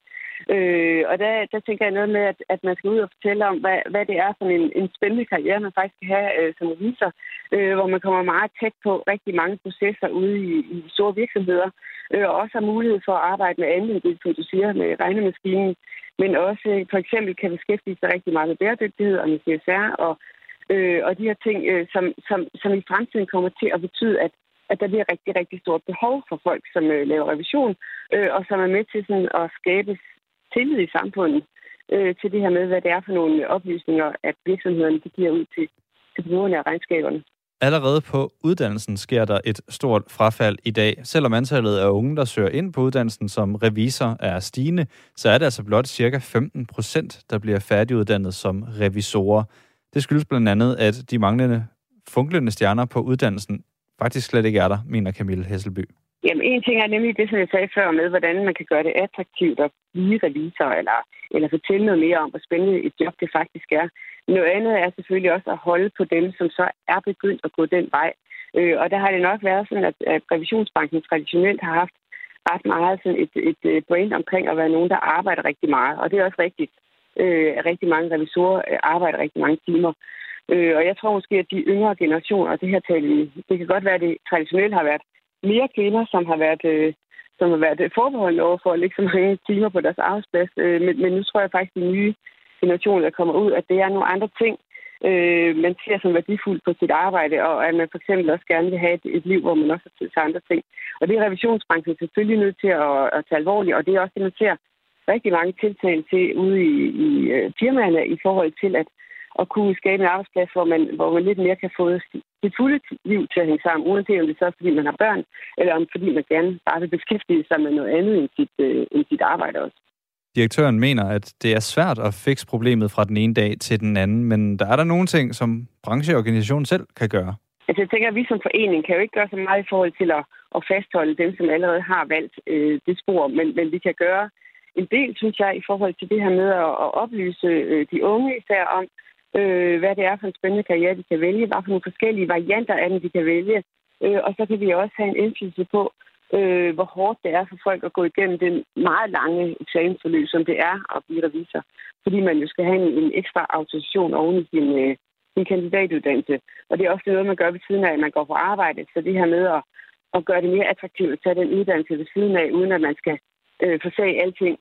[SPEAKER 24] Øh, og der, der tænker jeg noget med, at, at man skal ud og fortælle om, hvad, hvad det er for en, en spændende karriere, man faktisk skal have øh, som revisor, øh, hvor man kommer meget tæt på rigtig mange processer ude i, i store virksomheder, øh, og også har mulighed for at arbejde med andet, det, som du siger, med regnemaskinen, men også øh, for eksempel kan beskæftige sig rigtig meget med bæredygtighed og med C S R, og, øh, og de her ting, øh, som, som, som i fremtiden kommer til at betyde, at at der bliver rigtig, rigtig stort behov for folk, som øh, laver revision, øh, og som er med til sådan, at skabe tillid i samfundet øh, til det her med, hvad det er for nogle oplysninger, at virksomhederne de giver ud til, til brugerne af regnskaberne.
[SPEAKER 1] Allerede på uddannelsen sker der et stort frafald i dag. Selvom antallet af unge, der søger ind på uddannelsen som revisor, er stigende, så er det altså blot cirka femten procent, der bliver færdiguddannet som revisorer. Det skyldes blandt andet, at de manglende funklende stjerner på uddannelsen faktisk slet ikke er der, mener Camilla Hesselby.
[SPEAKER 24] Jamen, en ting er nemlig det, som jeg sagde før med, hvordan man kan gøre det attraktivt at blive revisor, eller, eller fortælle noget mere om, hvor spændende et job det faktisk er. Noget andet er selvfølgelig også at holde på dem, som så er begyndt at gå den vej. Øh, og der har det nok været sådan, at, at revisionsbanken traditionelt har haft ret meget sådan et, et, et brand omkring at være nogen, der arbejder rigtig meget. Og det er også rigtigt, øh, at rigtig mange revisorer arbejder rigtig mange timer. Øh, og jeg tror måske, at de yngre generationer, og det her taler vi, det kan godt være, at det traditionelt har været mere kvinder, som har været, øh, som har været forbeholdende over for at lægge så mange timer på deres arbejdsplads. Øh, men, men nu tror jeg faktisk, at de nye generationer, der kommer ud, at det er nogle andre ting, øh, man ser som værdifuldt på sit arbejde, og at man for eksempel også gerne vil have et, et liv, hvor man også har tid til andre ting. Og det er revisionsbranchen selvfølgelig nødt til at, at tage alvorligt, og det er også det, man ser rigtig mange tiltag til ude i, i firmaerne i forhold til at at kunne skabe en arbejdsplads, hvor man, hvor man lidt mere kan få sit fulde liv til at hænge sammen, uanset om det så er, fordi man har børn, eller om fordi man gerne bare vil beskæftige sig med noget andet end sit, øh, end sit arbejde også.
[SPEAKER 1] Direktøren mener, at det er svært at fikse problemet fra den ene dag til den anden, men der er der nogle ting, som brancheorganisationen selv kan gøre.
[SPEAKER 24] Altså, jeg tænker, at vi som forening kan jo ikke gøre så meget i forhold til at, at fastholde dem, som allerede har valgt øh, det spor, men, men vi kan gøre en del, synes jeg, i forhold til det her med at, at oplyse øh, de unge især om, Øh, hvad det er for en spændende karriere, de kan vælge, hvad for nogle forskellige varianter af den, de kan vælge. Øh, og så kan vi også have en indflydelse på, øh, hvor hårdt det er for folk at gå igennem den meget lange eksamensforløb, som det er at blive revisor. Fordi man jo skal have en, en ekstra autorisation oven i sin, øh, sin kandidatuddannelse. Og det er også noget, man gør ved siden af, at man går på arbejde. Så det her med at, at gøre det mere attraktivt at tage den uddannelse ved siden af, uden at man skal øh, forsage alting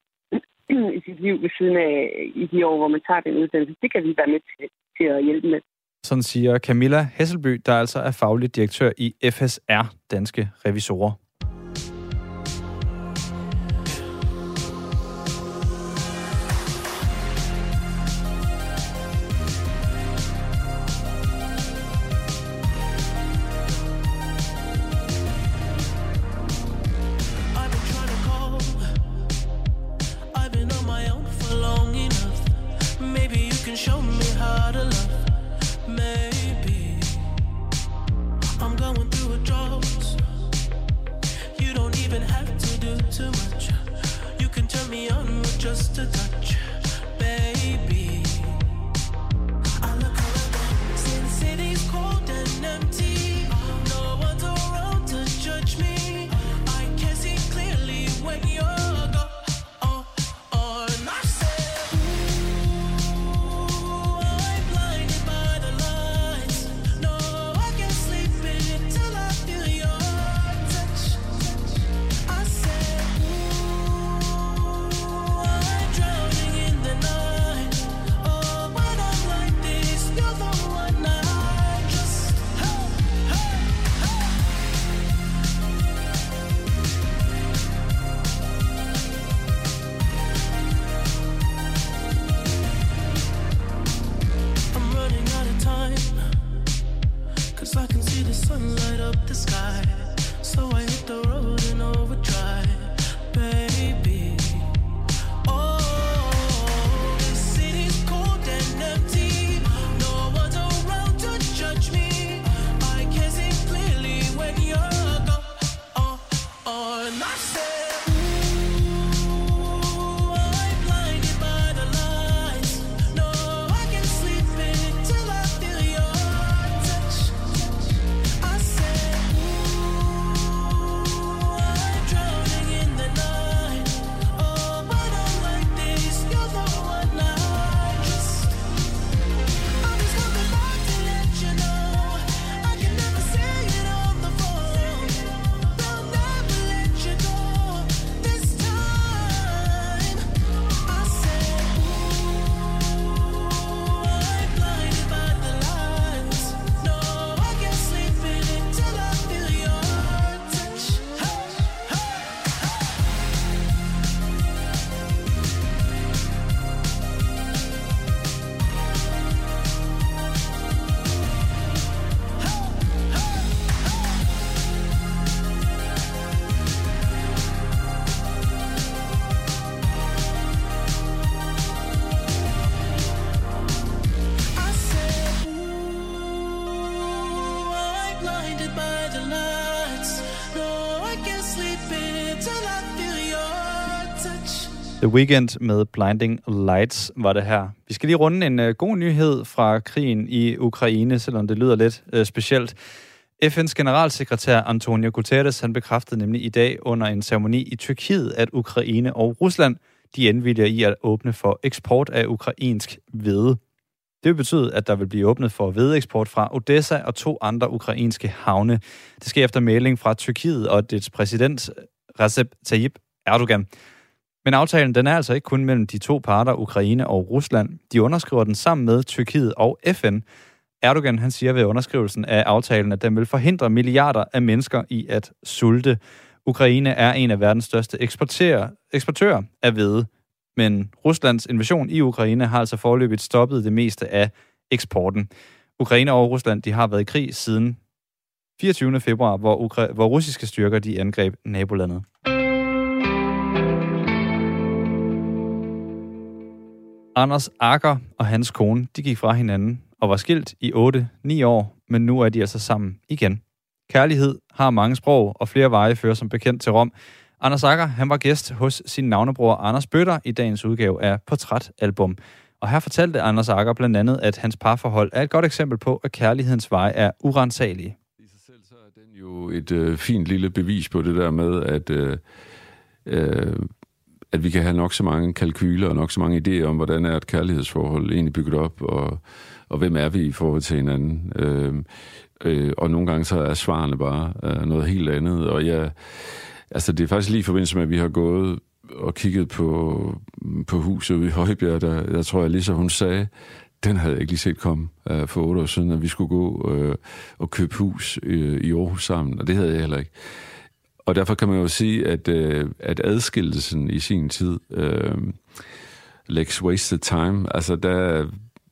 [SPEAKER 24] i sit liv ved siden af i de år, hvor man tager den uddannelse. Det kan vi være med til, til at hjælpe med.
[SPEAKER 1] Sådan siger Camilla Hesselby, der altså er faglig direktør i F S R, Danske Revisorer.
[SPEAKER 5] sleeping till I feel your touch.
[SPEAKER 1] The Weeknd med Blinding Lights var det her. Vi skal lige runde en uh, god nyhed fra krigen i Ukraine, selvom det lyder lidt uh, specielt. F N's generalsekretær Antonio Guterres, han bekræftede nemlig i dag under en ceremoni i Tyrkiet, at Ukraine og Rusland, de indvilliger i at åbne for eksport af ukrainsk hvede. Det vil betyde, at der vil blive åbnet for hvedeeksport fra Odessa og to andre ukrainske havne. Det sker efter melding fra Tyrkiet og dets præsident Recep Tayyip Erdogan. Men aftalen, den er altså ikke kun mellem de to parter, Ukraine og Rusland. De underskriver den sammen med Tyrkiet og F N. Erdogan, han siger ved underskrivelsen af aftalen, at den vil forhindre milliarder af mennesker i at sulte. Ukraine er en af verdens største eksportører, eksportører af hvede. Men Ruslands invasion i Ukraine har altså foreløbigt stoppet det meste af eksporten. Ukraine og Rusland, de har været i krig siden fireogtyvende februar, hvor, Ukra- hvor russiske styrker, de angreb nabolandet. Anders Agger og hans kone, de gik fra hinanden og var skilt i otte ni år, men nu er de altså sammen igen. Kærlighed har mange sprog, og flere veje fører som bekendt til Rom. Anders Agger, han var gæst hos sin navnebror Anders Bøtter i dagens udgave af Portrætalbum. Og her fortalte Anders Agger blandt andet, at hans parforhold er et godt eksempel på, at kærlighedens veje er urensagelige.
[SPEAKER 6] Jo et øh, fint lille bevis på det der med, at, øh, øh, at vi kan have nok så mange kalkyler og nok så mange idéer om, hvordan er et kærlighedsforhold egentlig bygget op, og, og hvem er vi i forhold til hinanden. Øh, øh, og nogle gange så er svarene bare øh, noget helt andet. Og jeg, altså det er faktisk lige i forbindelse med, at vi har gået og kigget på, på huset ude i Højbjerg, der, der tror jeg lige så hun sagde, den havde jeg ikke lige set komme uh, for otte år siden, at vi skulle gå uh, og købe hus uh, i Aarhus sammen, og det havde jeg heller ikke. Og derfor kan man jo sige, at, uh, at adskillelsen i sin tid, uh, Lex Wasted Time, altså der,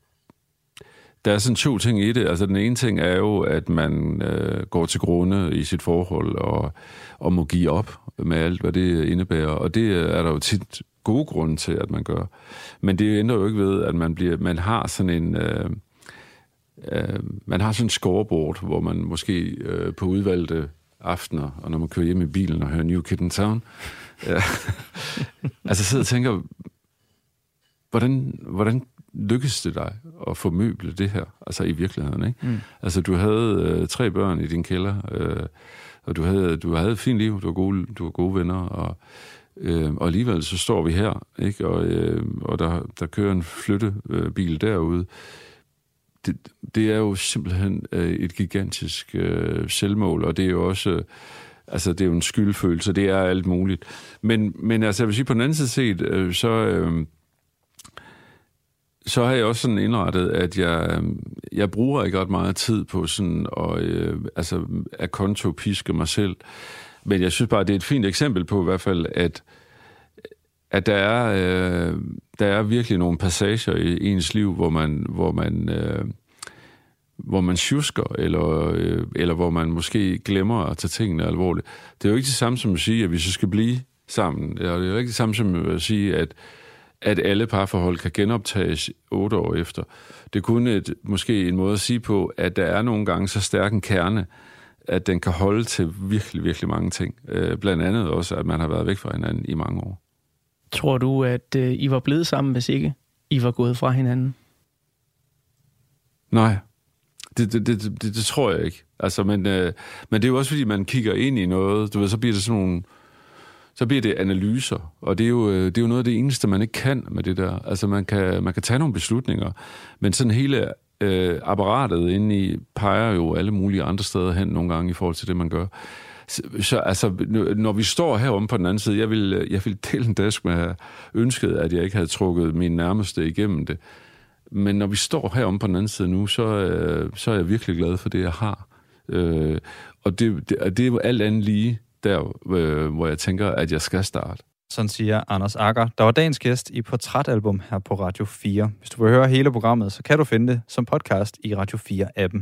[SPEAKER 6] der er sådan to ting i det. Altså den ene ting er jo, at man uh, går til grunde i sit forhold og, og må give op med alt, hvad det indebærer, og det er der jo tit gode grunde til, at man gør. Men det ændrer jo ikke ved, at man bliver, man har sådan en, øh, øh, man har sådan en scoreboard, hvor man måske øh, på udvalgte aftener, og når man kører hjem i bilen og hører New Kid in Town, øh, altså sidder og tænker, hvordan, hvordan lykkes det dig at formøble det her, altså i virkeligheden, ikke? Mm. Altså du havde øh, tre børn i din kælder, øh, og du havde, du havde et fint liv, du var gode, du var gode venner, og Øh, og alligevel så står vi her, ikke? Og, øh, og der, der kører en flyttebil øh, derude. Det, det er jo simpelthen øh, et gigantisk øh, selvmål, og det er jo også, øh, altså det er jo en skyldfølelse, det er alt muligt. Men, men altså jeg vil sige, på den anden side set, øh, så, øh, så har jeg også sådan indrettet, at jeg, jeg bruger ikke ret meget tid på sådan at, øh, altså at kontopiske mig selv. Men jeg synes bare, det er et fint eksempel på i hvert fald, at, at der, er, øh, der er virkelig nogle passager i ens liv, hvor man, hvor man, øh, hvor man sjusker, eller, øh, eller hvor man måske glemmer at tage tingene alvorligt. Det er jo ikke det samme som at sige, at vi så skal blive sammen. Det er jo ikke det samme som at sige, at, at alle parforhold kan genoptages otte år efter. Det er kun et, måske en måde at sige på, at der er nogle gange så stærk en kerne, at den kan holde til virkelig, virkelig mange ting. Øh, blandt andet også, at man har været væk fra hinanden i mange år.
[SPEAKER 13] Tror du, at øh, I var blevet sammen, hvis ikke I var gået fra hinanden?
[SPEAKER 6] Nej, det, det, det, det, det tror jeg ikke. Altså, men, øh, men det er jo også, fordi man kigger ind i noget. Du ved, så bliver det sådan nogle, så bliver det analyser, og det er, jo, det er jo noget af det eneste, man ikke kan med det der. Altså, man kan, man kan tage nogle beslutninger, men sådan hele øh, apparatet inde i peger jo alle mulige andre steder hen nogle gange i forhold til det, man gør. Så, så altså, når vi står heromme på den anden side, jeg vil, jeg vil dele en dask med at have ønsket, at jeg ikke havde trukket min nærmeste igennem det. Men når vi står heromme på den anden side nu, så, øh, så er jeg virkelig glad for det, jeg har. Øh, og det, det, det er jo alt andet lige der, øh, hvor jeg tænker, at jeg skal starte.
[SPEAKER 1] Sådan siger Anders Agger, der var dagens gæst i Portrætalbum her på Radio fire. Hvis du vil høre hele programmet, så kan du finde det som podcast i Radio fire-appen.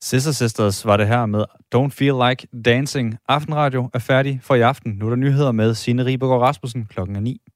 [SPEAKER 1] Sister Sisters var det her med Don't Feel Like Dancing. Aftenradio er færdig for i aften. Nu er der nyheder med Signe Ribergaard Rasmussen klokken er ni.